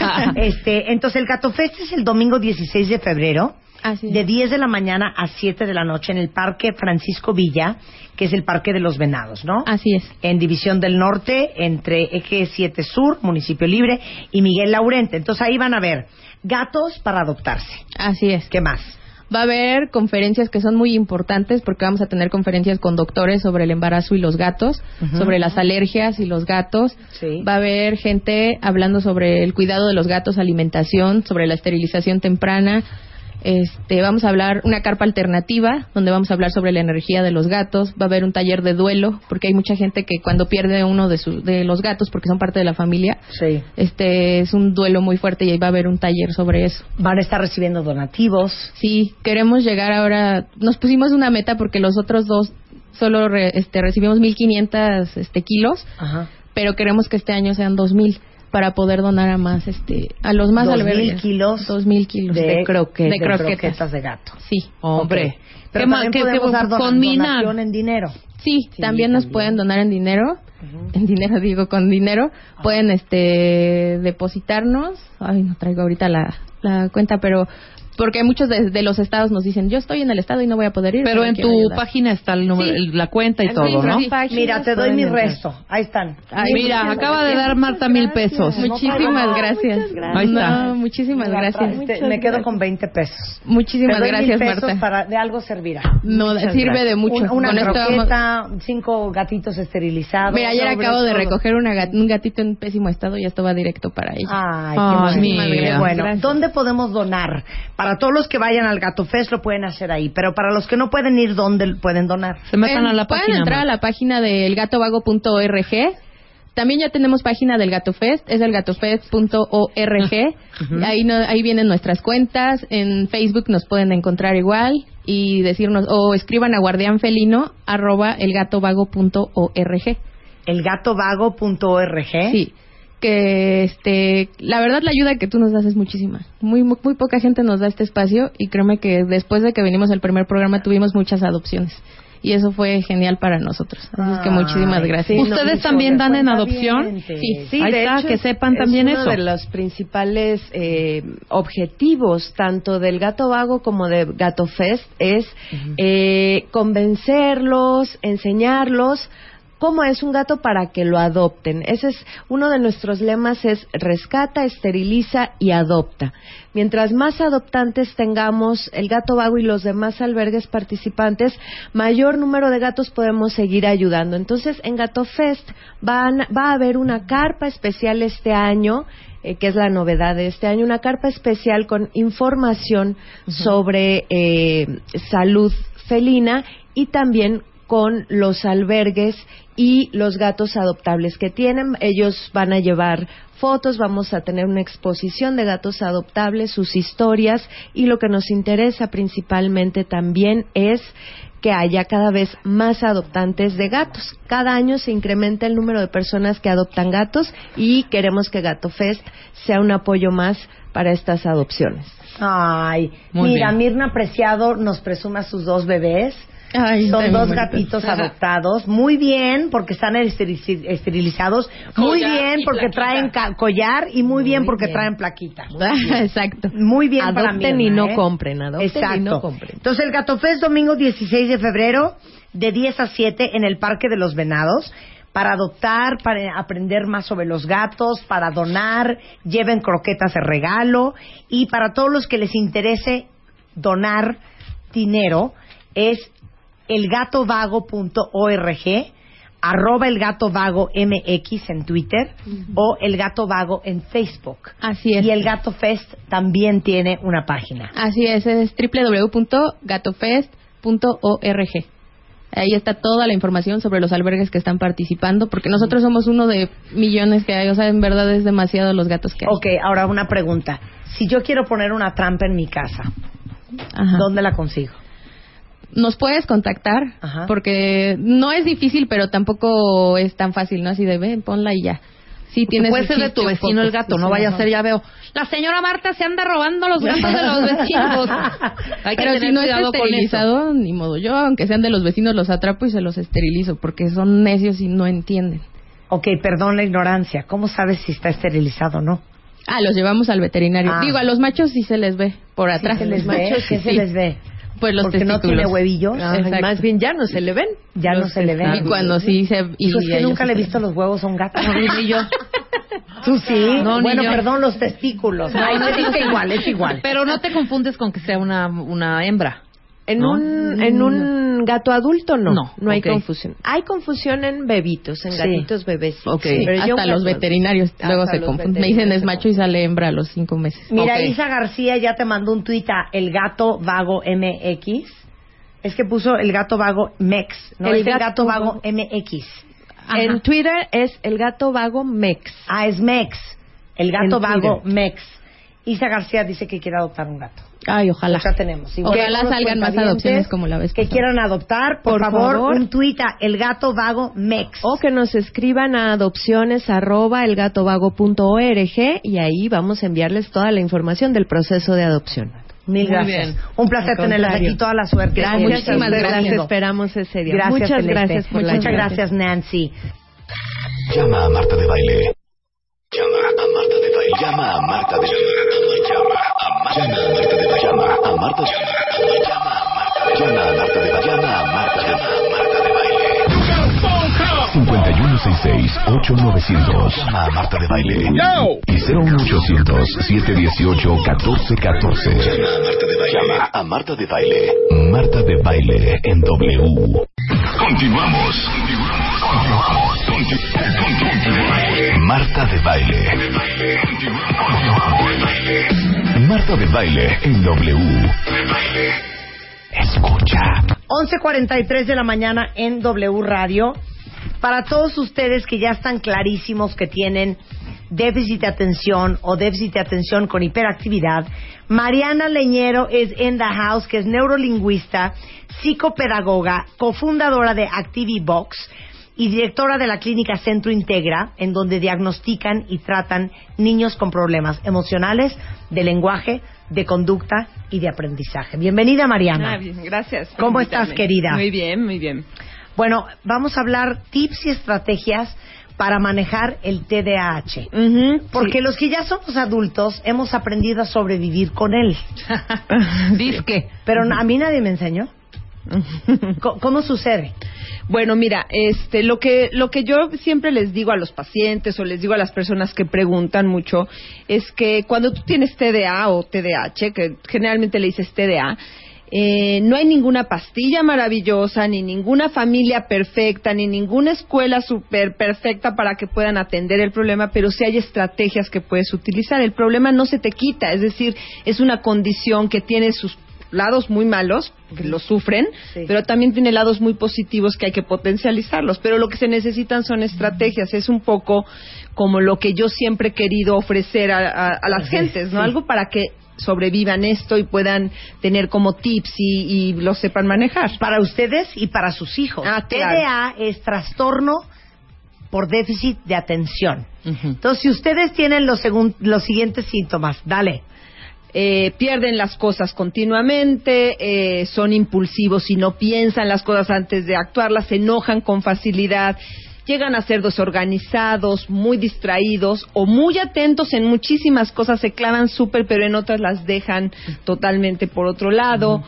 Entonces, el Gato Fest es el domingo 16 de febrero, Así es. de 10 de la mañana a 7 de la noche en el Parque Francisco Villa, que es el Parque de los Venados, ¿no? Así es. En División del Norte, entre Eje 7 Sur, Municipio Libre, y Miguel Laurente. Entonces, ahí van a ver gatos para adoptarse. Así es. ¿Qué más? Va a haber conferencias que son muy importantes, porque vamos a tener conferencias con doctores sobre el embarazo y los gatos, sobre las alergias y los gatos. Sí. Va a haber gente hablando sobre el cuidado de los gatos, alimentación, sobre la esterilización temprana. Vamos a hablar una carpa alternativa, donde vamos a hablar sobre la energía de los gatos. Va a haber un taller de duelo, porque hay mucha gente que cuando pierde uno de los gatos, porque son parte de la familia, Sí. es un duelo muy fuerte, y ahí va a haber un taller sobre eso. Van a estar recibiendo donativos. Sí, queremos llegar ahora. Nos pusimos una meta porque los otros dos solo recibimos 1,500 kilos, Ajá. pero queremos que este año sean 2,000 para poder donar a más, a los más 2,000 albergues. kilos 2,000 kilos de croquetas. de gato. Sí, Hombre. Ok. Pero ¿Qué más? también ¿Qué podemos dar combinar? donación en dinero. sí, también nos pueden donar en dinero. En dinero, digo, con dinero. Pueden depositarnos. Ay, no traigo ahorita la cuenta, pero porque muchos de los estados nos dicen, yo estoy en el estado y no voy a poder ir. Pero en quiero tu ayudar. página está el número, Sí. la cuenta y En todo, ¿no? nuestra página Mira, te doy pueden mi entrar. resto. Ahí están. Ay, Mira, muchas acaba de gracias. dar Marta 1,000 pesos. Muchísimas gracias. Ahí está. No, muchísimas gracias. Me quedo con 20 pesos. Muchísimas Te doy gracias, 1,000 pesos Marta. de algo servirá. No, Muchas sirve gracias. de mucho. Una Con esto croqueta, 5 gatitos esterilizados. Mira, ayer sobres, acabo de todo. recoger un gatito en pésimo estado y esto va directo para ella. Ay, Ay, qué mira. bueno. Bueno, Gracias. ¿dónde podemos donar? Para todos los que vayan al Gato Fest lo pueden hacer ahí, pero para los que no pueden ir, ¿dónde pueden donar? Se metan a la Pueden página. entrar a la página de elgatovago.org. También ya tenemos página del Gato Fest, es elgatofest.org. Ahí vienen nuestras cuentas. En Facebook nos pueden encontrar igual y decirnos, o escriban a guardianfelino@elgatovago.org. Elgatovago.org. Sí, que la verdad la ayuda que tú nos das es muchísima. Muy poca gente nos da este espacio, y créeme que después de que venimos al primer programa tuvimos muchas adopciones. Y eso fue genial para nosotros. Así es que muchísimas gracias. ¿Ustedes también dan en adopción? Sí, Ahí de está, hecho, que sepan también es uno eso. de los principales objetivos, tanto del Gato Vago como de Gato Fest, es convencerlos, enseñarlos ¿Cómo es un gato para que lo adopten? Ese es uno de nuestros lemas, es rescata, esteriliza y adopta. Mientras más adoptantes tengamos el Gato Vago y los demás albergues participantes, mayor número de gatos podemos seguir ayudando. Entonces, en Gato Fest va a haber una carpa especial este año, que es la novedad de este año, una carpa especial con información sobre salud felina y también con los albergues y los gatos adoptables que tienen. Ellos van a llevar fotos, vamos a tener una exposición de gatos adoptables, sus historias, y lo que nos interesa principalmente también es que haya cada vez más adoptantes de gatos. Cada año se incrementa el número de personas que adoptan gatos y queremos que Gato Fest sea un apoyo más para estas adopciones. Ay, mira, Mirna Preciado nos presume a sus 2 bebés. Ay, son 2 gatitos adoptados. Muy bien, porque están esterilizados. Muy bien, porque traen collar. Y muy bien, porque traen plaquita. Exacto. Muy bien. Adopten para Mirna, y no compren. Adopten Exacto. y no compren. Entonces, el Gato Fest, domingo 16 de febrero, de 10 a 7, en el Parque de los Venados. Para adoptar, para aprender más sobre los gatos, para donar, lleven croquetas de regalo. Y para todos los que les interese donar dinero, es elgatovago.org, @elgatovago.mx en Twitter, o El Gato Vago en Facebook. Así es. Y el Gato Fest también tiene una página. Así es www.gatofest.org. Ahí está toda la información sobre los albergues que están participando, porque nosotros somos uno de millones que hay, o sea, en verdad es demasiado los gatos que hay. Ok, ahora una pregunta. Si yo quiero poner una trampa en mi casa, ¿dónde la consigo? Nos puedes contactar, porque no es difícil, pero tampoco es tan fácil, ¿no? Así de, ven, ponla y ya. Sí, tienes puede ser de tu vecino el gato, no vaya a ser, ya veo. La señora Marta se anda robando los gatos de los vecinos. Hay que pero tener si no está cuidado con esterilizado, eso. ni modo. Yo, aunque sean de los vecinos, los atrapo y se los esterilizo, porque son necios y no entienden. Ok, perdón la ignorancia. ¿Cómo sabes si está esterilizado o no? Los llevamos al veterinario. Digo, a los machos sí se les ve por atrás. ¿Sí se les ve? ¿Qué se les ve? Pues los porque testículos. no tiene huevillos. Más bien ya no se le ven. Ya no se le ven. Y cuando sí se... Y es que nunca le he visto los huevos a un gato. No, ni yo. ¿Tú sí? No, bueno, ni yo. perdón, los testículos. No, es igual, es igual. Pero no te confundes con que sea una hembra. En un gato adulto no hay ok. confusión. Hay confusión en bebitos, en gatitos bebés. Ok. Sí, pero hasta los veterinarios luego se confunden. Me dicen es macho y sale hembra a los 5 meses. Mira, Isa García ya te mandó un tuit a El Gato Vago MX. Es que puso El Gato Vago MEX, ¿no? El Gato Vago MX. En Twitter es El Gato Vago MEX. Es MEX. El Gato En Vago Twitter. MEX. Isa García dice que quiere adoptar un gato. Ay, ojalá. Ya tenemos. Y Ojalá bueno, salgan más cuentavientes adopciones como la vez que pasada. quieran adoptar, por favor, un tuit a El Gato Vago MEX. O que nos escriban a adopciones@elgatovago.org y ahí vamos a enviarles toda la información del proceso de adopción. Mil Muy gracias. bien. Un placer Al tenerlas contrario. aquí, toda la suerte. Gracias, Muchísimas las gracias. esperamos ese día. Gracias, Muchas Celeste. gracias por la Muchas invitación. gracias, Nancy. Llama a Marta de Baile. Llama a Marta de Baile. Llama a Marta de Baile. Llama a Marta de Baile. Llama a Marta de Baile. Llama a Marta de Baile. Llama a Marta de Baile. 5166-8900. Llama a Marta de Baile. Y 01800-718-1414. Llama a Marta de Baile. Marta de Baile en W. Continuamos. Marta de Baile. Marta de Baile en W. Escucha. 11:43 de la mañana en W Radio. Para todos ustedes que ya están clarísimos que tienen déficit de atención o déficit de atención con hiperactividad, Mariana Leñero es in the house, que es neurolingüista, psicopedagoga, cofundadora de ActiviBox y directora de la clínica Centro Integra, en donde diagnostican y tratan niños con problemas emocionales, de lenguaje, de conducta y de aprendizaje. Bienvenida, Mariana. Bien, gracias. ¿Cómo estás, querida? Muy bien, muy bien. Bueno, vamos a hablar tips y estrategias para manejar el TDAH. Porque los que ya somos adultos hemos aprendido a sobrevivir con él. Disque. Pero a mí nadie me enseñó. ¿Cómo sucede? Bueno, mira, lo que yo siempre les digo a los pacientes o les digo a las personas que preguntan mucho es que cuando tú tienes TDA o TDAH, que generalmente le dices TDA, no hay ninguna pastilla maravillosa, ni ninguna familia perfecta, ni ninguna escuela súper perfecta para que puedan atender el problema, pero sí hay estrategias que puedes utilizar. El problema no se te quita, es decir, es una condición que tiene sus lados muy malos, que lo sufren, pero también tiene lados muy positivos que hay que potencializarlos. Pero lo que se necesitan son estrategias. Es un poco como lo que yo siempre he querido ofrecer a las gentes, ¿no? Algo para que sobrevivan esto y puedan tener como tips y lo sepan manejar. Para ustedes y para sus hijos. Claro. TDA es trastorno por déficit de atención. Entonces, si ustedes tienen los siguientes síntomas, dale. Pierden las cosas continuamente, son impulsivos y no piensan las cosas antes de actuarlas, se enojan con facilidad, llegan a ser desorganizados, muy distraídos o muy atentos en muchísimas cosas, se clavan súper, pero en otras las dejan totalmente por otro lado.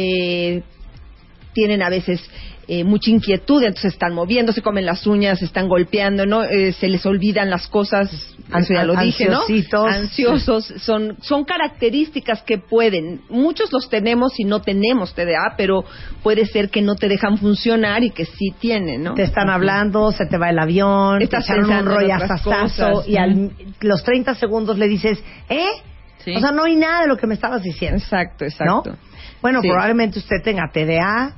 Tienen a veces mucha inquietud, entonces están moviendo, se comen las uñas, están golpeando, ¿no? Se les olvidan las cosas, eso ya lo dije, ¿no? Ansiosos, son características que pueden, muchos los tenemos y no tenemos TDA, pero puede ser que no te dejan funcionar y que sí tienen, ¿no? Te están hablando, se te va el avión, estás te echaron un pensando en otras rollazazazo cosas. y a los 30 segundos le dices, Sí. O sea, no hay nada de lo que me estabas diciendo. Exacto. ¿No? Bueno, Sí. probablemente usted tenga TDA.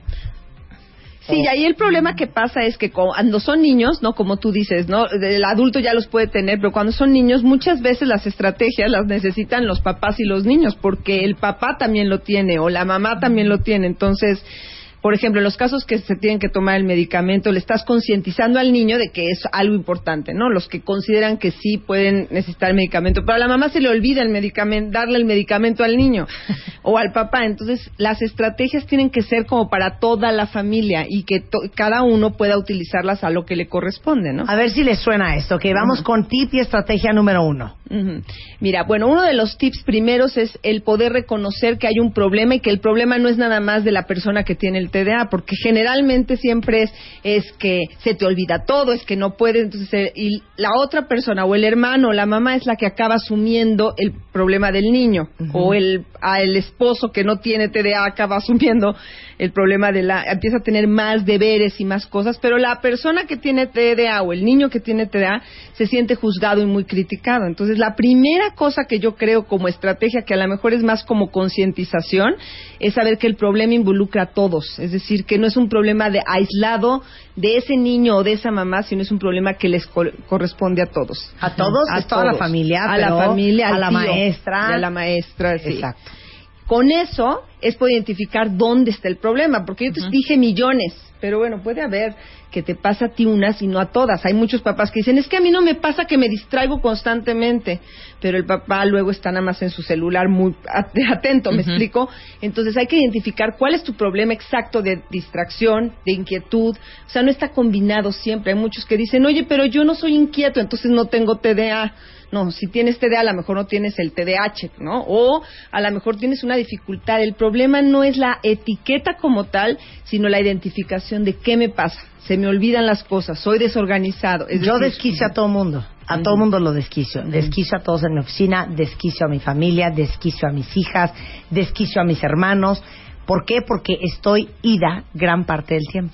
Sí, y ahí el problema que pasa es que cuando son niños, ¿no? Como tú dices, ¿no? El adulto ya los puede tener, pero cuando son niños, muchas veces las estrategias las necesitan los papás y los niños, porque el papá también lo tiene o la mamá también lo tiene. Entonces, por ejemplo, en los casos que se tienen que tomar el medicamento, le estás concientizando al niño de que es algo importante, ¿no? Los que consideran que sí pueden necesitar el medicamento, pero a la mamá se le olvida el medicamento, darle el medicamento al niño o al papá. Entonces, las estrategias tienen que ser como para toda la familia y que cada uno pueda utilizarlas a lo que le corresponde, ¿no? A ver si les suena esto. Ok, vamos con tip y estrategia número 1. Mira, bueno, uno de los tips primeros es el poder reconocer que hay un problema y que el problema no es nada más de la persona que tiene el TDA, porque generalmente siempre es que se te olvida todo, es que no puedes, entonces y la otra persona o el hermano o la mamá es la que acaba asumiendo el problema del niño, o el esposo que no tiene TDA acaba asumiendo el problema empieza a tener más deberes y más cosas, pero la persona que tiene TDA o el niño que tiene TDA se siente juzgado y muy criticado. Entonces, la primera cosa que yo creo como estrategia, que a lo mejor es más como concientización, es saber que el problema involucra a todos. Es decir, que no es un problema aislado de ese niño o de esa mamá, sino es un problema que les corresponde a todos. ¿A todos? A es toda todos. la familia, a pero la familia, a la tío, maestra. a la maestra, sí. Exacto. Con eso es poder identificar dónde está el problema, porque yo te dije millones, pero bueno, puede haber que te pasa a ti unas y no a todas. Hay muchos papás que dicen, es que a mí no me pasa, que me distraigo constantemente, pero el papá luego está nada más en su celular muy atento, ¿me explico? Entonces hay que identificar cuál es tu problema exacto de distracción, de inquietud. O sea, no está combinado siempre. Hay muchos que dicen, oye, pero yo no soy inquieto, entonces no tengo TDA. No, si tienes TDA, a lo mejor no tienes el TDAH, ¿no? O a lo mejor tienes una dificultad. El problema no es la etiqueta como tal, sino la identificación de qué me pasa. Se me olvidan las cosas, soy desorganizado. Yo desquicio a todo mundo. A todo mundo lo desquicio. Desquicio a todos en mi oficina, desquicio a mi familia, desquicio a mis hijas, desquicio a mis hermanos. ¿Por qué? Porque estoy ida gran parte del tiempo.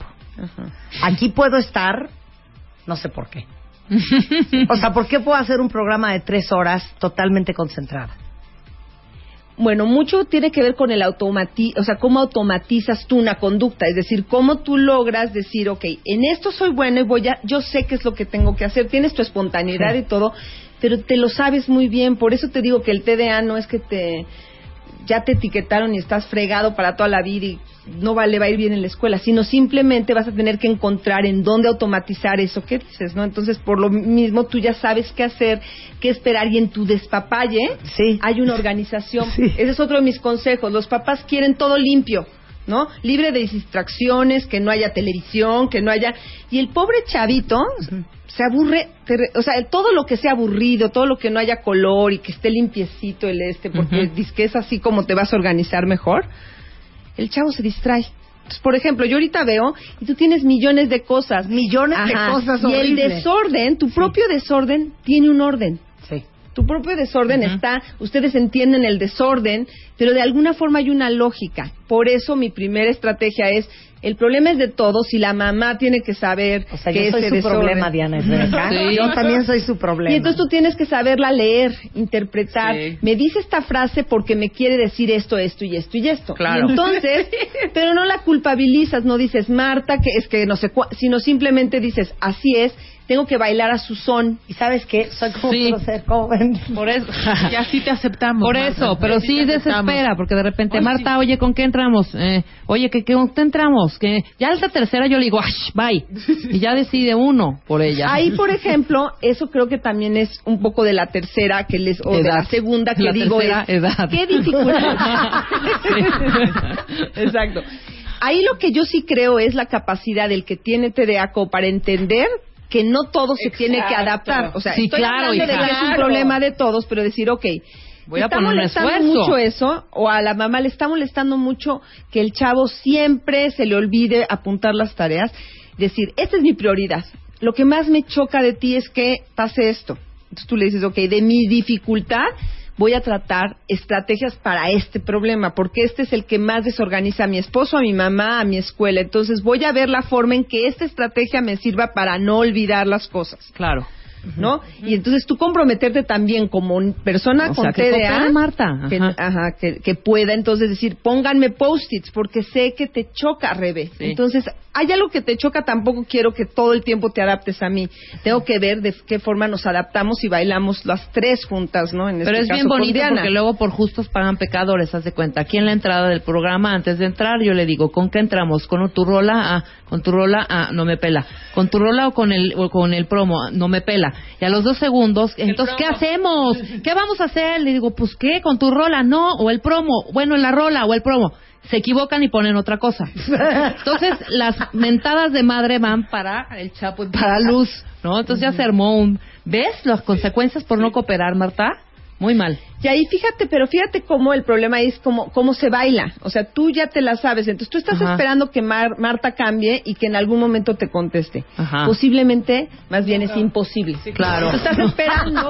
Aquí puedo estar, no sé por qué. O sea, ¿por qué puedo hacer un programa de 3 horas totalmente concentrada? Bueno, mucho tiene que ver con el o sea, cómo automatizas tú una conducta, es decir, cómo tú logras decir, ok, en esto soy bueno y yo sé qué es lo que tengo que hacer, tienes tu espontaneidad y todo, pero te lo sabes muy bien. Por eso te digo que el TDA no es que ya te etiquetaron y estás fregado para toda la vida y no va a ir bien en la escuela, sino simplemente vas a tener que encontrar en dónde automatizar eso que dices, ¿no? Entonces, por lo mismo, tú ya sabes qué hacer, qué esperar, y en tu despapalle hay una organización. Ese es otro de mis consejos. Los papás quieren todo limpio, ¿no? Libre de distracciones, que no haya televisión, que no haya... Y el pobre chavito se aburre, o sea, todo lo que sea aburrido, todo lo que no haya color y que esté limpiecito porque dice que es así como te vas a organizar mejor, el chavo se distrae. Entonces, por ejemplo, yo ahorita veo y tú tienes millones de cosas. Millones de cosas Y el horribles. desorden, tu propio desorden, tiene un orden. Sí. Tu propio desorden está, ustedes entienden el desorden, pero de alguna forma hay una lógica. Por eso mi primera estrategia es, el problema es de todos y la mamá tiene que saber O sea, que yo soy ese su desorden... problema, Diana. ¿Es verdad? Sí. Yo también soy su problema. Y entonces tú tienes que saberla leer, interpretar. Sí. Me dice esta frase porque me quiere decir esto, esto y esto y esto. Claro. Y entonces, pero no la culpabilizas, no dices, Marta, que es que no sé sino simplemente dices, así es, tengo que bailar a su son. ¿Y sabes qué? Soy como Sí. ser joven. Por eso. Y así te aceptamos. Por Marta. eso, pero Así sí te aceptamos. desespera, porque de repente, Hoy Marta, sí. oye, ¿con qué entramos? Oye, ¿qué con qué entramos? Que ya es la tercera, yo le digo, ¡ash, bye! Y ya decide uno por ella. Ahí, por ejemplo, eso creo que también es un poco de la tercera que les o de Edad. la segunda que La digo tercera es edad. qué dificultad. Exacto. Ahí lo que yo sí creo es la capacidad del que tiene TDA como para entender que no todo se tiene que adaptar. O sea, Sí, estoy claro, hablando de hija. que es un Claro. problema de todos, pero decir, ok, Voy a está poner un molestando esfuerzo. mucho eso, o a la mamá le está molestando mucho que el chavo siempre se le olvide apuntar las tareas. Decir, esta es mi prioridad. Lo que más me choca de ti es que pase esto. Entonces tú le dices, ok, de mi dificultad voy a tratar estrategias para este problema, porque este es el que más desorganiza a mi esposo, a mi mamá, a mi escuela. Entonces voy a ver la forma en que esta estrategia me sirva para no olvidar las cosas. Claro. ¿No? Y entonces tú comprometerte también como persona O con sea, que TDA, coopere, Marta. Ajá. que pueda entonces decir, pónganme post-its porque sé que te choca, Rebe. Sí. Entonces, hay algo que te choca, tampoco quiero que todo el tiempo te adaptes a mí. Tengo que ver de qué forma nos adaptamos y bailamos las tres juntas, ¿no? En Pero este es bien caso con bonito Diana. porque luego por justos pagan pecadores, haz de cuenta. Aquí en la entrada del programa, antes de entrar, yo le digo, ¿con qué entramos? ¿Con tu rola? Con tu rola, no me pela. ¿Con tu rola o con el promo? No me pela. Y a los 2 segundos, entonces, ¿qué hacemos? ¿Qué vamos a hacer? Le digo, pues, ¿qué? ¿Con tu rola? No, o el promo. Bueno, la rola o el promo. Se equivocan y ponen otra cosa. Entonces, las mentadas de madre van para el Chapo y para Luz, ¿no? Entonces ya se armó ¿Ves las consecuencias por no cooperar, Marta? Muy mal. Y ahí fíjate cómo el problema es cómo se baila. O sea, tú ya te la sabes. Entonces tú estás Ajá. esperando que Marta cambie y que en algún momento te conteste. Ajá. Posiblemente, más bien es imposible. Claro. Tú estás esperando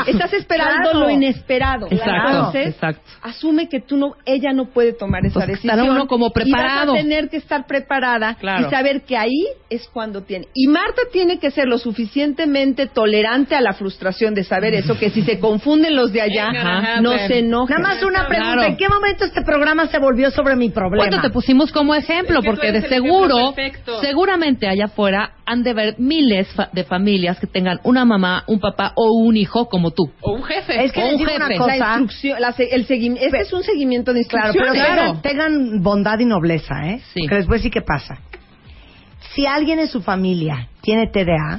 Claro. lo inesperado. Exacto, Entonces, exacto. asume que ella no puede tomar esa Pues decisión. estará uno como preparado. Y vas a tener que estar preparada Claro. y saber que ahí es cuando tiene. Y Marta tiene que ser lo suficientemente tolerante a la frustración de saber eso, que si se confunden los de allá, Ajá. no se enojen. Nada más una pregunta. Claro. ¿En qué momento este programa se volvió sobre mi problema? Bueno, te pusimos como ejemplo, Es que tú porque eres de el ejemplo seguro, perfecto. seguramente allá afuera han de ver miles de familias que tengan una mamá, un papá o un hijo como tú. O un jefe. Es que o les un digo jefe. una La cosa. instrucción, el seguimiento, este es un seguimiento de Claro, instrucciones. pero Claro. tengan bondad y nobleza, ¿eh? Sí. Porque les voy a decir qué pasa. Si alguien en su familia tiene TDA,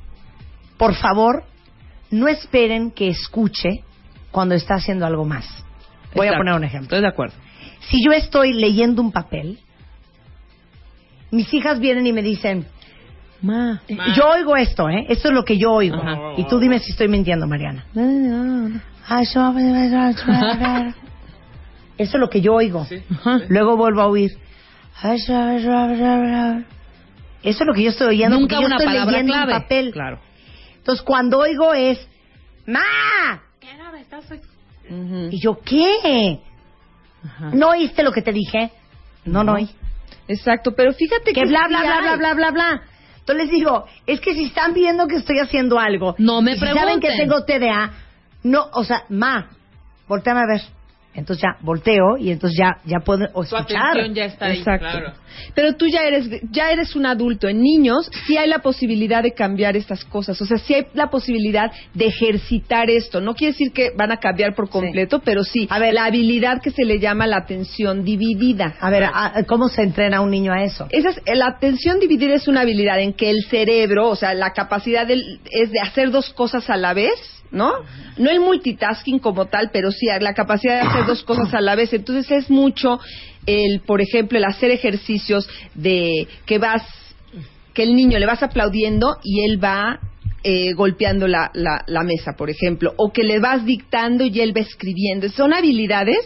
por favor, no esperen que escuche cuando está haciendo algo más. Voy a Exacto. poner un ejemplo. Estoy de acuerdo. Si yo estoy leyendo un papel, mis hijas vienen y me dicen, Ma. yo oigo esto, ¿eh? Esto es lo que yo oigo. Ajá. Y tú dime si estoy mintiendo, Mariana. Eso es lo que yo oigo. Ajá. Luego vuelvo a oír. Eso es lo que yo estoy oyendo. Nunca porque yo una estoy palabra leyendo clave. un papel. Claro. Entonces, cuando oigo es, ¡Ma! Ujú. Y yo, ¿qué? Ajá. ¿No oíste lo que te dije? No oí. Exacto, pero fíjate Que que bla, sí bla, bla, hay. bla, bla, bla, bla. Entonces les digo, es que si están viendo que estoy haciendo algo, No me y si saben que pregunten. tengo TDA, no, o sea, volteame a ver. Entonces ya volteo y entonces ya puedo Tu escuchar. atención ya está ahí. Exacto. Claro. Pero tú ya eres un adulto. En niños sí hay la posibilidad de cambiar estas cosas. O sea, sí hay la posibilidad de ejercitar esto. No quiere decir que van a cambiar por completo, pero sí. A ver, la habilidad que se le llama la atención dividida. A ver, ¿cómo se entrena un niño a eso? La atención dividida es una habilidad en que el cerebro, o sea, la capacidad es de hacer dos cosas a la vez, ¿no? No el multitasking como tal, pero sí la capacidad de hacer dos cosas a la vez. Entonces es mucho por ejemplo, el hacer ejercicios de que el niño le vas aplaudiendo y él va golpeando la mesa, por ejemplo, o que le vas dictando y él va escribiendo. Son habilidades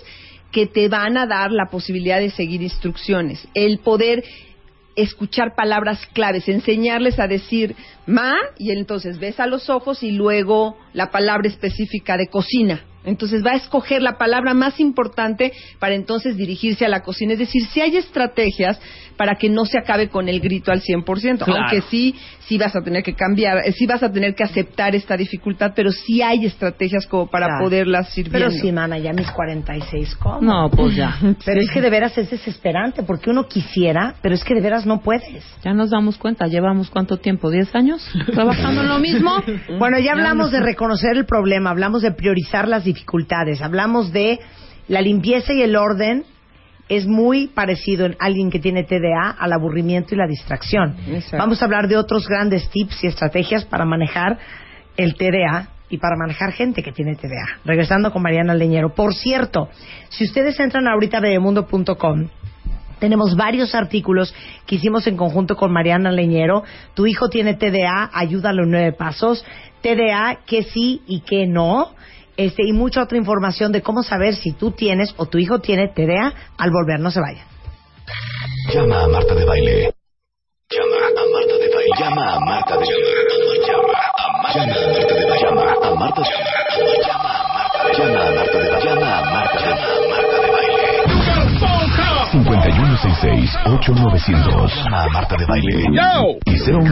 que te van a dar la posibilidad de seguir instrucciones. El poder escuchar palabras claves, enseñarles a decir ma, y entonces ves a los ojos y luego la palabra específica de cocina. Entonces va a escoger la palabra más importante para entonces dirigirse a la cocina. Es decir, si hay estrategias para que no se acabe con el grito al 100%. Claro. Aunque sí vas a tener que cambiar, sí vas a tener que aceptar esta dificultad, pero sí hay estrategias como para poderlas ir viendo. Pero sí, mana, ya mis 46, ¿cómo? No, pues ya. Pero es que de veras es desesperante, porque uno quisiera, pero es que de veras no puedes. Ya nos damos cuenta, llevamos ¿cuánto tiempo? ¿10 años? ¿Trabajando en lo mismo? Bueno, ya hablamos de reconocer el problema, hablamos de priorizar las dificultades, hablamos de la limpieza y el orden. Es muy parecido en alguien que tiene TDA al aburrimiento y la distracción. Exacto. Vamos a hablar de otros grandes tips y estrategias para manejar el TDA y para manejar gente que tiene TDA. Regresando con Mariana Leñero. Por cierto, si ustedes entran ahorita a bebemundo.com, tenemos varios artículos que hicimos en conjunto con Mariana Leñero. Tu hijo tiene TDA, ayúdalo en 9 pasos. TDA, qué sí y qué no. Y mucha otra información de cómo saber si tú tienes o tu hijo tiene TDA al volver. No se vayan. Llama a Marta de Baile. Llama a Marta de Baile. Llama a Marta de Baile. Llama a Marta de Baile. Llama a Marta de Baile. Llama a Marta de Baile. Llama a Marta de Baile. 5166-8900. Llama a Marta de Baile. Y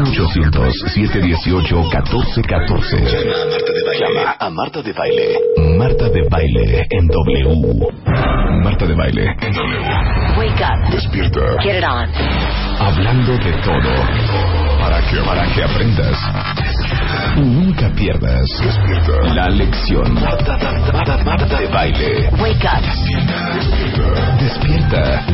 01800-718-1414. Llama a Marta de Baile. Marta de Baile en W. Marta de Baile en W. Wake up. Despierta. Get it on. Hablando de todo. Para que aprendas. Y nunca pierdas. Despierta. La lección. Marta de Baile. Wake up. Despierta.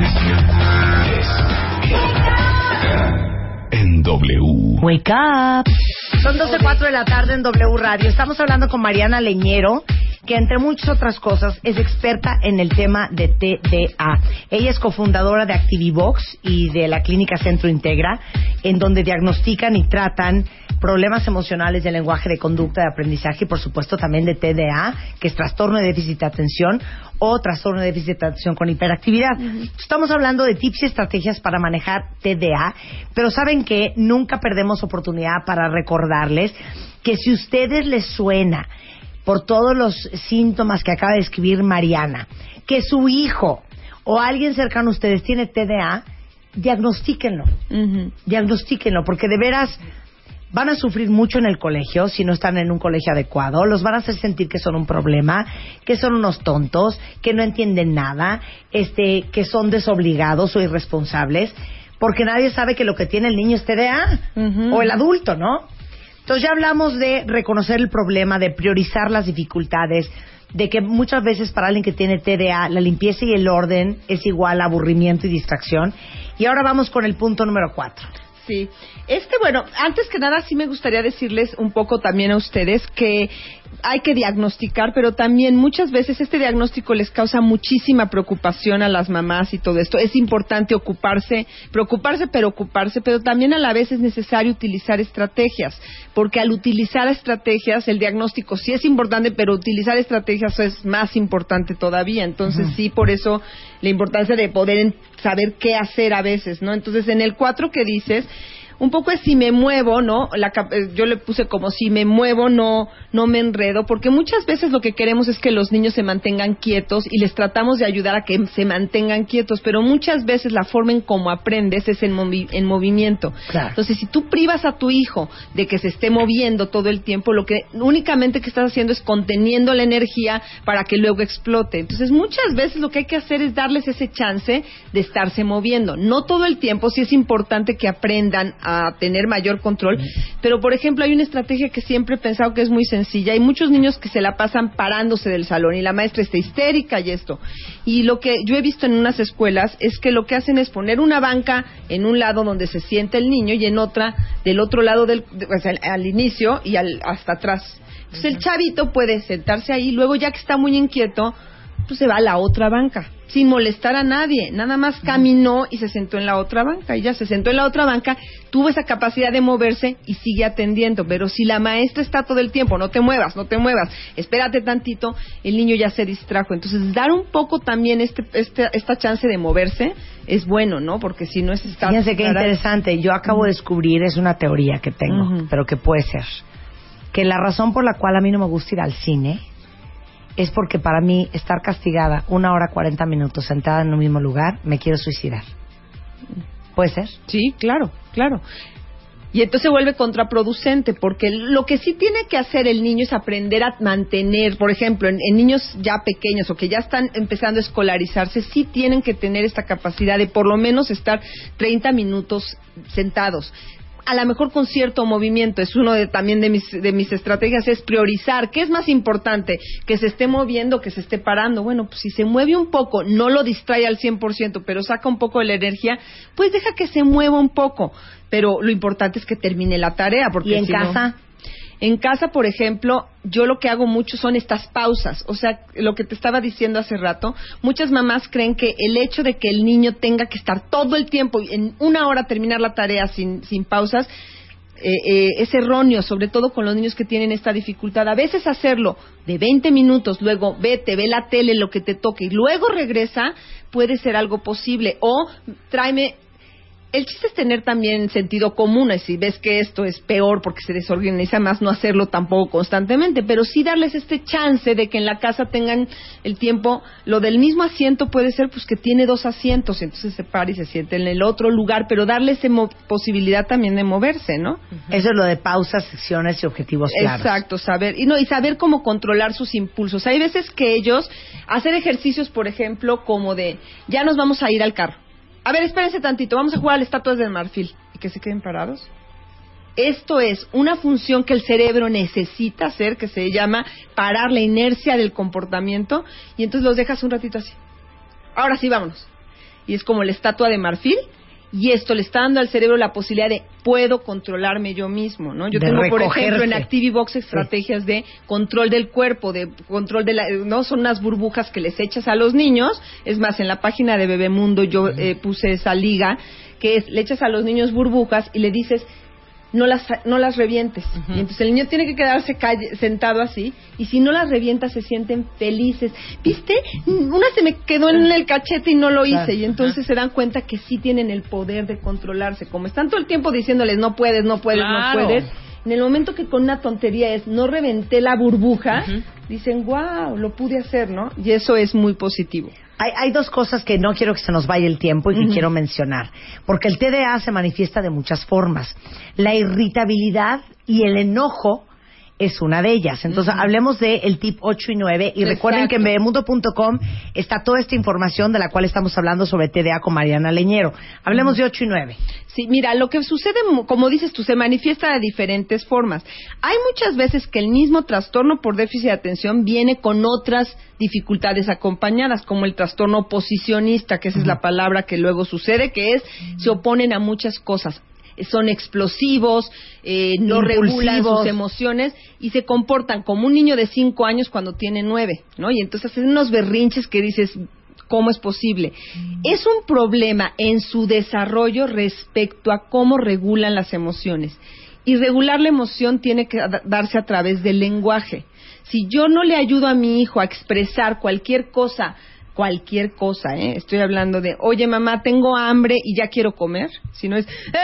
En W. Wake up. Son 12:04 de la tarde en W Radio. Estamos hablando con Mariana Leñero, que entre muchas otras cosas es experta en el tema de TDA. Ella es cofundadora de Activivox y de la clínica Centro Integra, en donde diagnostican y tratan problemas emocionales de lenguaje, de conducta, de aprendizaje y por supuesto también de TDA, que es trastorno de déficit de atención o trastorno de déficit de atención con hiperactividad. Estamos hablando de tips y estrategias para manejar TDA, pero saben que nunca perdemos oportunidad para recordarles que si a ustedes les suena por todos los síntomas que acaba de escribir Mariana, que su hijo o alguien cercano a ustedes tiene TDA, diagnostíquenlo. Diagnostíquenlo, porque de veras van a sufrir mucho en el colegio si no están en un colegio adecuado, los van a hacer sentir que son un problema, que son unos tontos, que no entienden nada, que son desobligados o irresponsables, porque nadie sabe que lo que tiene el niño es TDA, o el adulto, ¿no? Entonces ya hablamos de reconocer el problema, de priorizar las dificultades, de que muchas veces para alguien que tiene TDA la limpieza y el orden es igual a aburrimiento y distracción. Y ahora vamos con el punto número 4. Sí. Bueno, antes que nada sí me gustaría decirles un poco también a ustedes que hay que diagnosticar, pero también muchas veces este diagnóstico les causa muchísima preocupación a las mamás y todo esto. Es importante preocuparse, pero también a la vez es necesario utilizar estrategias, porque al utilizar estrategias, el diagnóstico sí es importante, pero utilizar estrategias es más importante todavía. Entonces sí, por eso la importancia de poder saber qué hacer a veces, ¿no? Entonces en el 4 que dices, un poco es si me muevo, ¿no? Yo le puse como si me muevo, no me enredo, porque muchas veces lo que queremos es que los niños se mantengan quietos y les tratamos de ayudar a que se mantengan quietos, pero muchas veces la forma en cómo aprendes es en movimiento. Claro. Entonces, si tú privas a tu hijo de que se esté moviendo todo el tiempo, lo que únicamente que estás haciendo es conteniendo la energía para que luego explote. Entonces, muchas veces lo que hay que hacer es darles ese chance de estarse moviendo. No todo el tiempo, sí es importante que aprendan a tener mayor control, pero por ejemplo hay una estrategia que siempre he pensado que es muy sencilla. Hay muchos niños que se la pasan parándose del salón y la maestra está histérica y esto. Y lo que yo he visto en unas escuelas es que lo que hacen es poner una banca en un lado donde se siente el niño y en otra del otro lado al inicio y hasta atrás. Entonces el chavito puede sentarse ahí, luego ya que está muy inquieto, pues se va a la otra banca, sin molestar a nadie, nada más caminó y se sentó en la otra banca, y ya se sentó en la otra banca, tuvo esa capacidad de moverse y sigue atendiendo, pero si la maestra está todo el tiempo, no te muevas, espérate tantito, el niño ya se distrajo. Entonces, dar un poco también esta chance de moverse es bueno, ¿no? Porque si no es estar... Fíjense qué interesante, yo acabo de descubrir, es una teoría que tengo, pero que puede ser, que la razón por la cual a mí no me gusta ir al cine es porque para mí estar castigada 1 hora 40 minutos sentada en un mismo lugar, me quiero suicidar. ¿Puede ser? Sí, claro. Y entonces se vuelve contraproducente, porque lo que sí tiene que hacer el niño es aprender a mantener, por ejemplo, en niños ya pequeños o que ya están empezando a escolarizarse, sí tienen que tener esta capacidad de por lo menos estar 30 minutos sentados. A lo mejor con cierto movimiento, es uno también de mis estrategias, es priorizar. ¿Qué es más importante? ¿Que se esté moviendo, que se esté parando? Bueno, pues si se mueve un poco, no lo distrae al 100%, pero saca un poco de la energía, pues deja que se mueva un poco. Pero lo importante es que termine la tarea. Porque ¿y en casa? En casa, por ejemplo, yo lo que hago mucho son estas pausas. O sea, lo que te estaba diciendo hace rato, muchas mamás creen que el hecho de que el niño tenga que estar todo el tiempo, en 1 hora terminar la tarea sin pausas, es erróneo, sobre todo con los niños que tienen esta dificultad. A veces hacerlo de 20 minutos, luego ve la tele, lo que te toque, y luego regresa, puede ser algo posible. O tráeme... El chiste es tener también sentido común, y si ves que esto es peor porque se desorganiza más, no hacerlo tampoco constantemente, pero sí darles este chance de que en la casa tengan el tiempo. Lo del mismo asiento puede ser pues que tiene 2 asientos, entonces se para y se siente en el otro lugar, pero darles posibilidad también de moverse, ¿no? Eso es lo de pausas, secciones y objetivos claros. Exacto, y saber cómo controlar sus impulsos. Hay veces que ellos, hacer ejercicios, por ejemplo, como de, ya nos vamos a ir al carro. A ver, espérense tantito, vamos a jugar a las estatuas del marfil. Y que se queden parados. Esto es una función que el cerebro necesita hacer, que se llama parar la inercia del comportamiento, y entonces los dejas un ratito así. Ahora sí, vámonos. Y es como la estatua de marfil, y esto le está dando al cerebro la posibilidad de puedo controlarme yo mismo, ¿no? Yo tengo, por ejemplo, en ActiviBox estrategias de control del cuerpo, de control de no son unas burbujas que les echas a los niños. Es más, en la página de Bebemundo yo puse esa liga, que es, le echas a los niños burbujas y le dices, no las revientes. Y entonces el niño tiene que quedarse sentado así, y si no las revientas se sienten felices. ¿Viste? Una se me quedó en el cachete y no lo hice. Y entonces se dan cuenta que sí tienen el poder de controlarse. Como están todo el tiempo diciéndoles no puedes, no puedes, en el momento que con una tontería es no reventé la burbuja, dicen wow, lo pude hacer, ¿no? Y eso es muy positivo. Hay 2 cosas que no quiero que se nos vaya el tiempo y que quiero mencionar, porque el TDA se manifiesta de muchas formas. La irritabilidad y el enojo es una de ellas. Entonces, hablemos de el tip 8 y 9, y recuerden que en bebemundo.com está toda esta información de la cual estamos hablando sobre TDA con Mariana Leñero. Hablemos de 8 y 9. Sí, mira, lo que sucede, como dices tú, se manifiesta de diferentes formas. Hay muchas veces que el mismo trastorno por déficit de atención viene con otras dificultades acompañadas, como el trastorno oposicionista, que esa es la palabra que luego sucede, que es, se oponen a muchas cosas. Son explosivos, no regulan sus emociones y se comportan como un niño de 5 años cuando tiene 9, ¿no? Y entonces hacen unos berrinches que dices, ¿cómo es posible? Es un problema en su desarrollo respecto a cómo regulan las emociones. Y regular la emoción tiene que darse a través del lenguaje. Si yo no le ayudo a mi hijo a expresar cualquier cosa, estoy hablando de, oye mamá, tengo hambre y ya quiero comer, si no es,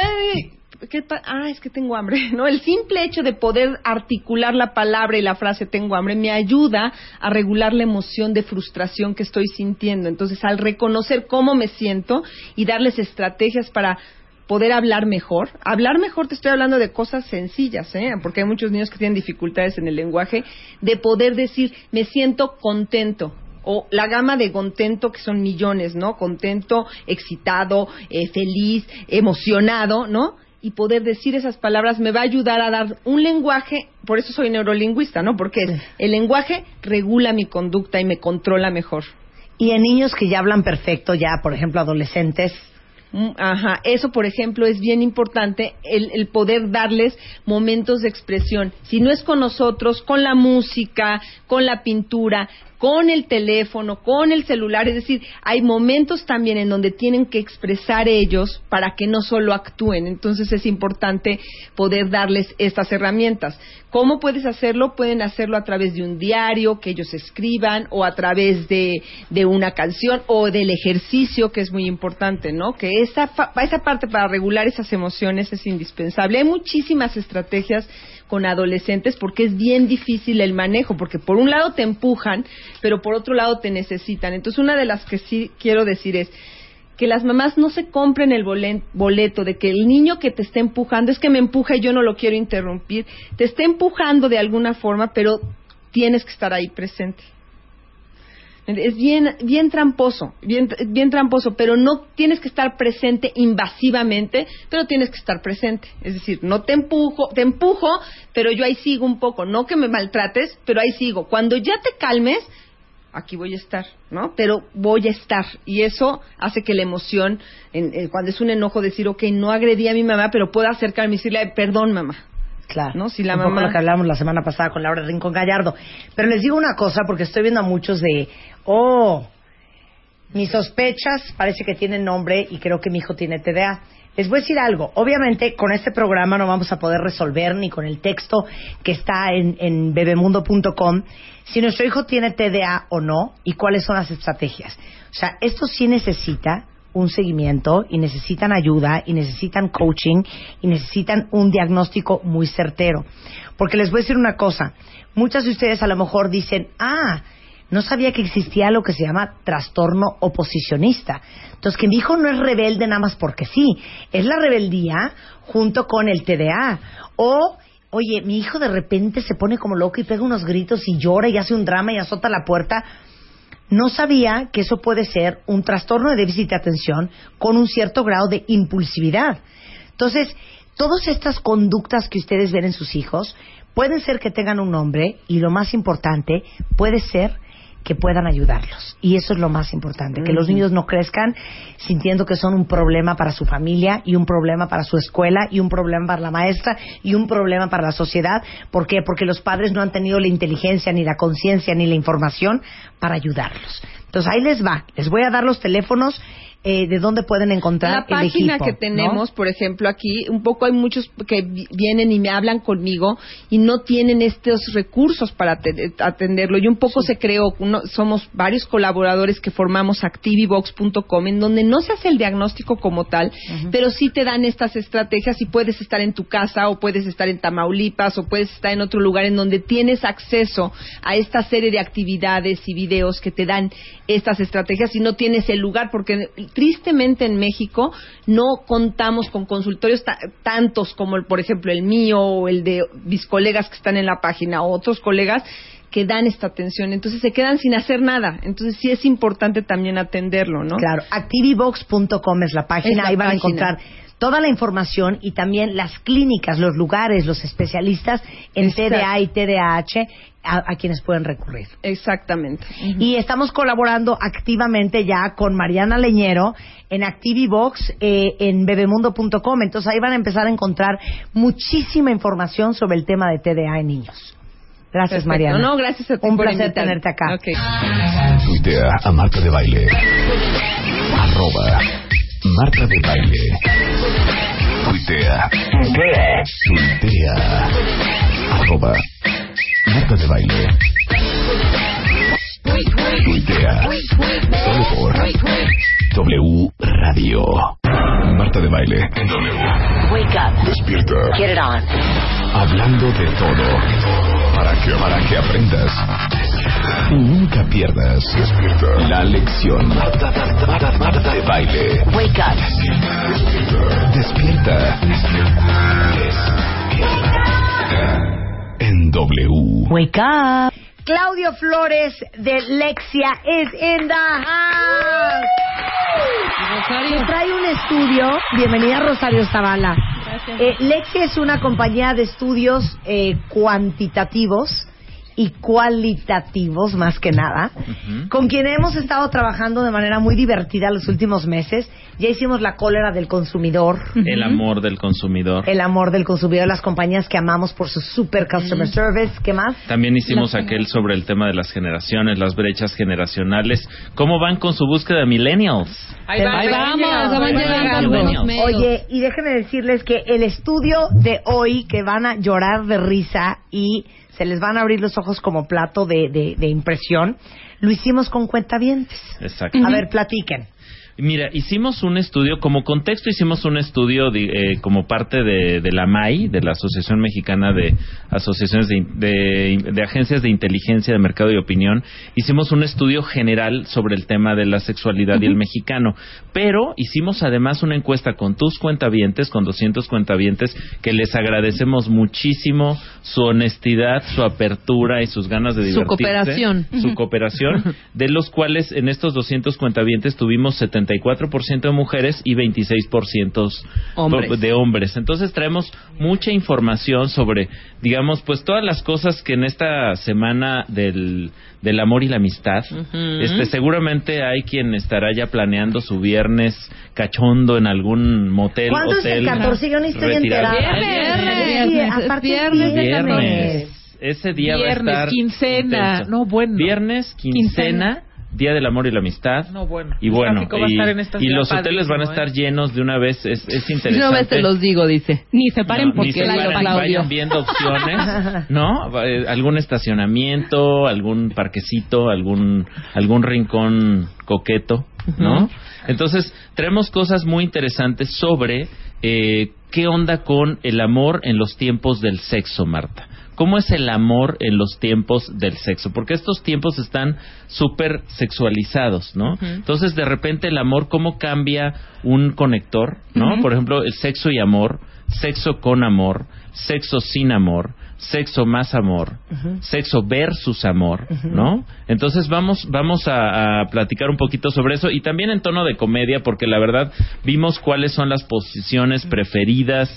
es que tengo hambre, ¿no? El simple hecho de poder articular la palabra y la frase tengo hambre me ayuda a regular la emoción de frustración que estoy sintiendo. Entonces, al reconocer cómo me siento y darles estrategias para poder hablar mejor te estoy hablando de cosas sencillas, porque hay muchos niños que tienen dificultades en el lenguaje, de poder decir, me siento contento, o la gama de contento, que son millones, ¿no? Contento, excitado, feliz, emocionado, ¿no? Y poder decir esas palabras me va a ayudar a dar un lenguaje, por eso soy neurolingüista, ¿no? Porque el lenguaje regula mi conducta y me controla mejor. Y en niños que ya hablan perfecto, ya, por ejemplo, adolescentes. Ajá, eso por ejemplo es bien importante, el poder darles momentos de expresión. Si no es con nosotros, con la música, con la pintura, con el teléfono, con el celular, es decir, hay momentos también en donde tienen que expresar ellos para que no solo actúen. Entonces es importante poder darles estas herramientas. ¿Cómo puedes hacerlo? Pueden hacerlo a través de un diario que ellos escriban, o a través de una canción, o del ejercicio, que es muy importante, ¿no? Que esa parte para regular esas emociones es indispensable. Hay muchísimas estrategias con adolescentes porque es bien difícil el manejo, porque por un lado te empujan, pero por otro lado te necesitan. Entonces, una de las que sí quiero decir es que las mamás no se compren el boleto de que el niño que te está empujando es que me empuja y yo no lo quiero interrumpir. Te está empujando de alguna forma, pero tienes que estar ahí presente. Es bien tramposo, bien tramposo, pero no tienes que estar presente invasivamente, pero tienes que estar presente. Es decir, no te empujo, pero yo ahí sigo un poco. No que me maltrates, pero ahí sigo. Cuando ya te calmes, aquí voy a estar, ¿no? Pero voy a estar. Y eso hace que la emoción, cuando es un enojo, decir, ok, no agredí a mi mamá, pero puedo acercarme y decirle, perdón, mamá. Claro, ¿no? Si la un mamá... poco lo que hablamos la semana pasada con Laura Rincón Gallardo. Pero les digo una cosa, porque estoy viendo a muchos de, mis sospechas parece que tienen nombre y creo que mi hijo tiene TDA. Les voy a decir algo, obviamente con este programa no vamos a poder resolver, ni con el texto que está en bebemundo.com, si nuestro hijo tiene TDA o no y cuáles son las estrategias. O sea, esto sí necesita un seguimiento y necesitan ayuda y necesitan coaching y necesitan un diagnóstico muy certero. Porque les voy a decir una cosa, muchas de ustedes a lo mejor dicen, no sabía que existía lo que se llama trastorno oposicionista. Entonces, que mi hijo no es rebelde nada más porque sí, es la rebeldía junto con el TDA. O, oye, mi hijo de repente se pone como loco y pega unos gritos y llora y hace un drama y azota la puerta. No sabía que eso puede ser un trastorno de déficit de atención con un cierto grado de impulsividad. Entonces, todas estas conductas que ustedes ven en sus hijos pueden ser que tengan un nombre y lo más importante puede ser que puedan ayudarlos. Y eso es lo más importante, que los niños no crezcan sintiendo que son un problema para su familia y un problema para su escuela y un problema para la maestra y un problema para la sociedad. ¿Por qué? Porque los padres no han tenido la inteligencia, ni la conciencia, ni la información para ayudarlos. Entonces ahí les va. Les voy a dar los teléfonos de dónde pueden encontrar la el equipo. página que tenemos, ¿no? Por ejemplo, aquí un poco hay muchos que vienen y me hablan conmigo y no tienen estos recursos para atenderlo. Y un poco se creó, somos varios colaboradores que formamos activibox.com, en donde no se hace el diagnóstico como tal, pero sí te dan estas estrategias y puedes estar en tu casa o puedes estar en Tamaulipas o puedes estar en otro lugar en donde tienes acceso a esta serie de actividades y videos que te dan estas estrategias y no tienes el lugar, porque tristemente en México no contamos con consultorios tantos como, por ejemplo, el mío o el de mis colegas que están en la página o otros colegas que dan esta atención. Entonces se quedan sin hacer nada. Entonces sí es importante también atenderlo, ¿no? Claro, activibox.com es la página. Ahí van a encontrar toda la información y también las clínicas, los lugares, los especialistas en TDA y TDAH a quienes pueden recurrir. Exactamente. Y estamos colaborando activamente ya con Mariana Leñero en Activibox en bebemundo.com. Entonces ahí van a empezar a encontrar muchísima información sobre el tema de TDA en niños. Gracias, Perfecto. Mariana. No, gracias a ti. Un por placer invitarme. tenerte acá. Okay. Tuitea a Marta de Baile. @Marta de Baile. Tuitea. @Marta de Baile. Tuitea. Solo por W Radio. Marta de Baile en W. Wake up. Despierta. Get it on. Hablando de todo. Para que aprendas. Y nunca pierdas. Despierta. La lección. Marta de Baile. Wake up. Despierta. En W. Wake up. Claudio Flores de Lexia is in the house. Nos trae un estudio. Bienvenida, Rosario Zavala. Gracias. Lexia es una compañía de estudios cuantitativos y cualitativos, más que nada, con quien hemos estado trabajando de manera muy divertida los últimos meses. Ya hicimos la cólera del consumidor. El amor del consumidor. El amor del consumidor, las compañías que amamos por su super customer service. ¿Qué más? También hicimos aquel sobre el tema de las generaciones, las brechas generacionales. ¿Cómo van con su búsqueda de millennials? Ahí vamos llegando algunos medios. Oye, y déjenme decirles que el estudio de hoy, que van a llorar de risa y se les van a abrir los ojos como plato de impresión, lo hicimos con cuentavientes. Exacto. A ver, platiquen. Mira, hicimos un estudio, como contexto hicimos un estudio como parte de la MAI, de la Asociación Mexicana de Asociaciones de Agencias de Inteligencia de Mercado y Opinión. Hicimos un estudio general sobre el tema de la sexualidad y el mexicano, pero hicimos además una encuesta con tus cuentavientes, con 200 cuentavientes, que les agradecemos muchísimo su honestidad, su apertura y sus ganas de divertirse. Su cooperación, de los cuales en estos 200 cuentavientes tuvimos 74% de mujeres y 26% de hombres. Entonces traemos mucha información sobre, digamos, pues todas las cosas que en esta semana del amor y la amistad, seguramente hay quien estará ya planeando su viernes cachondo en algún motel, ¿cuándo hotel. es el 14? Yo no estoy enterada. Viernes. Ese día va a estar quincena, intenso. Viernes, quincena, Día del Amor y la Amistad. Y bueno, y los hoteles van a estar llenos de una vez. Es interesante. Una vez te los digo, dice. Ni se paren porque vayan viendo opciones, ¿no? Algún estacionamiento, algún parquecito, algún rincón coqueto, ¿no? Entonces, traemos cosas muy interesantes sobre qué onda con el amor en los tiempos del sexo, Marta. ¿Cómo es el amor en los tiempos del sexo? Porque estos tiempos están súper sexualizados, ¿no? Entonces, de repente, el amor, ¿cómo cambia un conector, ¿no? Por ejemplo, el sexo y amor, sexo con amor, sexo sin amor, sexo más amor, sexo versus amor, ¿no? Entonces vamos a platicar un poquito sobre eso y también en tono de comedia, porque la verdad vimos cuáles son las posiciones preferidas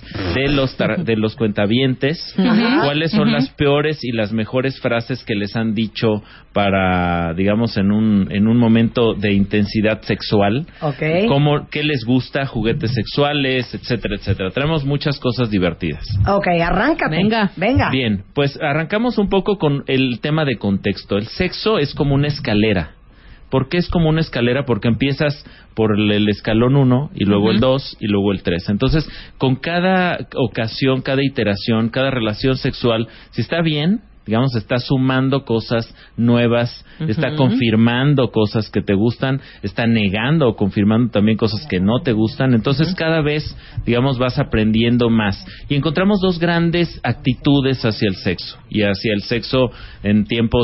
de los cuentavientes, cuáles son las peores y las mejores frases que les han dicho para, digamos, en un momento de intensidad sexual, qué les gusta, juguetes sexuales, etcétera, etcétera. Tenemos muchas cosas divertidas. Ok, arráncate. Venga. Bien, pues arrancamos un poco con el tema de contexto. El sexo es como una escalera. ¿Por qué es como una escalera? Porque empiezas por el escalón 1 y luego el 2 y luego el 3. Entonces, con cada ocasión, cada iteración, cada relación sexual, si está bien, digamos, está sumando cosas nuevas, está confirmando cosas que te gustan, está negando o confirmando también cosas que no te gustan. Entonces, cada vez, digamos, vas aprendiendo más. Y encontramos dos grandes actitudes hacia el sexo y hacia el sexo en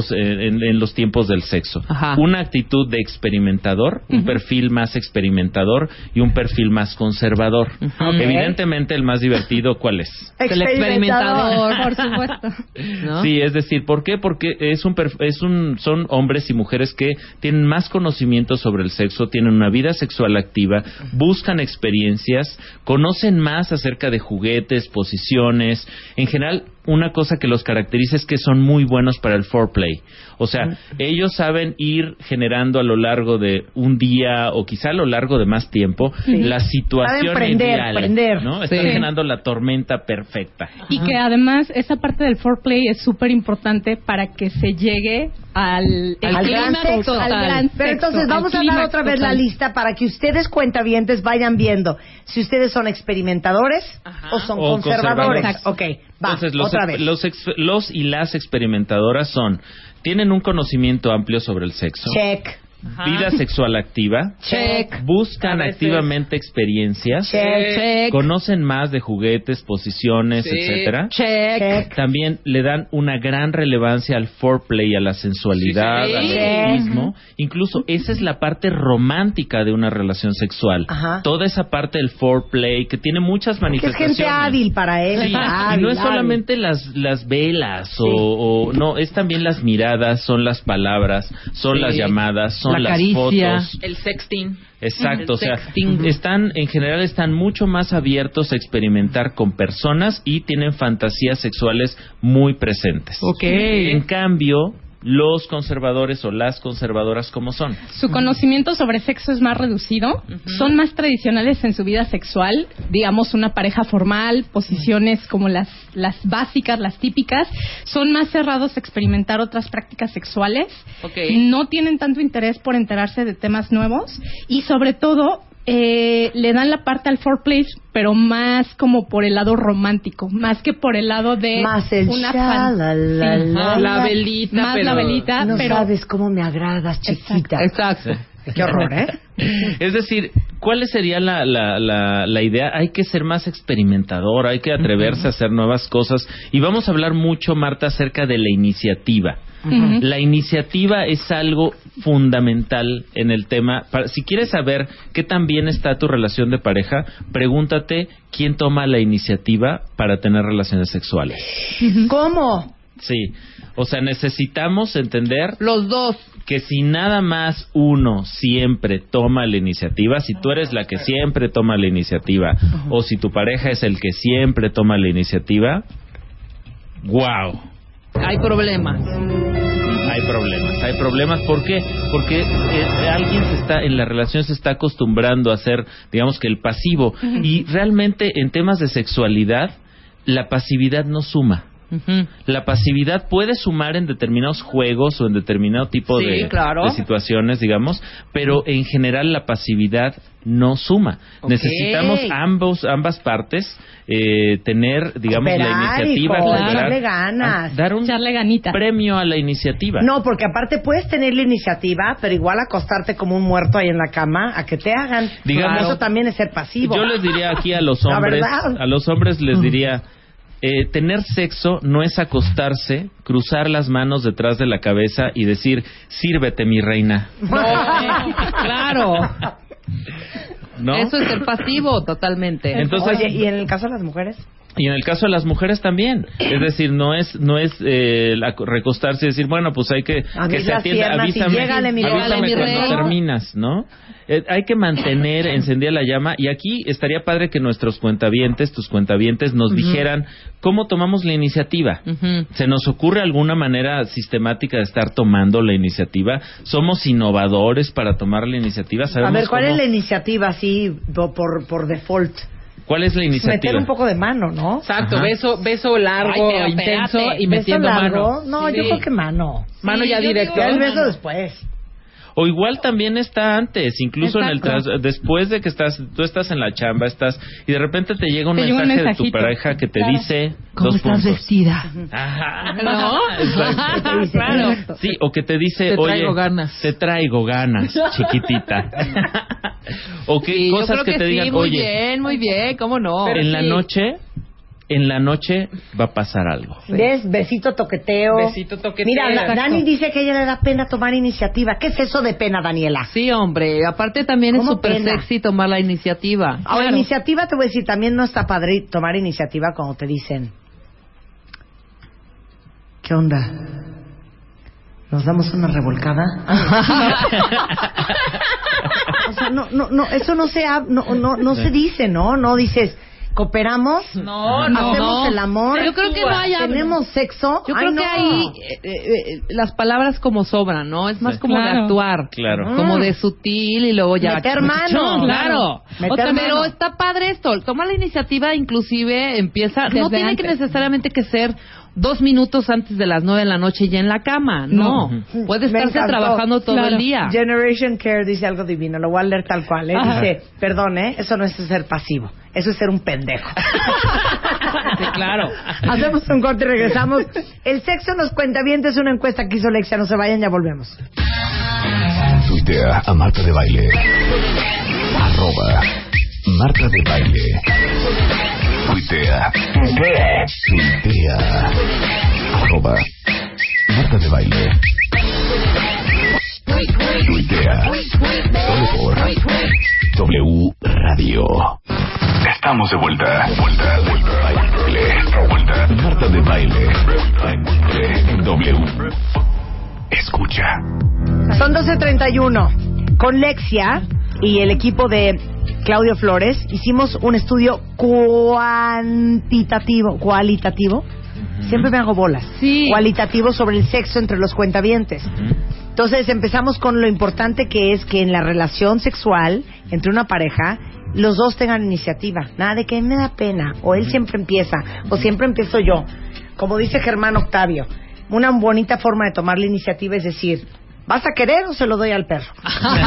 los tiempos del sexo. Una actitud de experimentador, un perfil más experimentador y un perfil más conservador. Evidentemente, el más divertido, ¿cuál es? El experimentador, por supuesto. ¿No? Sí, es decir, ¿por qué? Porque son hombres y mujeres que tienen más conocimiento sobre el sexo, tienen una vida sexual activa, buscan experiencias, conocen más acerca de juguetes, posiciones. En general, una cosa que los caracteriza es que son muy buenos para el foreplay. O sea, ellos saben ir generando a lo largo de un día o quizá a lo largo de más tiempo la situación ideal, ¿no? Están generando la tormenta perfecta. Y que además esa parte del foreplay es súper importante para que se llegue al gran sexo. Pero entonces vamos a dar otra vez la lista para que ustedes cuentavientes vayan viendo si ustedes son experimentadores o son conservadores. Ok, va. Entonces, otra vez. los y las experimentadoras tienen un conocimiento amplio sobre el sexo. Check. Vida sexual activa. Check. Buscan activamente experiencias. Check. Conocen más de juguetes, posiciones, etcétera. Check. También le dan una gran relevancia al foreplay, a la sensualidad, al erotismo. Incluso esa es la parte romántica de una relación sexual. Toda esa parte del foreplay que tiene muchas manifestaciones. Es gente hábil para él. Sí, y no es solamente las velas o no, es también las miradas, son las palabras, son las llamadas, son La las caricia. fotos. El sexting. Exacto, o sea, sexting. en general están mucho más abiertos a experimentar con personas y tienen fantasías sexuales muy presentes. Ok. En cambio, los conservadores o las conservadoras, ¿cómo son? Su conocimiento sobre sexo es más reducido, son más tradicionales en su vida sexual, digamos una pareja formal, posiciones como las básicas, las típicas, son más cerrados a experimentar otras prácticas sexuales, no tienen tanto interés por enterarse de temas nuevos y sobre todo le dan la parte al foreplay, pero más como por el lado romántico, más que por el lado de más el una la velita, más pero la velita, no pero sabes cómo me agradas, chiquita. Exacto. Qué horror, ¿eh? Es decir, ¿cuál sería la idea? Hay que ser más experimentador, hay que atreverse a hacer nuevas cosas. Y vamos a hablar mucho, Marta, acerca de la iniciativa. La iniciativa es algo fundamental en el tema. Si quieres saber qué tan bien está tu relación de pareja, pregúntate quién toma la iniciativa para tener relaciones sexuales. ¿Cómo? Sí, o sea, necesitamos entender los dos que si nada más uno siempre toma la iniciativa, si tú eres la que siempre toma la iniciativa, o si tu pareja es el que siempre toma la iniciativa, ¡wow! Hay problemas. Hay problemas. ¿Por qué? Porque alguien en la relación se está acostumbrando a ser, digamos que el pasivo. Y realmente en temas de sexualidad, la pasividad no suma. La pasividad puede sumar en determinados juegos o en determinado tipo de situaciones, digamos, pero en general la pasividad no suma. Necesitamos ambas partes tener, digamos, la iniciativa, echarle ganas, dar un echarle ganita, premio a la iniciativa. No, porque aparte puedes tener la iniciativa, pero igual acostarte como un muerto ahí en la cama a que te hagan. Digamos, eso también es ser pasivo. Yo les diría aquí a los hombres les diría, tener sexo no es acostarse, cruzar las manos detrás de la cabeza y decir, sírvete mi reina. Claro. ¿No? Eso es ser pasivo, totalmente. Entonces, oye, ¿y en el caso de las mujeres? Y en el caso de las mujeres también. Es decir, no es recostarse y decir, bueno, pues hay que se atienda, avísame cuando terminas, ¿no? Hay que mantener encendida la llama, y aquí estaría padre que tus cuentavientes nos dijeran cómo tomamos la iniciativa. ¿Se nos ocurre alguna manera sistemática de estar tomando la iniciativa? ¿Somos innovadores para tomar la iniciativa? A ver, ¿cuál es la iniciativa así por default? ¿Cuál es la iniciativa? Meter un poco de mano, ¿no? Exacto, beso largo, intenso y metiendo mano. No, yo creo que mano. Mano ya directo. Ya el beso después. O igual también está antes, incluso después de que tú estás en la chamba, y de repente te llega un mensaje de tu pareja que te dice ¿cómo estás vestida? Ajá. ¿No? Exacto. Claro. Sí, o que te dice, te traigo ganas, chiquitita. O que cosas que te digan, muy bien, ¿cómo no? Pero en la noche va a pasar algo. ¿Ves? Besito toqueteo. Mira, Dani dice que a ella le da pena tomar iniciativa. ¿Qué es eso de pena, Daniela? Sí, hombre. Aparte también es súper sexy tomar la iniciativa. Ahora, iniciativa, te voy a decir, también no está padre tomar iniciativa cuando te dicen, ¿qué onda? ¿Nos damos una revolcada? O sea, no, eso no se dice, ¿no? No dices, ¿cooperamos? ¿Hacemos el amor? Yo creo que no hay... ¿Tenemos sexo? Yo creo que ahí las palabras como sobran, ¿no? Es más como de actuar. Claro. Como de sutil y luego ya... Meter mano. Claro. Pero está padre esto. Toma la iniciativa, inclusive empieza... No tiene que necesariamente que ser 2 minutos antes de las 9 de la noche ya en la cama. No. Puede estarse trabajando todo el día. Generation Care dice algo divino. Lo voy a leer tal cual. Dice, perdón, eso no es ser pasivo. Eso es ser un pendejo. Sí, claro. Hacemos un corte y regresamos. El sexo nos cuenta bien. Es una encuesta que hizo Lexia. No se vayan, ya volvemos. Tuitea a Marta de Baile. @Marta de Baile. Tuitea. @Marta de Baile. Tuitea. Solo por W Radio. Estamos de vuelta. Vuelta. Marta de Baile. En W. Escucha. Son 12:31. Con Lexia y el equipo de Claudio Flores hicimos un estudio cualitativo. Siempre me hago bolas. Sí. Cualitativo sobre el sexo entre los cuentavientes. Entonces empezamos con lo importante que es que en la relación sexual entre una pareja los dos tengan iniciativa. Nada de que me da pena, o él siempre empieza, o siempre empiezo yo. Como dice Germán Octavio, una bonita forma de tomar la iniciativa es decir, ¿vas a querer o se lo doy al perro?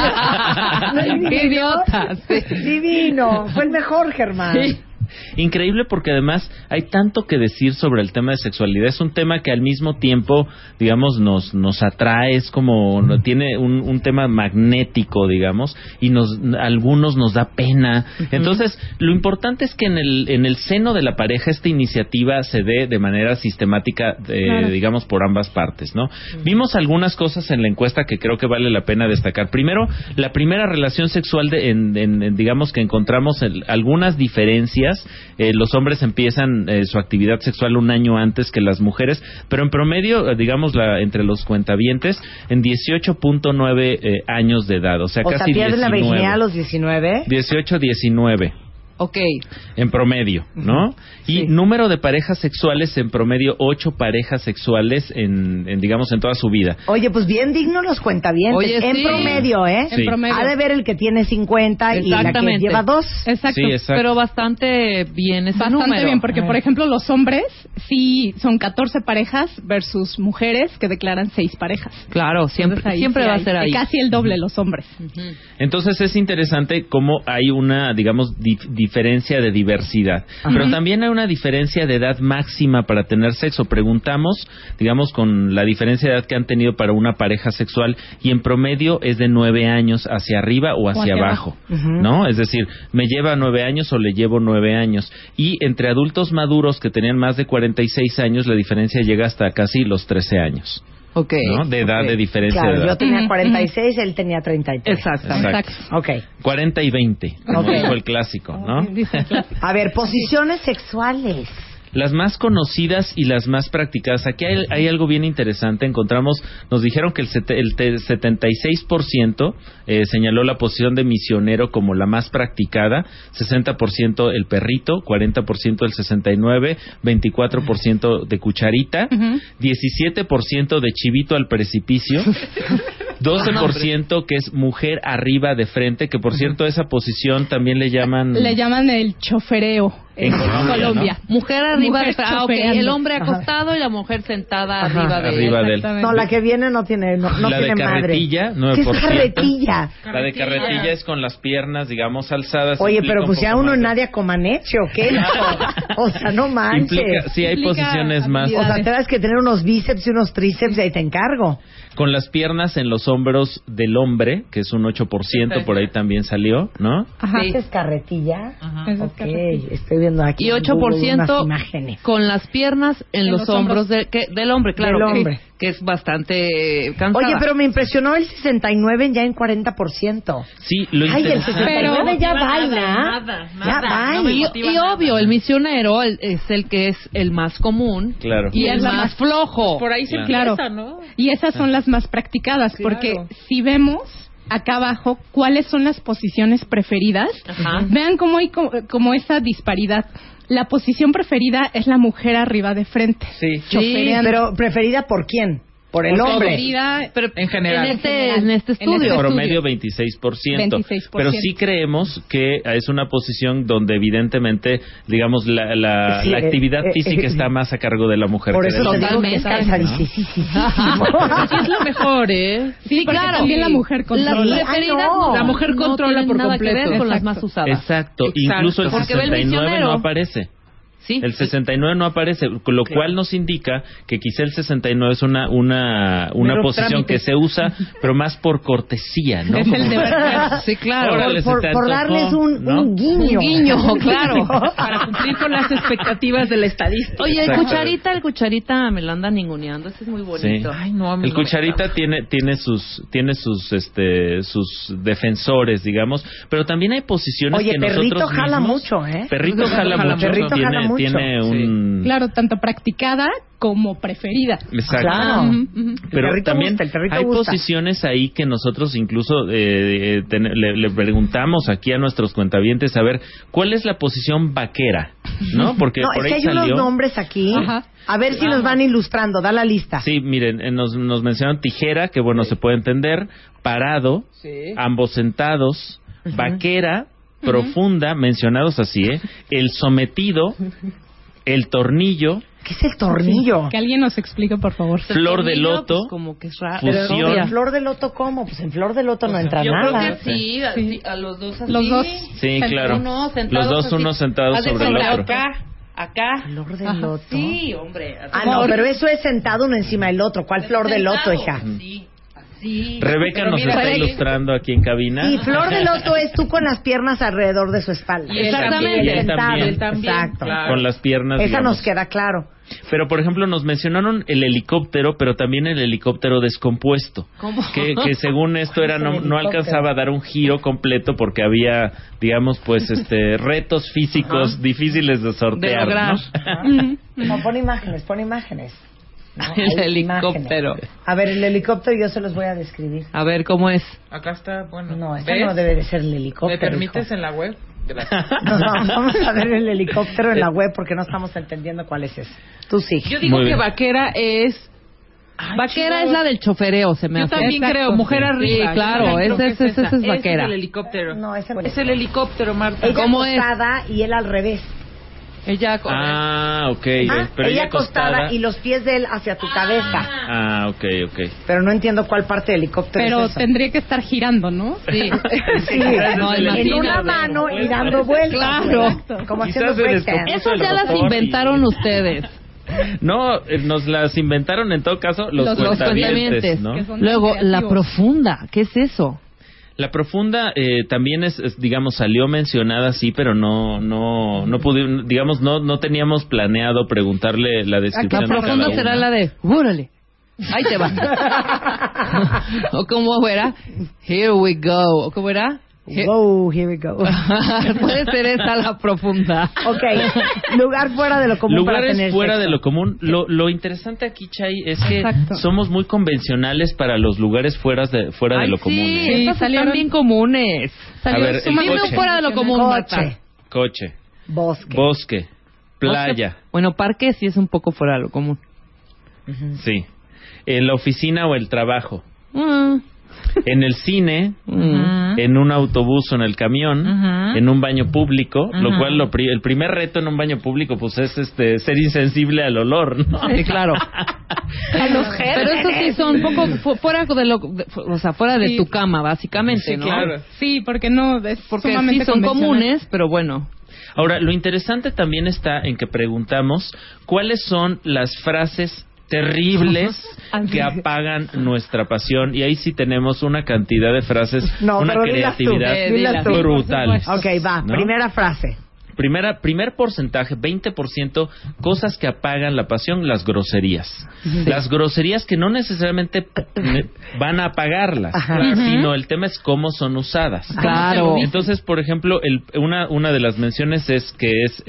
¡Qué idiota! Sí. Divino, fue el mejor, Germán. Sí. Increíble porque además hay tanto que decir sobre el tema de sexualidad. Es un tema que al mismo tiempo, digamos, nos atrae, es como, tiene un tema magnético, digamos, y algunos nos da pena. Entonces, lo importante es que en el seno de la pareja esta iniciativa se dé de manera sistemática, Claro. digamos, por ambas partes, ¿no? Vimos algunas cosas en la encuesta que creo que vale la pena destacar. Primero, la primera relación sexual digamos que encontramos algunas diferencias. Los hombres empiezan su actividad sexual un año antes que las mujeres, pero en promedio, digamos, entre los cuentavientes, en 18.9 años de edad, o sea, casi 19. ¿Pierden la virginidad a los 19? 18, 19. Ok. En promedio, ¿no? Y número de parejas sexuales, en promedio 8 parejas sexuales digamos, en toda su vida. Oye, pues bien digno los cuentavientes. Oye, en sí. promedio, ¿eh? Sí. En promedio. Ha de ver el que tiene 50 y la que Exactamente. lleva 2. Exacto. Sí, exacto. Pero bastante bien ese Bastante número. bien, porque por ejemplo los hombres sí son 14 parejas versus mujeres que declaran 6 parejas. Claro, siempre, Entonces, ahí siempre sí va a hay ser ahí. casi el doble los hombres. Entonces es interesante cómo hay una, digamos, diferencia de diversidad. Pero también hay una diferencia de edad máxima para tener sexo. Preguntamos, digamos, con la diferencia de edad que han tenido para una pareja sexual y en promedio es de 9 años hacia arriba o hacia abajo, ¿no? Es decir, me lleva 9 años o le llevo 9 años. Y entre adultos maduros que tenían más de 46 años, la diferencia llega hasta casi los 13 años. Ok. ¿No? De edad, de diferencia Claro, de edad. yo tenía 46, él tenía 33. Exacto. Ok. 40 y 20, como Ok. dijo el clásico, ¿no? A ver, posiciones sexuales. Las más conocidas y las más practicadas. Aquí hay algo bien interesante. Nos dijeron que el 76% señaló la posición de misionero como la más practicada, 60% el perrito, 40% el 69%, 24% de cucharita, 17% de chivito al precipicio, 12% que es mujer arriba de frente, que por cierto esa posición también le llaman... Le llaman el chofereo En Colombia, ¿no? Mujer arriba de... Ah, ok. chofereando. El hombre acostado y la mujer sentada arriba de él. No, la que viene no tiene la tiene de carretilla, madre. 9%. ¿Qué es carretilla? La de carretilla es con las piernas, digamos, alzadas. Oye, Implica pero pues un ya poco uno más de- Nadia Comaneci, ¿o qué? O sea, no manches. Sí, hay posiciones más. O sea, tendrás que tener unos bíceps y unos tríceps y ahí te encargo. Con las piernas en los hombros del hombre, que es un 8%, por ahí también salió, ¿no? Ajá. ¿Esa es carretilla? Esa es Ok, carretilla. estoy viendo aquí Y en Google unas 8% imágenes. con las piernas en los hombros del hombre, claro. Del hombre. Que es bastante cansada. Oye, pero me impresionó el 69 ya en 40%. Sí, lo Ay, el interesante. 69 ya baila. Ya baila. Y obvio, el misionero es el que es el más común Claro. y el la más flojo. Por ahí se Claro. empieza, ¿no? Y esas son las más practicadas, porque si vemos acá abajo cuáles son las posiciones preferidas, vean cómo hay como esa disparidad. La posición preferida es la mujer arriba de frente. Sí. Chofereando. Pero preferida por quién? Por el hombre. Preferida, Pero En general. En este estudio. Promedio 26%. 26%. Pero sí creemos que es una posición donde evidentemente, digamos, la Sí, actividad física está más a cargo de la mujer. Por que eso del te hombre. digo que es Totalmente. cansadísimo. Es lo mejor, ¿eh? Sí, porque también la mujer controla. Las preferidas no. La mujer controla tienen por nada completo. que ver con las Exacto. más usadas. Exacto. Incluso el Porque ve el 69 misionero. no aparece. Sí. El 69 no aparece, con lo cual nos indica que quizá el 69 es una Mero posición trámite. que se usa, pero más por cortesía, ¿no? Es Como- el deber ser. Sí, claro. Órale, se te Por antojó, darles un ¿no? guiño. Un guiño, claro. Para cumplir con las expectativas de la estadística. Oye, el Exacto. cucharita me la anda ninguneando. Ese es muy bonito. Sí. Ay, no, a mí El no me cucharita tiene sus defensores, digamos, pero también hay posiciones Oye, que perrito nosotros jala mismos- mucho, ¿eh? Perrito jala mucho, Perrito tiene, jala mucho. tiene un... Claro, tanto practicada como preferida. Exacto. Claro. Pero El perrito también gusta, el perrito hay gusta. posiciones ahí que nosotros incluso le preguntamos aquí a nuestros cuentavientes a ver cuál es la posición vaquera, ¿no? Porque No, por es que ahí hay salió... unos nombres aquí. Ajá. A ver si nos van ilustrando. Da la lista. Sí, miren, nos mencionan tijera, que bueno, se puede entender, parado, ambos sentados, vaquera, profunda, mencionados así, el sometido, el tornillo, ¿Qué es el tornillo? Que alguien nos explique, por favor. flor de loto, Pues como que es raro. fusión. ¿En flor de loto cómo? Pues en flor de loto no entra Yo nada. creo que sí, así, a los dos así. Los dos. Sí, claro. Uno sentados Los dos, así. uno sentado Haz de sobre el cuenta, otro. Acá. Flor de Ajá. loto. Sí, hombre. así. Ah, no, pero eso es sentado uno encima del otro. ¿Cuál flor de loto, hija? Sí, así. Rebeca Pero nos mira, está Rebeca- ilustrando aquí en cabina. Y flor de loto es tú con las piernas alrededor de su espalda. Y él también. Y él Sentado. también. Exacto. Claro. Con las piernas, Esa digamos. nos queda claro. Pero, por ejemplo, nos mencionaron el helicóptero, pero también el helicóptero descompuesto. ¿Cómo? Que según esto era no alcanzaba a dar un giro completo porque había, digamos, pues, retos físicos difíciles de sortear, De lograr. ¿no? No, pon imágenes. No, El hay helicóptero. imágenes. A ver, el helicóptero yo se los voy a describir. A ver, ¿cómo es? Acá está, bueno. No, esta ¿ves? no debe de ser el helicóptero. ¿Me permites hijo. en la web? Gracias. No, vamos a ver el helicóptero en la web porque no estamos entendiendo cuál es ese. Tú sí. Yo digo Muy que bien. vaquera es... vaquera es la del chofereo, se me Yo hace. también creo, mujer arriba. Sí, claro, Yo también creo ese que es vaquera. Es el helicóptero. No, ese no Es el helicóptero, Marta. Ella ¿Cómo es? acostada y él al revés. Ella Ah, ok. Pero ella acostada y los pies de él hacia tu cabeza. Ah, ok. Pero no entiendo cuál parte del helicóptero Pero es eso. tendría que estar girando, ¿no? Sí. Sí, No, en imagínate. una mano y dando vueltas. Claro. Como Quizás haciendo se breakdance. descompuso. Esas ya el las doctor inventaron ustedes. No, nos las inventaron en todo caso los cuentavientes, ¿no? que son Luego, creativos. la profunda, ¿qué es eso? La profunda también es, digamos, salió mencionada sí, pero no pudimos, digamos, no teníamos planeado preguntarle la La descripción de cada profunda una. será la de, ¡órale! Ahí te va. ¿O cómo era? Here we go. ¿O cómo era? Wow, here we go. Puede ser esa la profunda. Ok, lugar fuera de lo común para Lugares tener fuera sexo. de lo común. Lo interesante aquí, Chay, es que Exacto. somos muy convencionales para los lugares fuera de Ay, lo común. sí, ¿eh? estas salieron- están bien comunes. A ver, el Dime un coche. fuera de lo común, Marta. Coche, Coche, bosque. bosque, playa, Bueno, parque sí es un poco fuera de lo común. sí. En la oficina o el trabajo. Mm. En el cine, Mm. en un autobús o en el camión, en un baño público, lo cual el primer reto en un baño público pues es ser insensible al olor, ¿no? Sí, claro. Pero eso sí son un poco fuera de o sea, fuera de Sí. tu cama, básicamente, Sí, ¿no? claro. Sí, porque no es Porque sumamente sí son convencional. comunes, pero bueno. Ahora, lo interesante también está en que preguntamos cuáles son las frases terribles que apagan nuestra pasión y ahí sí tenemos una cantidad de frases, No, una pero dilas tú, creatividad dilas tú. brutal. Ok, va, ¿no? primera frase. Primer porcentaje, 20%, cosas que apagan la pasión, las groserías. Las groserías que no necesariamente van a apagarlas, Ajá. sino el tema es cómo son usadas. Claro. Entonces, por ejemplo, una de las menciones es que es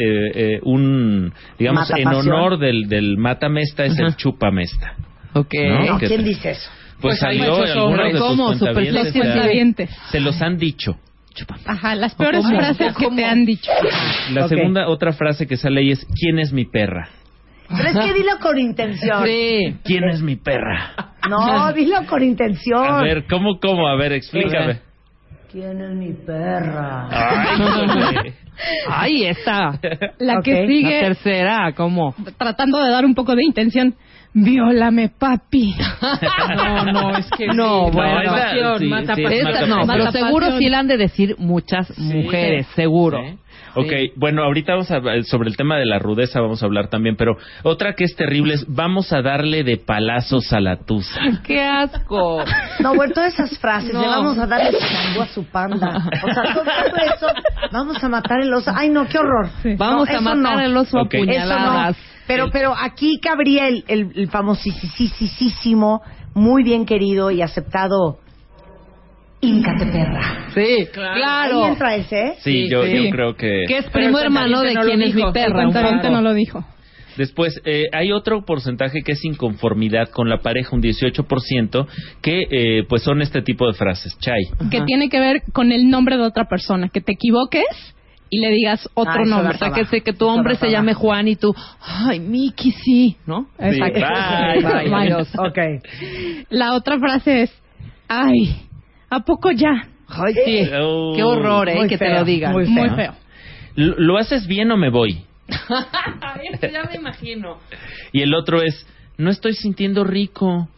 digamos, en Matapasión. honor del matamesta es el chupamesta. Ok. ¿No? No, Que ¿quién te- dice eso? Pues hay salió muchos en algunos hombres. de tus ¿Cómo? Súper cuentavientes, Los sexy. cuentavientes. se los han dicho. Ajá, las peores ¿Cómo? frases que ¿Cómo? te han dicho. La Ok. segunda, otra frase que sale ahí es ¿quién es mi perra? Pero es que dilo con intención. Sí. ¿Quién es mi perra? No, dilo con intención. A ver, ¿cómo? A ver, explícame. ¿Quién es mi perra? Ay, híjole. Ay, esta. La Ok. que La sigue, tercera, ¿cómo? tratando de dar un poco de intención. Viólame, papi. No, es que No, sí. bueno. esa- sí, mata sí, pasión. Esta no, mata pero pasión. seguro sí la han de decir muchas mujeres, seguro. ¿Sí? Ok, bueno, ahorita vamos a sobre el tema de la rudeza vamos a hablar también, pero otra que es terrible es vamos a darle de palazos a la tusa. ¡Qué asco! No, bueno, todas esas frases, No. le vamos a darle chambú a su panda. O sea, todo eso, vamos a matar el oso. Ay, no, qué horror. Vamos No, a eso matar no. el oso a Ok. puñaladas. Eso no. Pero aquí cabría el famosísimo, muy bien querido y aceptado híncate perra. Sí, claro. Ahí entra ese. Sí, yo creo que... Que es primo hermano de quién es mi perra. El cuentaviente no lo dijo. Después, hay otro porcentaje que es inconformidad con la pareja, un 18%, que pues son este tipo de frases. Chay. Que tiene que ver con el nombre de otra persona. Que te equivoques y le digas otro nombre. O sea, que tu hombre se llame Juan y tú, ay, Miki, sí, ¿no? Exacto. Bye. Adiós. Ok. La otra frase es, ay, ¿a poco ya? Ay, sí. Oh. Qué horror, Muy que feo, te lo digan. muy feo. ¿Lo haces bien o me voy? Esto ya me imagino. Y el otro es, no estoy sintiendo rico.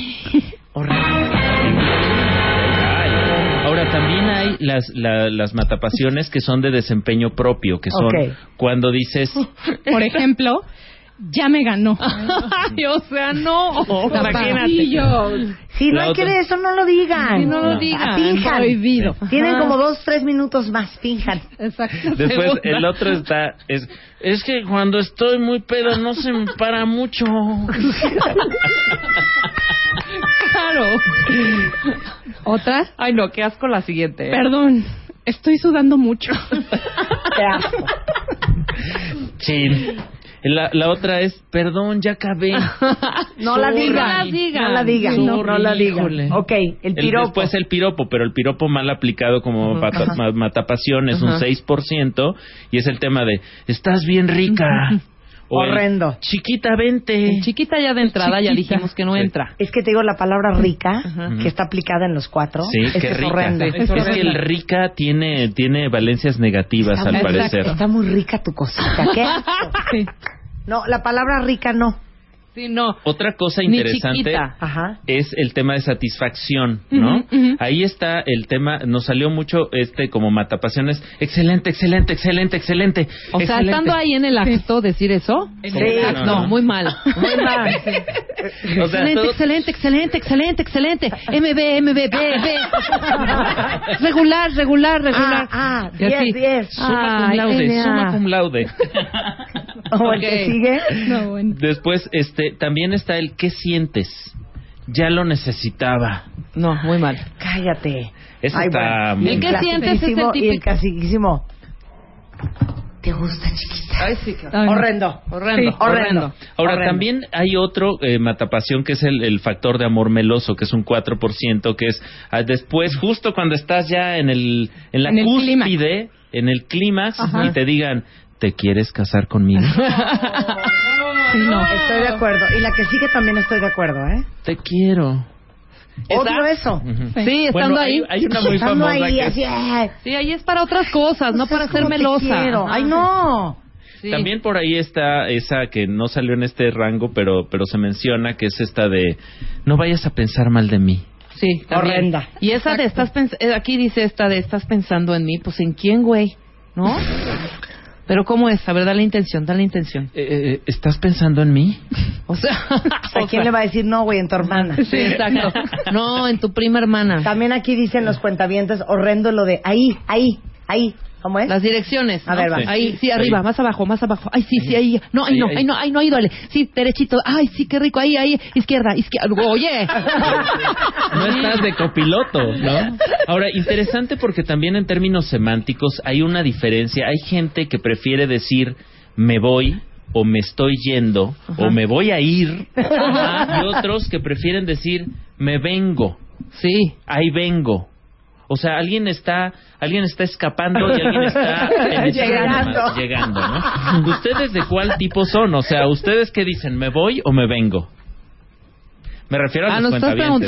Ahora, también hay las matapasiones que son de desempeño propio, que son cuando dices... Por ejemplo, ya me ganó. Ay, o sea, no. Imagínate. Si no hay que ver eso, no lo digan. Sí, no lo digan. Finjan. Prohibido. Tienen como 2-3 minutos más, finjan. Exacto. Después el otro es que cuando estoy muy pedo no se me para mucho. Claro. ¿Otra? Ay, no, qué asco la siguiente. Perdón, estoy sudando mucho. Qué asco. Sí. La otra es, perdón, ya acabé. No la digan. No la digan. No la digan. Ok, el piropo. Después el piropo, pero el piropo mal aplicado como matapasión es un 6%, y es el tema de, estás bien rica. O horrendo. Chiquita, vente. Chiquita ya de entrada, ya dijimos que no entra. Es que te digo, la palabra rica, que está aplicada en los 4, sí, es rica. horrenda. Es que el rica tiene valencias negativas, está al parecer. Está muy rica tu cosita. ¿Qué? Sí. No, la palabra rica no. Sí, no. Otra cosa interesante es el tema de satisfacción, ¿no? Ahí está el tema, nos salió mucho como matapasiones, excelente. O sea, estando ahí en el acto, decir eso. Sí. No, muy mal. Muy mal. O sea, excelente. MB. Regular. 10. Summa cum laude. ¿O el que sigue? No, bueno. Después, también está el ¿qué sientes? Ya lo necesitaba. No, muy mal. Cállate. Eso está muy ¿El qué sientes? Es el típico. Y el clasiquísimo. ¿Te gusta, chiquita? Ay, sí, Horrendo. Ahora, también hay otro matapasión que es el factor de amor meloso, que es un 4%, que es después, justo cuando estás ya en la cúspide, en el clímax, y te digan, ¿te quieres casar conmigo? No, estoy de acuerdo. Y la que sigue también estoy de acuerdo, ¿eh? Te quiero. Odio eso. Sí, estando ahí. Hay una muy estando famosa ahí, que así, sí, ahí es para otras cosas, no para ser melosa. Ay, no. Sí. También por ahí está esa que no salió en este rango, pero se menciona, que es esta de no vayas a pensar mal de mí. Sí, también. Horrenda. Y esa de aquí dice esta de estás pensando en mí, pues ¿en quién, güey? ¿No? Pero ¿cómo es? A ver, da la intención. ¿Estás pensando en mí? O sea, ¿a quién le va a decir no, güey? En tu hermana. Sí, exacto. No, en tu prima hermana. También aquí dicen los cuentavientes, horrendo lo de ahí. ¿Cómo es? Las direcciones. A ver, va. Ahí, sí, arriba, ahí. Más abajo. Ay, sí, ahí. No, ahí no, ahí duele. Sí, derechito. Ay, sí, qué rico. Ahí, izquierda. Oye. No estás de copiloto, ¿no? Ahora, interesante porque también en términos semánticos hay una diferencia. Hay gente que prefiere decir me voy o me estoy yendo o me voy a ir, y otros que prefieren decir me vengo. Sí. Ahí vengo. O sea, alguien está escapando y alguien está llegando, ¿no? ¿Ustedes de cuál tipo son? O sea, ¿ustedes qué dicen? ¿Me voy o me vengo? Me refiero a los cuentavientes.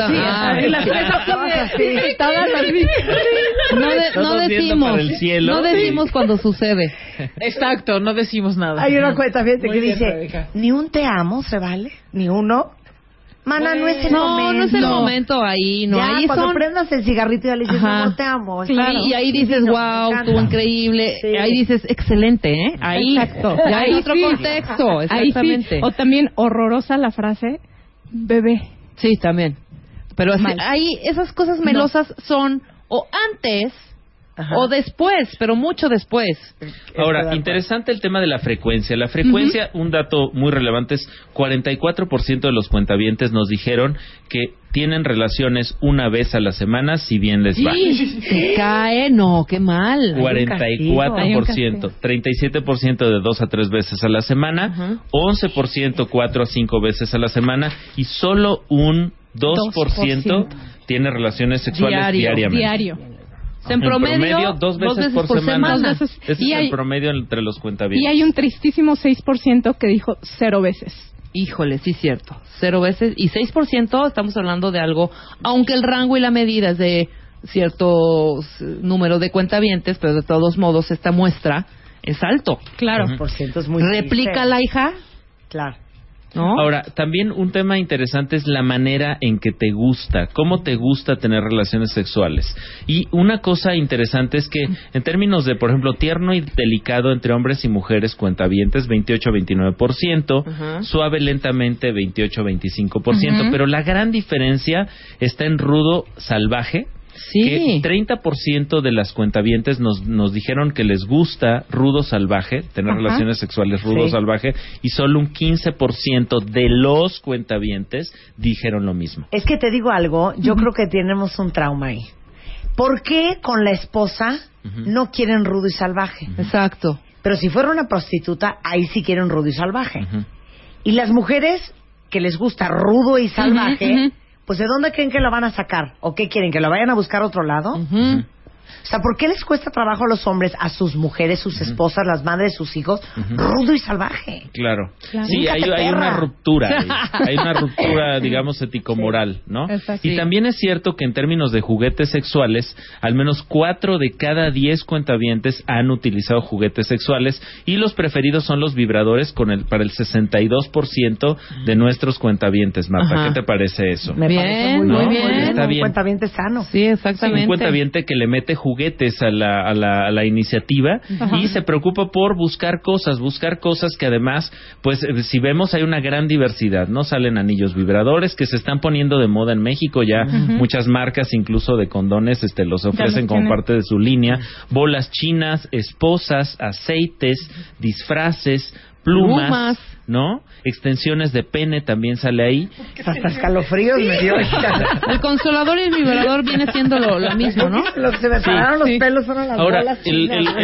No decimos cuando sucede. Exacto, no decimos nada. Hay una cuentaviente que dice, ni un te amo se vale, ni uno. Mana, no es el momento. No es el momento ahí. No, ya, ahí cuando prendas el cigarrito ya le dices, no te amo. Claro. Y ahí dices, wow, estuvo increíble. Sí. Ahí dices, excelente, ¿eh? Ahí. Exacto. Ya hay otro contexto. Exactamente. Ahí sí. O también horrorosa la frase, bebé. Sí, también. Pero ahí esas cosas melosas son o antes o después, pero mucho después. Ahora, interesante el tema de la frecuencia. La frecuencia, un dato muy relevante es 44% de los cuentavientes nos dijeron que tienen relaciones una vez a la semana, si bien les va. Se cae, no, qué mal. 44%, 37% de 2 a 3 veces a la semana, 11% 4 a 5 veces a la semana y solo un 2% tiene relaciones sexuales diariamente. Diario. En promedio, 2 veces por semana. Ese es Y el promedio entre los cuentavientes. Y hay un tristísimo 6% que dijo 0 veces. Híjole, sí, cierto. 0 veces. Y 6% estamos hablando de algo, aunque el rango y la medida es de cierto número de cuentavientes, pero de todos modos esta muestra es alto. Claro. 2% es muy ¿Replica la hija? Claro. ¿No? Ahora, también un tema interesante es la manera en que te gusta, cómo te gusta tener relaciones sexuales. Y una cosa interesante es que en términos de, por ejemplo, tierno y delicado entre hombres y mujeres cuentavientes, 28-29%, suave lentamente, 28-25%, pero la gran diferencia está en rudo salvaje. Que 30% de las cuentavientes nos dijeron que les gusta rudo salvaje, tener relaciones sexuales rudo salvaje, y solo un 15% de los cuentavientes dijeron lo mismo. Es que te digo algo, yo creo que tenemos un trauma ahí. ¿Por qué con la esposa no quieren rudo y salvaje? Exacto. Pero si fuera una prostituta, ahí sí quieren rudo y salvaje. Y las mujeres que les gusta rudo y salvaje, pues ¿de dónde creen que lo van a sacar? ¿O qué quieren? ¿Que lo vayan a buscar a otro lado? O sea, ¿por qué les cuesta trabajo a los hombres, a sus mujeres, sus esposas, las madres de sus hijos, rudo y salvaje? Claro. Sí, hay una ruptura. Hay una ruptura, digamos, ético-moral, ¿no? Y también es cierto que en términos de juguetes sexuales, al menos 4 de cada 10 cuentavientes han utilizado juguetes sexuales y los preferidos son los vibradores para el 62% de nuestros cuentavientes. Marta, ¿qué te parece eso? Me parece muy bien. Está bien. Un cuentaviente sano. Sí, exactamente. Un cuentaviente que le mete juguetes a la iniciativa y se preocupa por buscar cosas que además, pues si vemos hay una gran diversidad, ¿no? Salen anillos vibradores que se están poniendo de moda en México ya, muchas marcas incluso de condones los ofrecen como parte de su línea, bolas chinas, esposas, aceites, disfraces, plumas, ¿no? Extensiones de pene también sale ahí. Hasta escalofríos me dio. El consolador y el vibrador viene siendo lo mismo, ¿no? Lo que se me pararon los pelos fueron las bolas chinas.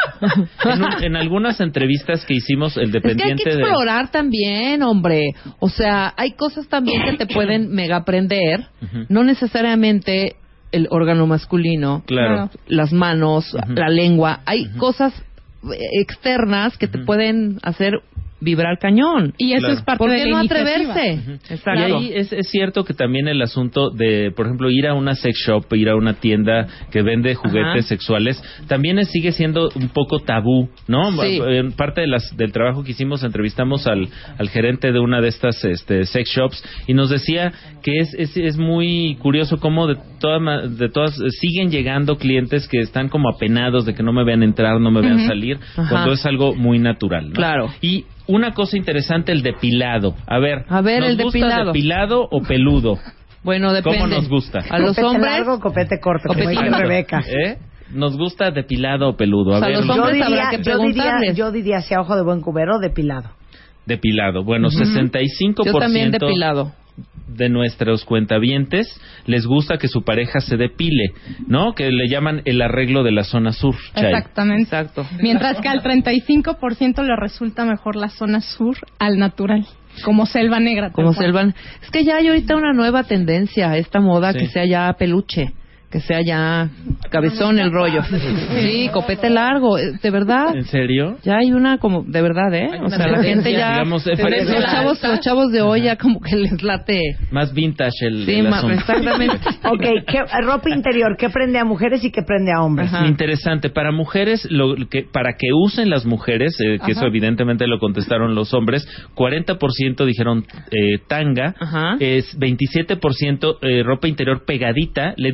En algunas entrevistas que hicimos, el dependiente es que hay que explorar también, hombre. O sea, hay cosas también que te pueden mega aprender, no necesariamente el órgano masculino, las manos, la lengua. Hay cosas externas que te pueden hacer vibrar cañón. Y eso es parte de la iniciativa. ¿Por qué no atreverse? Exacto. Y ahí es cierto que también el asunto de, por ejemplo, ir a una sex shop, ir a una tienda que vende juguetes sexuales, también sigue siendo un poco tabú, ¿no? Sí. En parte del trabajo que hicimos, entrevistamos al gerente de una de estas sex shops y nos decía que es muy curioso cómo de todas siguen llegando clientes que están como apenados de que no me vean entrar, no me vean salir, cuando es algo muy natural, ¿no? Claro. Y una cosa interesante, el depilado. A ver ¿nos el gusta depilado o peludo? Bueno, depende. ¿Cómo nos gusta? A los copete hombres, largo, copete corto, como dice Rebeca. ¿Nos gusta depilado o peludo? A ver, los hombres habrá que preguntarles. Yo diría hacia ojo de buen cubero, depilado. Depilado. Bueno, 65% yo también depilado. De nuestros cuentavientes les gusta que su pareja se depile, ¿no? Que le llaman el arreglo de la zona sur. Exactamente. Exacto. Mientras que al 35% le resulta mejor la zona sur al natural. Como selva negra. Como selva. Es que ya hay ahorita una nueva tendencia a esta moda que sea ya peluche. Que sea ya cabezón el rollo. Sí, copete largo, de verdad. ¿En serio? Ya hay una como, de verdad, O sea, la gente ya... Digamos, los chavos de hoy ya como que les late... Más vintage el asunto. Exactamente. Ok, ropa interior, ¿qué prende a mujeres y qué prende a hombres? Interesante. Para mujeres, para que usen las mujeres, que eso evidentemente lo contestaron los hombres, 40% dijeron tanga, es 27% ropa interior pegadita, le dicen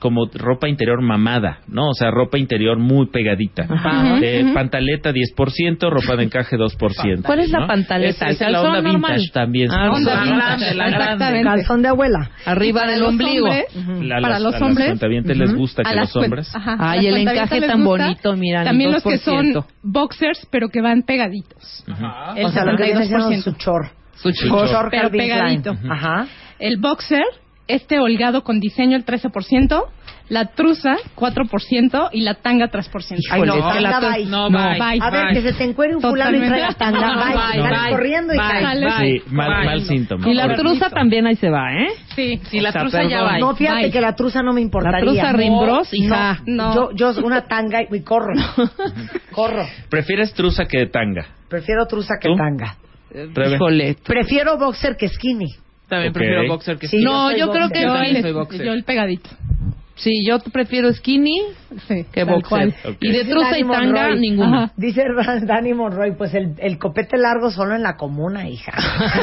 como ropa interior mamada, ¿no? O sea, ropa interior muy pegadita. Ajá. Pantaleta 10%, ropa de encaje 2%. ¿Cuál es la ¿no? pantaleta? Es ¿El la onda calzón normal? vintage también. Onda vintage, la grande. Calzón de abuela. Arriba Para del los ombligo. hombres, A los cuentavientes les gusta a que las los hombres... Ajá, Ay, a las el cuentavientas encaje les tan gusta. bonito, mira, También el los que 2%. son boxers, pero que van pegaditos. O sea, lo que viene siendo 72%. su chor. Su Chor pero Calvin Klein. pegadito. Ajá. El boxer, holgado con diseño el 13%, la truza 4% y la tanga 3%. Ay, no, es que la tanga, bye. no, bye. A ver, que se te encuere un fulano y Totalmente. trae la tanga. Bye. Sales corriendo y caes. Sí, mal síntoma. Y la truza también ahí se va, ¿eh? Sí, Sí, la truza ya va. No, fíjate que la truza no me importaría. La truza Rimbros, hija. No. Yo una tanga y corro. Corro. ¿Prefieres truza que tanga? Prefiero truza que ¿Tú? tanga. Rebe. Híjole. Prefiero boxer que skinny. También Ok. prefiero boxer que Sí, skinny. No, soy yo creo boxer. que Yo también soy el, boxer. yo el pegadito. sí, yo prefiero skinny Sí, que tal boxer. cual. Ok. Y de Dice truza y Dani tanga, Monroy. ninguna. Ajá. Dice Danny Monroy, pues el copete largo solo en la comuna, hija.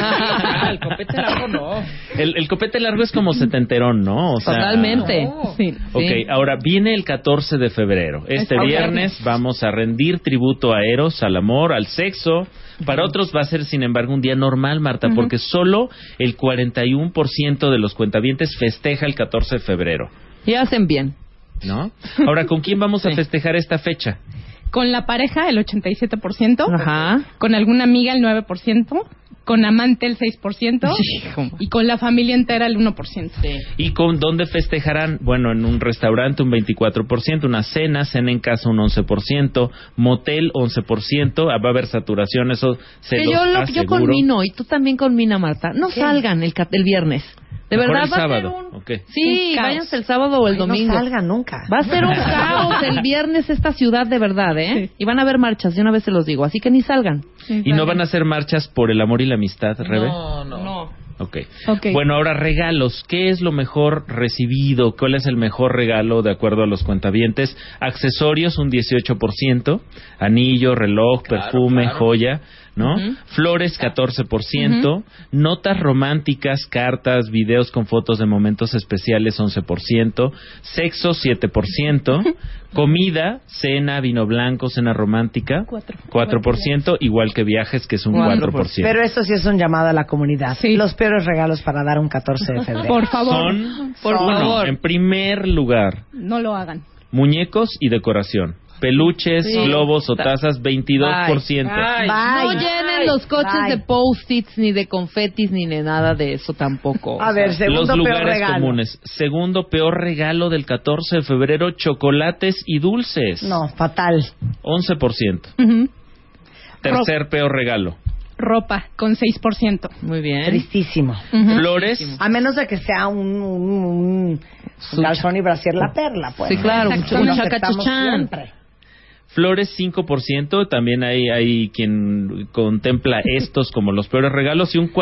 El copete largo no. El copete largo es como setenterón, ¿no? O sea, Totalmente. Sí. Ok, Sí. ahora viene el 14 de febrero. Este Ok. viernes vamos a rendir tributo a Eros, al amor, al sexo. Para otros va a ser, sin embargo, un día normal, Marta, porque solo el 41% de los cuentavientes festeja el 14 de febrero, Y hacen bien. ¿no? Ahora, ¿con quién vamos a festejar esta fecha? Con la pareja el 87%, Ajá. con alguna amiga el 9%, con amante el 6% Hijo. y con la familia entera el 1%. ¿Y con dónde festejarán? Bueno, en un restaurante un 24%, una cena en casa un 11%, motel 11%, va a haber saturación, eso se Que los yo aseguro. conmino, y tú también conmina, Marta. No salgan el viernes. De Mejor verdad el va a sábado, ser un... ok. Sí, Un caos. váyanse el sábado o el domingo. No salgan nunca. Va a ser un caos el viernes esta ciudad, de verdad, ¿eh? Sí. Y van a haber marchas, de una vez se los digo. Así que ni salgan. ¿Y no van a hacer marchas por el amor y la amistad, Rebe? No. Ok. Ok. Bueno, ahora regalos. ¿Qué es lo mejor recibido? ¿Cuál es el mejor regalo de acuerdo a los cuentavientes? Accesorios, un 18%. Anillo, reloj, perfume, joya, ¿no? Flores, 14%. Notas románticas, cartas, videos con fotos de momentos especiales, 11%. Sexo, 7%. Comida, cena, vino blanco, cena romántica, 4%. Igual que viajes, que es un 4%. Pero eso sí es un llamado a la comunidad. Sí. Los peores regalos para dar un 14 de febrero. Por favor, Son, Por uno, favor. en primer lugar, no lo hagan. muñecos y decoración. Peluches, Sí. globos o tazas, 22%. No llenen los coches Bye. de post-its, ni de confetis, ni de nada de eso tampoco. A ver, Los segundo peor lugares regalo. comunes. Segundo peor regalo del 14 de febrero, chocolates y dulces. No, fatal. 11%. Ujú. Tercer peor regalo. Ropa con 6%. Muy bien. Tristísimo. Flores. A menos de que sea un calzón y brasier la perla, pues. Sí, claro, un Exacto. Lo chacachuchán. aceptamos siempre. Flores 5%, también hay quien contempla estos como los peores regalos, y un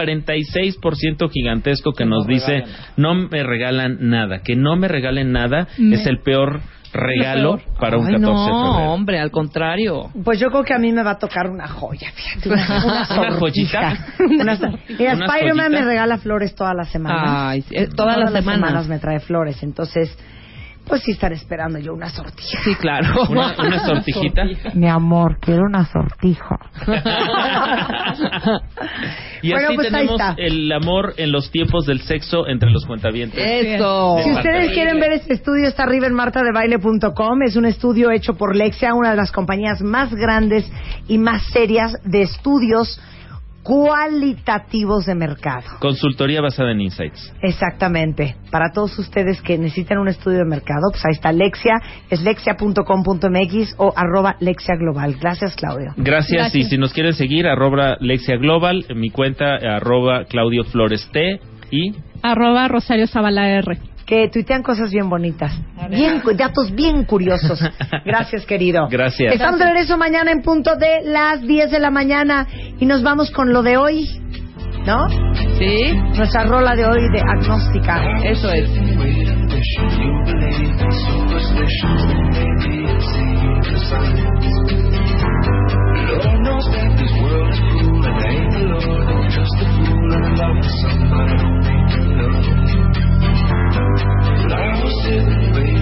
46% gigantesco que nos dice no me regalan nada, que no me regalen nada es el peor regalo para un Ay, 14 de no, febrero. hombre, al contrario. Pues yo creo que a mí me va a tocar una joya, fíjate. Una sortija. joyita. Mira, ¿Una Spider-Man joyita? me regala flores todas las semanas. Ay, todas las semanas. me trae flores, entonces, pues sí estaré esperando yo una sortija. Sí, claro. Una sortijita. Mi amor, quiero una sortija. Y Bueno, así pues ahí tenemos está. el amor en los tiempos del sexo entre los cuentavientes. Eso. Si ustedes quieren ver este estudio, está arriba en martadebaile.com. Es un estudio hecho por Lexia, una de las compañías más grandes y más serias de estudios cualitativos de mercado. Consultoría basada en insights. Exactamente. Para todos ustedes que necesitan un estudio de mercado, pues ahí está Lexia, es lexia.com.mx o @Lexia Global. Gracias, Claudio. Gracias. Y si nos quieren seguir, @Lexia Global, en mi cuenta, @Claudio Flores T y @Rosario Zavala R. Que tuitean cosas bien bonitas, datos bien curiosos. Gracias, querido. Gracias. Estamos de regreso mañana en punto de las 10 de la mañana y nos vamos con lo de hoy, ¿no? Sí. Nuestra rola de hoy de Agnóstica. Eso es. Lord knows that this world is cruel and I ain't the Lord. I'm just a fool and I love somebody, don't make me love. I was sitting waiting.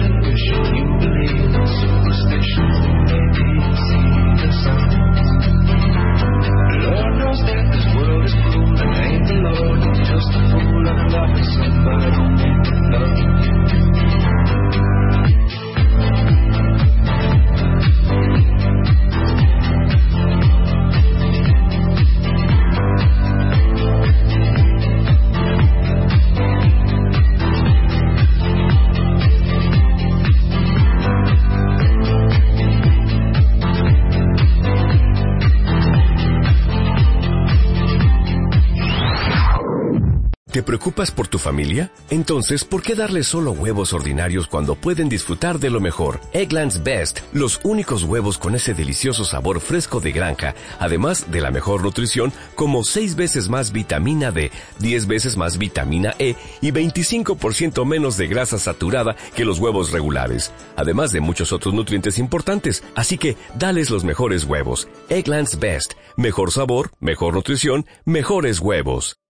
¿Te preocupas por tu familia? Entonces, ¿por qué darles solo huevos ordinarios cuando pueden disfrutar de lo mejor? Eggland's Best, los únicos huevos con ese delicioso sabor fresco de granja, además de la mejor nutrición, como 6 veces más vitamina D, 10 veces más vitamina E y 25% menos de grasa saturada que los huevos regulares, además de muchos otros nutrientes importantes. Así que, dales los mejores huevos. Eggland's Best, mejor sabor, mejor nutrición, mejores huevos.